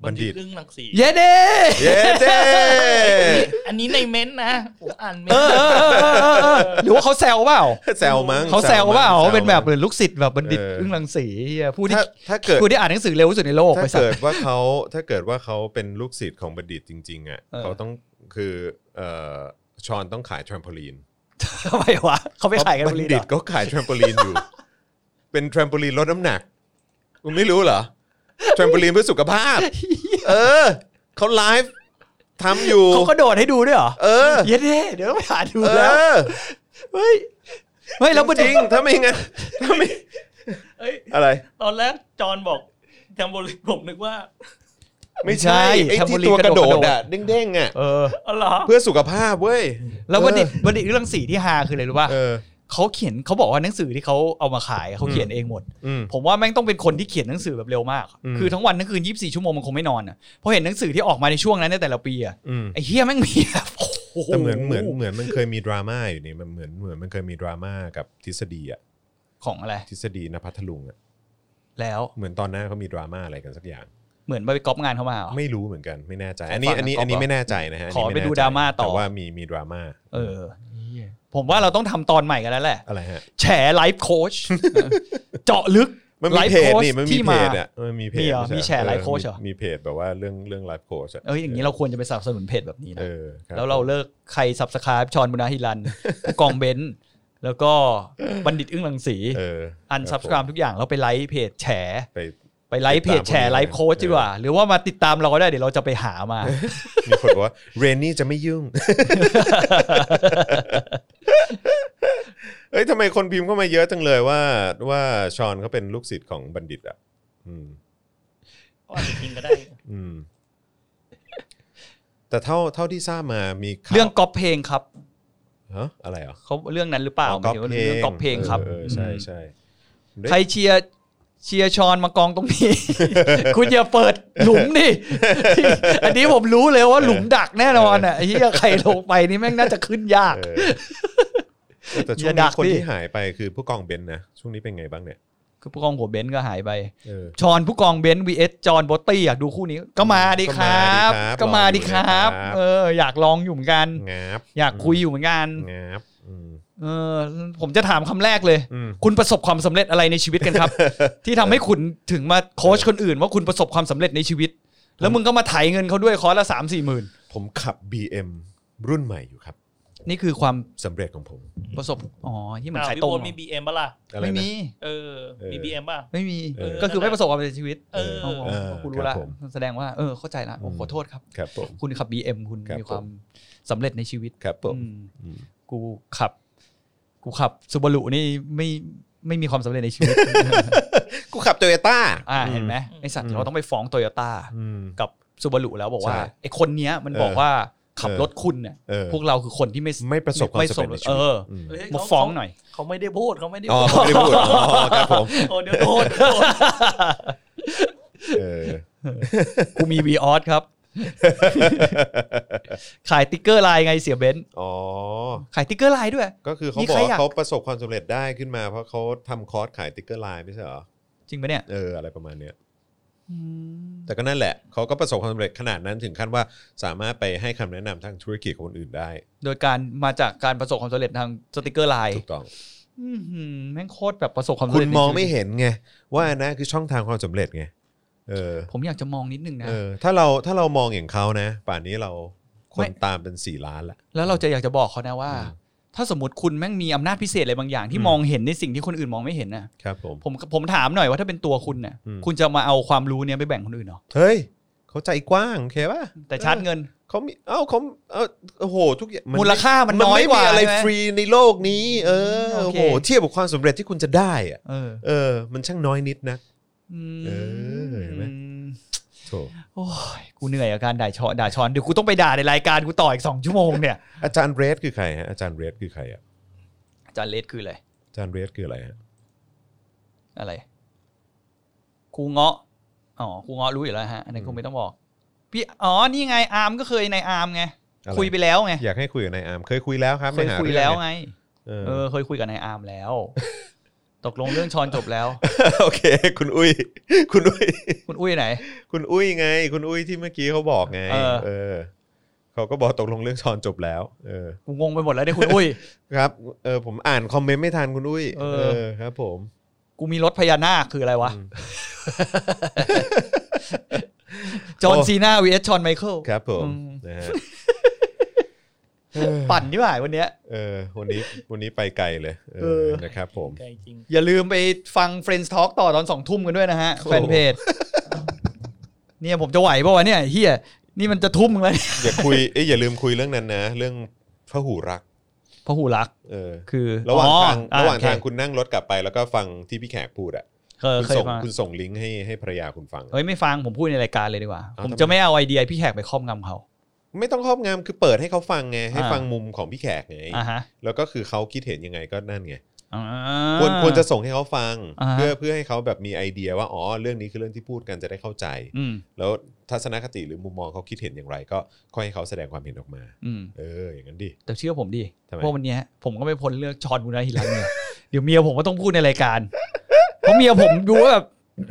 บัณฑิตเรื่องรังสีเย้เด้เย้เด้อันนี้ในเม้นต์นะผมอ่านเม้นเอต์อหรือว่าเขาแซวเปล่าแซวมั้งเขาแซวเปล่าแซวมั้งเป็นแบบเหมือนลูกศิษย์แบบบัณฑิตเอออึ้งรังสีเหี้ยผู้ที่ถ้าเกิดผู้ที่อ่านหนังสือเร็วที่สุดในโลกถ้าไปสัตเกิดว์ว่าเขาเป็นลูกศิษย์ของบัณฑิตจริงๆอ่ะเออเขาต้องคือชอนต้องขายแทรมโพลีนทำไมวะเขาไปขายกันบับุณรีฑิเหตรอก็ขายแทรมโพลีนอยู่ เป็นแทรมโพลีนลดน้ำหนักคุณไม่รู้เหรอแทรมโพลีนเพื่อสุขภาพ เขาไลฟ์ทำอยู่เขาก็โดดให้ดูด้วยเหรอเออเย้เด้เดี๋ยวไปหาดูเอแล้วอเฮ้ยแล้วบัณจฑิริตงถ้าไม่งั้นถ้าไม่เอ้ยอะไรตอนแรกจอนบอกแทมโบลินผมนึกว่าไม่ใช่ไอ้ที่ตัวกระโดดอ่ะเด้งๆอ่ะเอออ๋อเหรอเพื่อสุขภาพเว้ยแล้วบัณฑิตเรื่องสีที่ฮาคืออะไรรู้ป่ะเออเขาบอกว่าหนังสือที่เขาเอามาขายเขาเขียนเองหมดอืมผมว่าแม่งต้องเป็นคนที่เขียนหนังสือแบบเร็วมากอืมคือทั้งวันทั้งคืน24ชั่วโมงมันคงไม่นอนอ่ะเพราะเห็นหนังสือที่ออกมาในช่วงนั้นในแต่ละปีอ่ะอืมไอ้เฮียแม่งมีแบบโอ้โหแต่เหมือนมันเคยมีดราม่าอยู่นี่มันเหมือนมันเคยมีดราม่ากับทฤษฎีอ่ะของอะไรทฤษฎีณพัทลุงอ่ะแล้วเหมือนตอนหน้าเขามีดราม่าอะไรกันสักอย่างเหมือนไปก๊อปงานเขามาเหรอไม่รู้เหมือนกันไม่แน่ใจขออันนี้ฟังอันนี้ก๊อปอันนี้เหรอไม่แน่ใจนะฮะขอไปนนี้ดูม่แน่ใจดราม่าต่อแต่ว่ามีดราม่าเออผมว่าเราต้องทำตอนใหม่กันแล้วแหละอะไรฮะแฉไลฟ์โค้ชเจาะลึกมันมีไลฟ์เพจโค้ชนี่มันมีที่เพมาจอ่ะมันมีเพจมีเหรอใช่มีแชร์ไลฟ์โค้ชเหรอมีเพจแบบว่าเรื่องไลฟ์โค้ชอ่ะอย่างนี้เราควรจะไปสนับสนุนเพจแบบนี้นะเออคบแล้วเราเลิกใครซับสไครป์ชอนบุญนาฮิรันผู้กองเบนซ์แล้วก็บัณฑิตอึ้งรังสีเอออันซับสไครป์ทุกอย่างแล้วไปไลฟ์เพจแฉไปไลฟ์เพจแฉไลฟ์โค้ชดีกว่า หรือว่ามาติดตามเราก็ได้เดี๋ยวเราจะไปหามามีคนบอกว่าเรนนี่จะไม่ยุ่ง เอ้ยทำไมคนพิมพ์เข้ามาเยอะจังเลยว่าชอนเขาเป็นลูกศิษย์ของบัณฑิตอ่ะก็อาจจะจริงก็ได้แต่เท่าที่ทราบมามีข่าวเรื่องก๊อปเพลงครับฮะอะไรอ่ะเขาเรื่องนั้นหรือเปล่าก๊อปหมายถึงว่าเรื่องก๊อปเพลงครับใช่ใช่ใครเชียร์ชอนมากองตรงนี้ คุณอย่าเปิดหลุมดิ อันนี้ผมรู้เลยว่าหลุมดักแน่นอนอ่ะไอ้ที่ใครลงไปนี่แม่งน่าจะขึ้นยากแต่ช่วงอย่าดันี้กคนดิที่หายไปคือผู้กองเบนซ์นะช่วงนี้เป็นไงบ้างเนี่ยคือผู้กองหัวเบนซ์ก็หายไปเออชอนผู้กองเบนซ์ vs จอห์นโบตตี้อยากดูคู่นี้ก็มาดิครับ ก็มาดิครับ อยากลองอยู่เหมือนกันงับอยากคุยอยู่เหมือนกันงับผมจะถามคำแรกเลย คุณประสบความสำเร็จอะไรในชีวิตกันครับ ที่ทำให้คุณถึงมาโค้ชคนอื่นว่าคุณประสบความสำเร็จในชีวิต แล้วมึงก็มาไถเงินเขาด้วยคอร์สละ 3-4 หมื่นผมขับ BM รุ่นใหม่อยู่ครับนี่คือความสำเร็จของผมประสบที่มันอ้าวขายพี่ตรงโบ๊ทมี BM ป่ะล่ะอะไรนะไม่มีมี BM ป่ะไม่มีเออก็คือไม่ประสบความสำเร็จในชีวิตเออกูรู้ละครับผมแสดงว่าเข้าใจละขอโทษครับครับผมคุณขับ BM คุณครับมีความสำเร็จในชีวิตครับผมกูขับซูบารุนี่ไม่มีความสำเร็จในชีวิตกูขับโตโยต้าเห็นไหมไอสัตว์เราต้องไปฟ้องโตโยต้า กับซูบารุแล้วบอกว่าใช่ไอคนเนี้ยมันบอกว่าขับรถคุณเนี่ยเพวกเราคือคนที่ไม่ไม่ประสบความสำเร็จในชีวิตเฮ้ยมาฟ้องหน่อยเขาไม่ได้พูดเขาไม่ได้อ๋อพูดไม่ได้พูดอ๋อครับผมโอ้เดี๋ยวโทษเออกูมี วีออสครับ ขายติ๊กเกอร์ไลน์ไงเสียเบนซ์อ๋อขายติ๊กเกอร์ไลน์ด้วยก็คือเขามีบอใครกอยากเขาประสบความสำเร็จได้ขึ้นมาเพราะเขาทำคอร์สขายติ๊กเกอร์ไลน์ไม่ใช่เหรอจริงปะเนี่ยอะไรประมาณเนี้ยแต่ก็นั่นแหละเขาก็ประสบความสำเร็จขนาดนั้นถึงขั้นว่าสามารถไปให้คำแนะนำทางธุรกิจของคนอื่นได้โดยการมาจากการประสบความสำเร็จทางสติ๊กเกอร์ไลน์ถูกต้องแม่งโคตรแบบประสบความสำคุเร็ณจมองในชีวิตไม่เห็นไงว่าอันนะคือช่องทางความสำเร็จไงผมอยากจะมองนิดนึงนะถ้าเรามองอย่างเขานะป่านนี้เราคนตามเป็น4 ล้านละแล้วเราจะอยากจะบอกเขานะว่า ถ้าสมมติคุณแม่งมีอำนาจพิเศษอะไรบางอย่างที่มองเห็นในสิ่งที่คนอื่นมองไม่เห็นนะครับ ผมถามหน่อยว่าถ้าเป็นตัวคุณเนี่ยคุณจะมาเอาความรู้เนี้ยไปแบ่งคนอื่นเหรอเฮ้ยเขาใจกว้างโอเคป่ะแต่ชาร์จเงินเขามีเขาโอ้โหทุกอย่างมูลค่ามันน้อยกว่าไม่มีอะไรใช่ไหมฟรีในโลกนี้โอ้โอเคโหเทียบกับความสำเร็จที่คุณจะได้อะเออมันช่างน้อยนิดนะเห็นไหมโถโอ้ยกูเหนื่อยกับการด่าช้อนเดี๋ยวกูต้องไปด่าในรายการกูต่ออีก2 ชั่วโมงเนี่ยอาจารย์เรดคือใครฮะอาจารย์เรดคือใครอ่ะอาจารย์เลสคืออะไรอาจารย์เรดคืออะไรฮะอะไรครูเงาะครูเงาะรู้อยู่แล้วฮะอันนี้คงไม่ต้องบอกพี่นี่ไงอาร์มก็เคยในอาร์มไงคุยไปแล้วไงอยากให้คุยกับนายอาร์มเคยคุยแล้วครับเคยคุยแล้วไงเออเคยคุยกับนายอาร์มแล้วตกลงเรื่องชอนจบแล้วโอเคคุณอุ้ยคุณอุ้ยไหนคุณอุ้ยไงคุณอุ้ยที่เมื่อกี้เขาบอกไงเขาก็บอกตกลงเรื่องชอนจบแล้วกูงงไปหมดแล้วเนี่ยคุณอุ้ยครับผมอ่านคอมเมนต์ไม่ทันคุณอุ้ยครับผมกูมีรถพญานาคคืออะไรวะจอห์นซีนาvsชอนไมเคิลครับผมนะฮะปั่นที่ไหนวันนี้วันนี้ไปไกลเลยนะครับผมอย่าลืมไปฟัง Friends Talk ต่อตอน 20:00 นกันด้วยนะฮะแฟนเพจเนี่ยผมจะไหวป่าววะเนี่ยเหี้ยนี่มันจะทุ่มมึงแล้วอย่าลืมคุยเรื่องนั้นนะเรื่องพหูรักคือระหว่างทางคุณนั่งรถกลับไปแล้วก็ฟังที่พี่แขกพูดอ่ะคุณส่งลิงก์ให้ภรรยาคุณฟังไม่ฟังผมพูดในรายการเลยดีกว่าผมจะไม่เอาไอเดียพี่แขกไปครอบงำเขาไม่ต้องครอบงำคือเปิดให้เขาฟังไงให้ฟังมุมของพี่แขกไงแล้วก็คือเขาคิดเห็นยังไงก็นั่นไงควรจะส่งให้เขาฟังเพื่อให้เขาแบบมีไอเดียว่าอ๋อเรื่องนี้คือเรื่องที่พูดกันจะได้เข้าใจแล้วทัศนคติหรือมุมมองเขาคิดเห็นอย่างไรก็ค่อยให้เขาแสดงความเห็นออกมาอย่างนั้นดิแต่เชื่อผมดิเพราะวันนี้ผมก็ไม่พ้นเรื่องชอนบุญนาฮิรันเนี่ยเดี๋ยวเมียผมก็ต้องพูดในรายการเพราะเมียผมดูว่า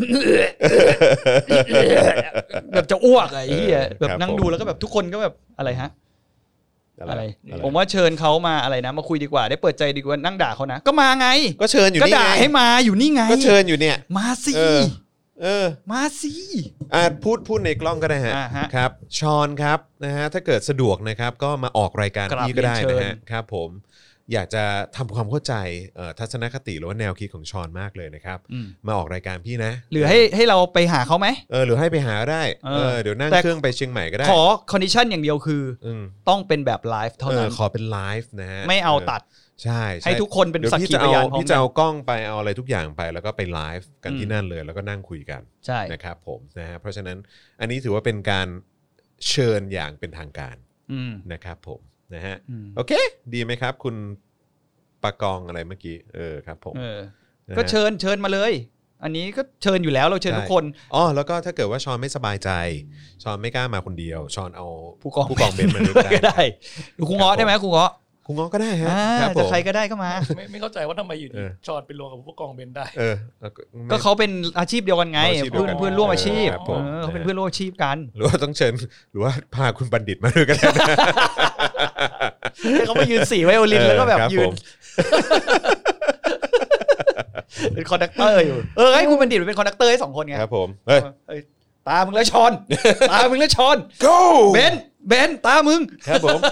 แบบจะอ้วกไอ้เหี้ยแบบนั่งดูแล้วก็แบบทุกคนก็แบบอะไรฮะอะไรผมว่าเชิญเขามาอะไรนะมาคุยดีกว่าได้เปิดใจดีกว่านั่งด่าเขานะก็มาไงก็เชิญอยู่นี่ก็ด่าให้มาอยู่นี่ไงก็เชิญอยู่เนี่ยมาสิมาสิพูดในกล้องก็ได้ฮะครับชอนครับนะฮะถ้าเกิดสะดวกนะครับก็มาออกรายการนี้ก็ได้นะฮะครับผมอยากจะทำความเข้าใจทัศนคติหรือว่าแนวคิดของชอนมากเลยนะครับมาออกรายการพี่นะหรือให้เราไปหาเขาไหมหรือให้ไปหาได้เดี๋ยวนั่งเครื่องไปเชียงใหม่ก็ได้ขอคอนดิชันอย่างเดียวคือต้องเป็นแบบไลฟ์เท่านั้นขอเป็นไลฟ์นะฮะไม่เอาตัดใช่ให้ทุกคนเป็นสักขีพยานพร้อมกันพี่จะเอากล้องไปเอาอะไรทุกอย่างไปแล้วก็ไปไลฟ์กันที่นั่นเลยแล้วก็นั่งคุยกันนะครับผมนะฮะเพราะฉะนั้นอันนี้ถือว่าเป็นการเชิญอย่างเป็นทางการนะครับผมนะฮะโอเคดีไหมครับคุณปากองอะไรเมื่อกี้ครับผมก็เชิญมาเลยอันนี้ก็เชิญอยู่แล้วเราเชิญทุกคนแล้วก็ถ้าเกิดว่าชอนไม่สบายใจชอนไม่กล้ามาคนเดียวชอนเอาผู้กองเบนมาด้วยก็ได้ครูเงาะได้ไหมครูเงาะก็ได้ฮะแต่ใครก็ได้ก็มาไม่เข้าใจว่าทำไมอยู่ดีชอนไปรวมกับผู้กองเบนได้ก็เขาเป็นอาชีพเดียวกันไงเพื่อนร่วมอาชีพเขาเป็นเพื่อนร่วมอาชีพกันหรือว่าต้องเชิญหรือว่าพาคุณบัณฑิตมาด้วยกันให้เขามายืน4ไวโอลินแล้วก็แบบยืนเป็นคอนดักเตอร์อยู่ให้คุณบัณฑิตเป็นคอนดักเตอร์ให้2คนไงครับผมตามึงแล้วชอนตามึงแล้วชอน go เบนตามึงครับผม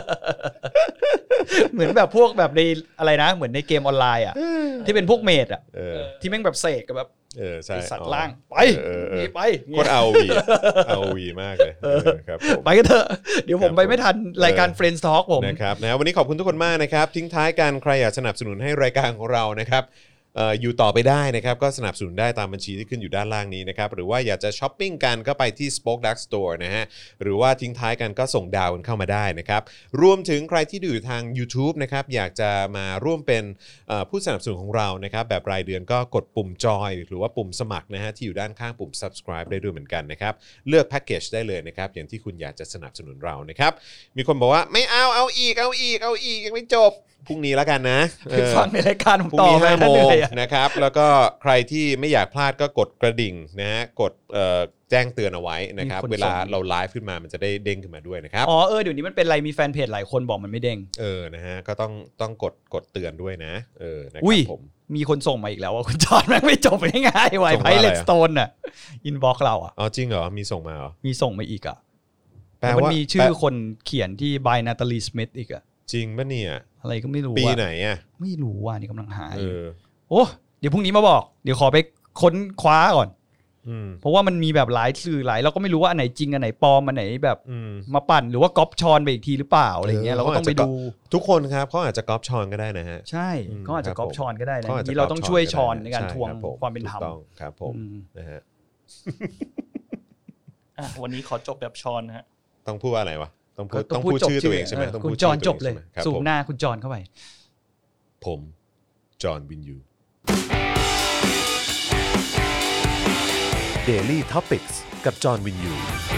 เหมือนแบบพวกแบบในอะไรนะเหมือนในเกมออนไลน์อ่ะที่เป็นพวกเมดอ่ะที่แม่งแบบเสกกับแบบใช่สัตว์ล่างไปนี่ไปโคตรเอาวีมากเลยครับผมไปกันเถอะเดี๋ยวผมไปไม่ทันรายการ Friends Talk ผมนะครับนะวันนี้ขอบคุณทุกคนมากนะครับทิ้งท้ายกันใครอยากสนับสนุนให้รายการของเรานะครับอยู่ต่อไปได้นะครับก็สนับสนุนได้ตามบัญชีที่ขึ้นอยู่ด้านล่างนี้นะครับหรือว่าอยากจะช้อปปิ้งกันก็ไปที่ Spoke Dark Store นะฮะหรือว่าทิ้งท้ายกันก็ส่งดาวกันเข้ามาได้นะครับรวมถึงใครที่ดูอยู่ทาง YouTube นะครับอยากจะมาร่วมเป็นผู้สนับสนุนของเรานะครับแบบรายเดือนก็กดปุ่มจอยหรือว่าปุ่มสมัครนะฮะที่อยู่ด้านข้างปุ่ม subscribe ได้ด้วยเหมือนกันนะครับเลือกแพ็คเกจได้เลยนะครับอย่างที่คุณอยากจะสนับสนุนเรานะครับมีคนบอกว่าไม่เอาอีกยังไม่จบพรุ่งนี้แล้วกันนะฟังในรายการผมต่อไปนะครับแล้วก็ใครที่ไม่อยากพลาดก็กดกระดิ่งนะฮะกดแจ้งเตือนเอาไว้นะครับเวลาเราไลฟ์ขึ้นมามันจะได้เด้งขึ้นมาด้วยนะครับเดี๋ยวนี้มันเป็นไรมีแฟนเพจหลายคนบอกมันไม่เด้งนะฮะก็ต้องกดเตือนด้วยนะนะครับผมมีคนส่งมาอีกแล้วว่าคุณจอห์นแม่งไม่จบง่ายๆไว้ไพ่เลดสโตนอ่ะอินบ็อกซ์เราอ่ะจริงเหรอมีส่งมาเหรอมีส่งมาอีกอ่ะมันมีชื่อคนเขียนที่บายนาตาลีสมิธอีกอ่ะจริงป่ะเนี่ยอะไรก็ไม่รู้ปีไหนอ่ะไม่รู้ว่านี่กำลังหาโอ้เดี๋ยวพรุ่งนี้มาบอกเดี๋ยวขอไปค้นคว้าก่อนเพราะว่ามันมีแบบหลายสื่อหลายเราก็ไม่รู้ว่าอันไหนจริงอันไหนปลอมอันไหนแบบมาปั่นหรือว่าก๊อปชอนไปอีกทีหรือเปล่าอะไรเงี้ยเราก็ต้องไปดูทุกคนครับเขาอาจจะก๊อปชอนก็ได้นะฮะใช่เขาอาจจะก๊อปชอนก็ได้นะนี่เราต้องช่วยชอนในการทวงความเป็นธรรมครับผมนะฮะวันนี้ขอจบแบบชอนฮะต้องพูดว่าอะไรวะต้องพูดชื่อตัวเองใช่ไหมคุณจอนจบเลยสูงหน้าคุณจอนเข้าไปผมจอห์นวินยู Daily Topics กับจอห์นวินยู